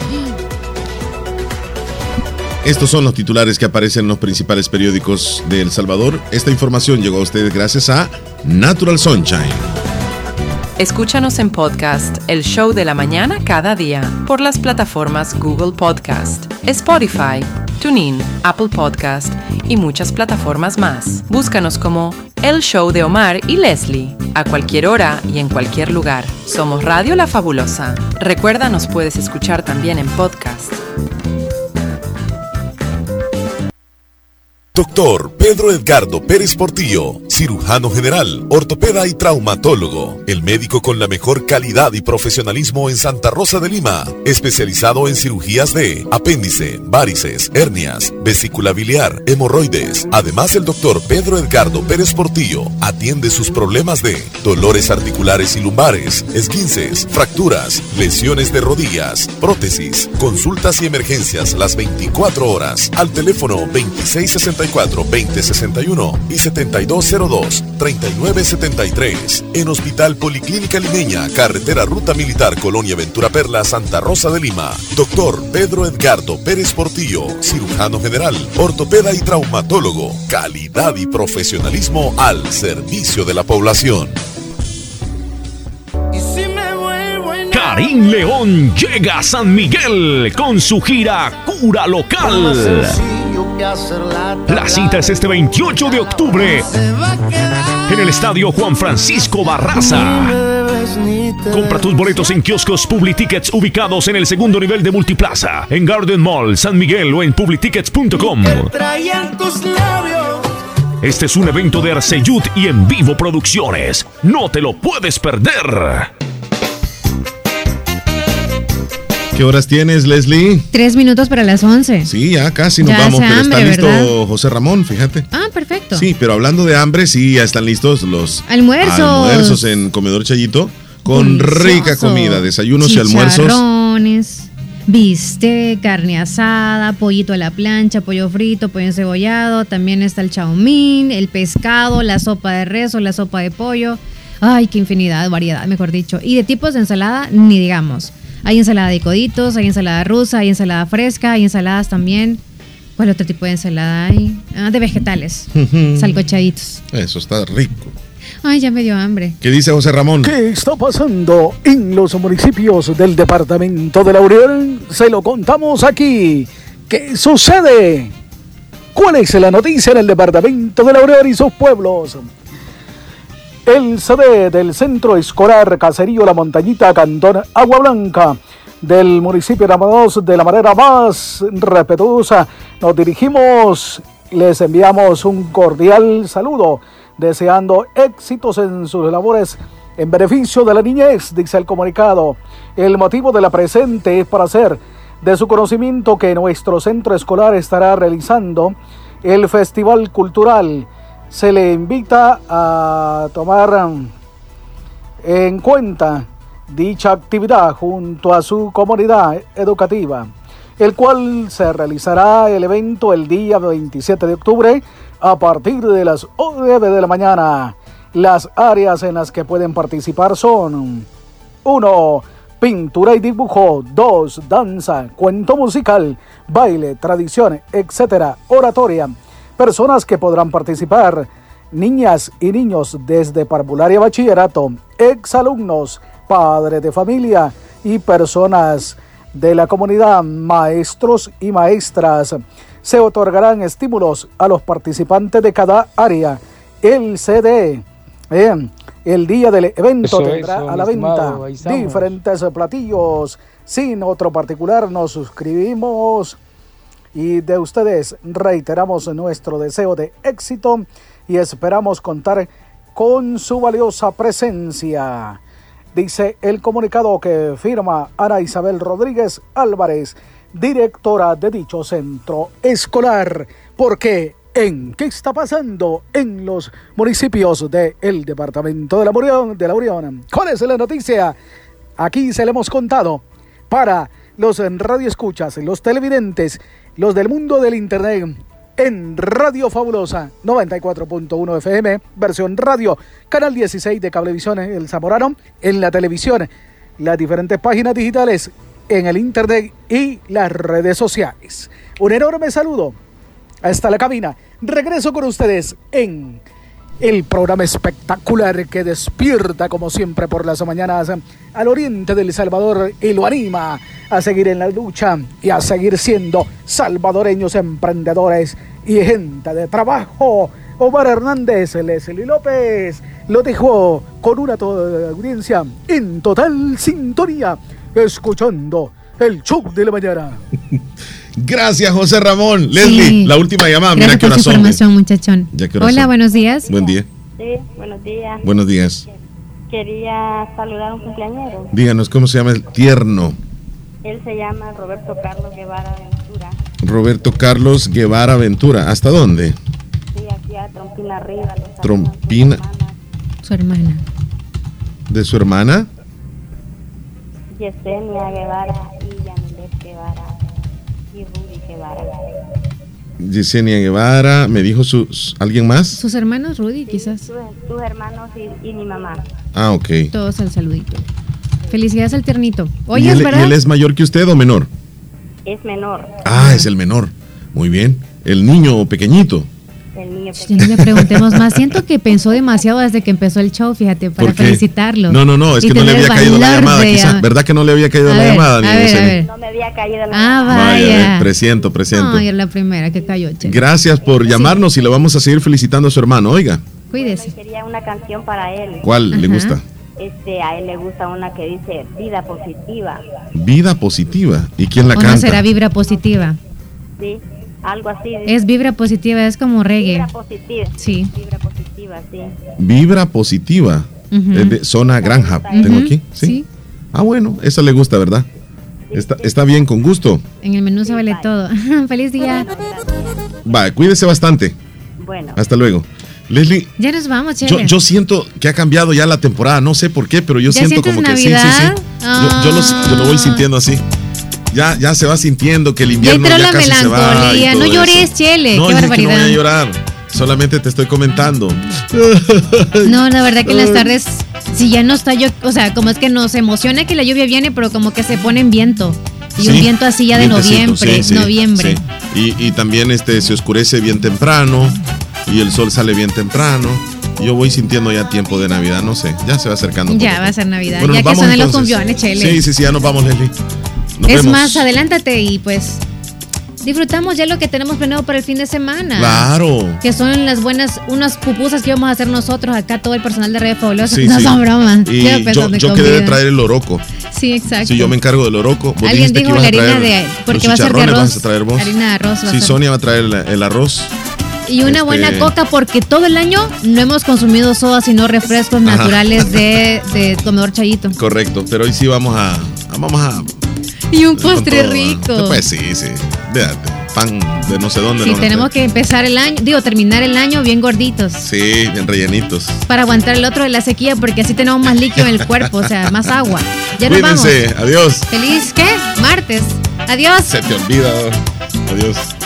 Estos son los titulares que aparecen en los principales periódicos de El Salvador. Esta información llegó a ustedes gracias a Natural Sunshine. Escúchanos en podcast El Show de la Mañana cada día por las plataformas Google Podcast, Spotify, TuneIn, Apple Podcast y muchas plataformas más. Búscanos como El Show de Omar y Leslie a cualquier hora y en cualquier lugar. Somos Radio La Fabulosa. Recuerda, nos puedes escuchar también en podcast. Doctor Pedro Edgardo Pérez Portillo, cirujano general, ortopeda y traumatólogo, el médico con la mejor calidad y profesionalismo en Santa Rosa de Lima, especializado en cirugías de apéndice, varices, hernias, vesícula biliar, hemorroides. Además, el doctor Pedro Edgardo Pérez Portillo atiende sus problemas de dolores articulares y lumbares, esguinces, fracturas, lesiones de rodillas, prótesis, consultas y emergencias las veinticuatro horas al teléfono veintiséis sesenta y cuatro, veinte sesenta y uno y setenta y dos cero dos, treinta y nueve setenta y tres. En Hospital Policlínica Limeña, carretera Ruta Militar, Colonia Ventura Perla, Santa Rosa de Lima. Doctor Pedro Edgardo Pérez Portillo, cirujano general, ortopeda y traumatólogo. Calidad y profesionalismo al servicio de la población. Karim León llega a San Miguel con su gira Cura Local. La cita es este veintiocho de octubre en el Estadio Juan Francisco Barraza. Compra tus boletos en kioscos Publitickets ubicados en el segundo nivel de Multiplaza, en Garden Mall, San Miguel o en publitickets punto com. Este es un evento de Arceyud y En Vivo Producciones. No te lo puedes perder. ¿Qué horas tienes, Leslie? Tres minutos para las once. Sí, ya casi nos ya vamos, pero hambre, está listo ¿verdad? José Ramón, fíjate. Ah, perfecto. Sí, pero hablando de hambre, sí, ya están listos los almuerzos. Almuerzos en Comedor Chayito con Delicioso. Rica comida, desayunos y almuerzos. Chicharrones, bistec, carne asada, pollito a la plancha, pollo frito, pollo encebollado, también está el chaumín, el pescado, la sopa de res o la sopa de pollo. Ay, qué infinidad, variedad, mejor dicho. Y de tipos de ensalada, ni digamos. Hay ensalada de coditos, hay ensalada rusa, hay ensalada fresca, hay ensaladas también. ¿Cuál otro tipo de ensalada hay? Ah, de vegetales, salcochaditos. Eso está rico. Ay, ya me dio hambre. ¿Qué dice José Ramón? ¿Qué está pasando en los municipios del departamento de Laureón? Se lo contamos aquí. ¿Qué sucede? ¿Cuál es la noticia en el departamento de Laureón y sus pueblos? El C D del Centro Escolar Caserío La Montañita, Cantón Agua Blanca, del municipio de Ramos, de la manera más respetuosa, nos dirigimos, les enviamos un cordial saludo, deseando éxitos en sus labores en beneficio de la niñez, dice el comunicado. El motivo de la presente es para hacer de su conocimiento que nuestro centro escolar estará realizando el Festival Cultural. Se le invita a tomar en cuenta dicha actividad junto a su comunidad educativa, el cual se realizará el evento el día veintisiete de octubre a partir de las nueve de la mañana. Las áreas en las que pueden participar son: uno. Pintura y dibujo. dos. Danza, cuento musical, baile, tradición, etcétera. Oratoria. Personas que podrán participar: niñas y niños desde parvularia, bachillerato, exalumnos, padres de familia y personas de la comunidad, maestros y maestras. Se otorgarán estímulos a los participantes de cada área. El C D, eh, el día del evento, eso, tendrá eso, a la venta diferentes platillos. Sin otro particular, nos suscribimos y de ustedes reiteramos nuestro deseo de éxito y esperamos contar con su valiosa presencia. Dice el comunicado que firma Ana Isabel Rodríguez Álvarez, directora de dicho centro escolar. Porque en ¿qué está pasando en los municipios del departamento de la Unión? De la Unión? ¿Cuál es la noticia? Aquí se le hemos contado para los radioescuchas, los televidentes, los del mundo del internet, en Radio Fabulosa noventa y cuatro punto uno F M, versión radio, canal dieciséis de Cablevisión El Zamorano, en la televisión, las diferentes páginas digitales, en el internet y las redes sociales. Un enorme saludo hasta la cabina. Regreso con ustedes en el programa espectacular que despierta como siempre por las mañanas al oriente del Salvador y lo anima a seguir en la lucha y a seguir siendo salvadoreños emprendedores y gente de trabajo. Omar Hernández, Leslie López lo dejó con una to- audiencia en total sintonía, escuchando el show de la mañana. Gracias, José Ramón. Leslie, sí. La última llamada. Gracias mira qué hora son. información, muchachón. Hola, son. Buenos días. Buen día. Sí, buenos días. Buenos días. Quería saludar a un cumpleañero. Díganos, ¿cómo se llama el tierno? Él se llama Roberto Carlos Guevara Ventura. Roberto Carlos Guevara Ventura. ¿Hasta dónde? Sí, aquí a Trompina arriba. Trompina. Su hermana. ¿De su hermana? Yesenia Guevara y Yamilet Guevara y Rudy Guevara. Yesenia Guevara. ¿Me dijo sus, alguien más? Sus hermanos, Rudy, quizás. Sus, sus hermanos y, y mi mamá. Ah, ok. Todos al saludito. Felicidades al tiernito. Oye, ¿Y él, ¿es verdad? ¿Y él es mayor que usted o menor? Es menor. Ah, es el menor. Muy bien. El niño pequeñito. El niño pequeño. Ya no le preguntemos más. Siento que pensó demasiado desde que empezó el show, fíjate, para felicitarlo. No, no, no, es que no le había caído la llamada. Quizás, ¿verdad que no le había caído a la ver, llamada? A Ni ver, a ver. No me había caído la llamada. Ah, vaya. vaya presiento, presiento. Ay, es la primera que cayó, che. Gracias por sí. llamarnos y le vamos a seguir felicitando a su hermano. Oiga. Cuídese. Bueno, quería una canción para él. ¿Cuál Ajá. le gusta? Este, a él le gusta una que dice Vida Positiva. Vida Positiva. ¿Y quién la ¿O canta? no será Vibra Positiva? Sí, algo así. Es Vibra Positiva, es como reggae. Vibra Positiva. Sí. Vibra Positiva, sí. Vibra Positiva. Uh-huh. Es de Zona Granja. Uh-huh. ¿Tengo aquí? ¿Sí? ¿Sí? Ah, bueno, esa le gusta, ¿verdad? Sí, está, sí. está bien, con gusto. En el menú se vale todo. Feliz día. Va, cuídese bastante. Bueno. Hasta luego. Leslie, ya nos vamos, yo, yo siento que ha cambiado ya la temporada, no sé por qué, pero yo siento como que Navidad? sí, sí, sí. Oh. Yo, yo, lo, yo lo voy sintiendo así. Ya, ya se va sintiendo que el invierno ya, ya casi se va. Y no llores, Chele, no, qué barbaridad. No voy a llorar, solamente te estoy comentando. No, la verdad que en las tardes Si ya no está yo, o sea, como es que nos emociona que la lluvia viene, pero como que se pone en viento. Y sí, un viento así ya de noviembre, sí, sí, noviembre. Sí. Y, y también este se oscurece bien temprano y el sol sale bien temprano. Yo voy sintiendo ya tiempo de Navidad, no sé, ya se va acercando. Ya poco. va a ser Navidad, bueno, ya que son los cumbiones, Chele. Sí, sí, sí, ya nos vamos, Leslie. Nos es vemos. más, adelántate y pues disfrutamos ya lo que tenemos planeado para el fin de semana. Claro. Que son las buenas, unas pupusas que vamos a hacer nosotros acá, todo el personal de Radio Fabulosa. Sí, no sí. son bromas. Y yo, yo quedé de traer el oroco. Sí, exacto. Sí, yo me encargo del oroco. Vos Alguien dijo la harina de, porque va a ser de arroz. Vas a traer vos. Harina de arroz. Sí, Sonia va a traer el, el arroz. Y una este... buena coca, porque todo el año no hemos consumido soda, sino refrescos Ajá. naturales de, de comedor Chayito. Correcto, pero hoy sí vamos a, vamos a y un postre rico. Pues sí, sí. Déjate. Pan de no sé dónde. Sí, no tenemos que empezar el año, digo, terminar el año bien gorditos. Sí, bien rellenitos. Para aguantar el otro de la sequía, porque así tenemos más líquido en el cuerpo, o sea, más agua. Ya nos Cuídense, vamos. Adiós. Feliz, ¿qué? Martes. Adiós. Se te olvida. Adiós.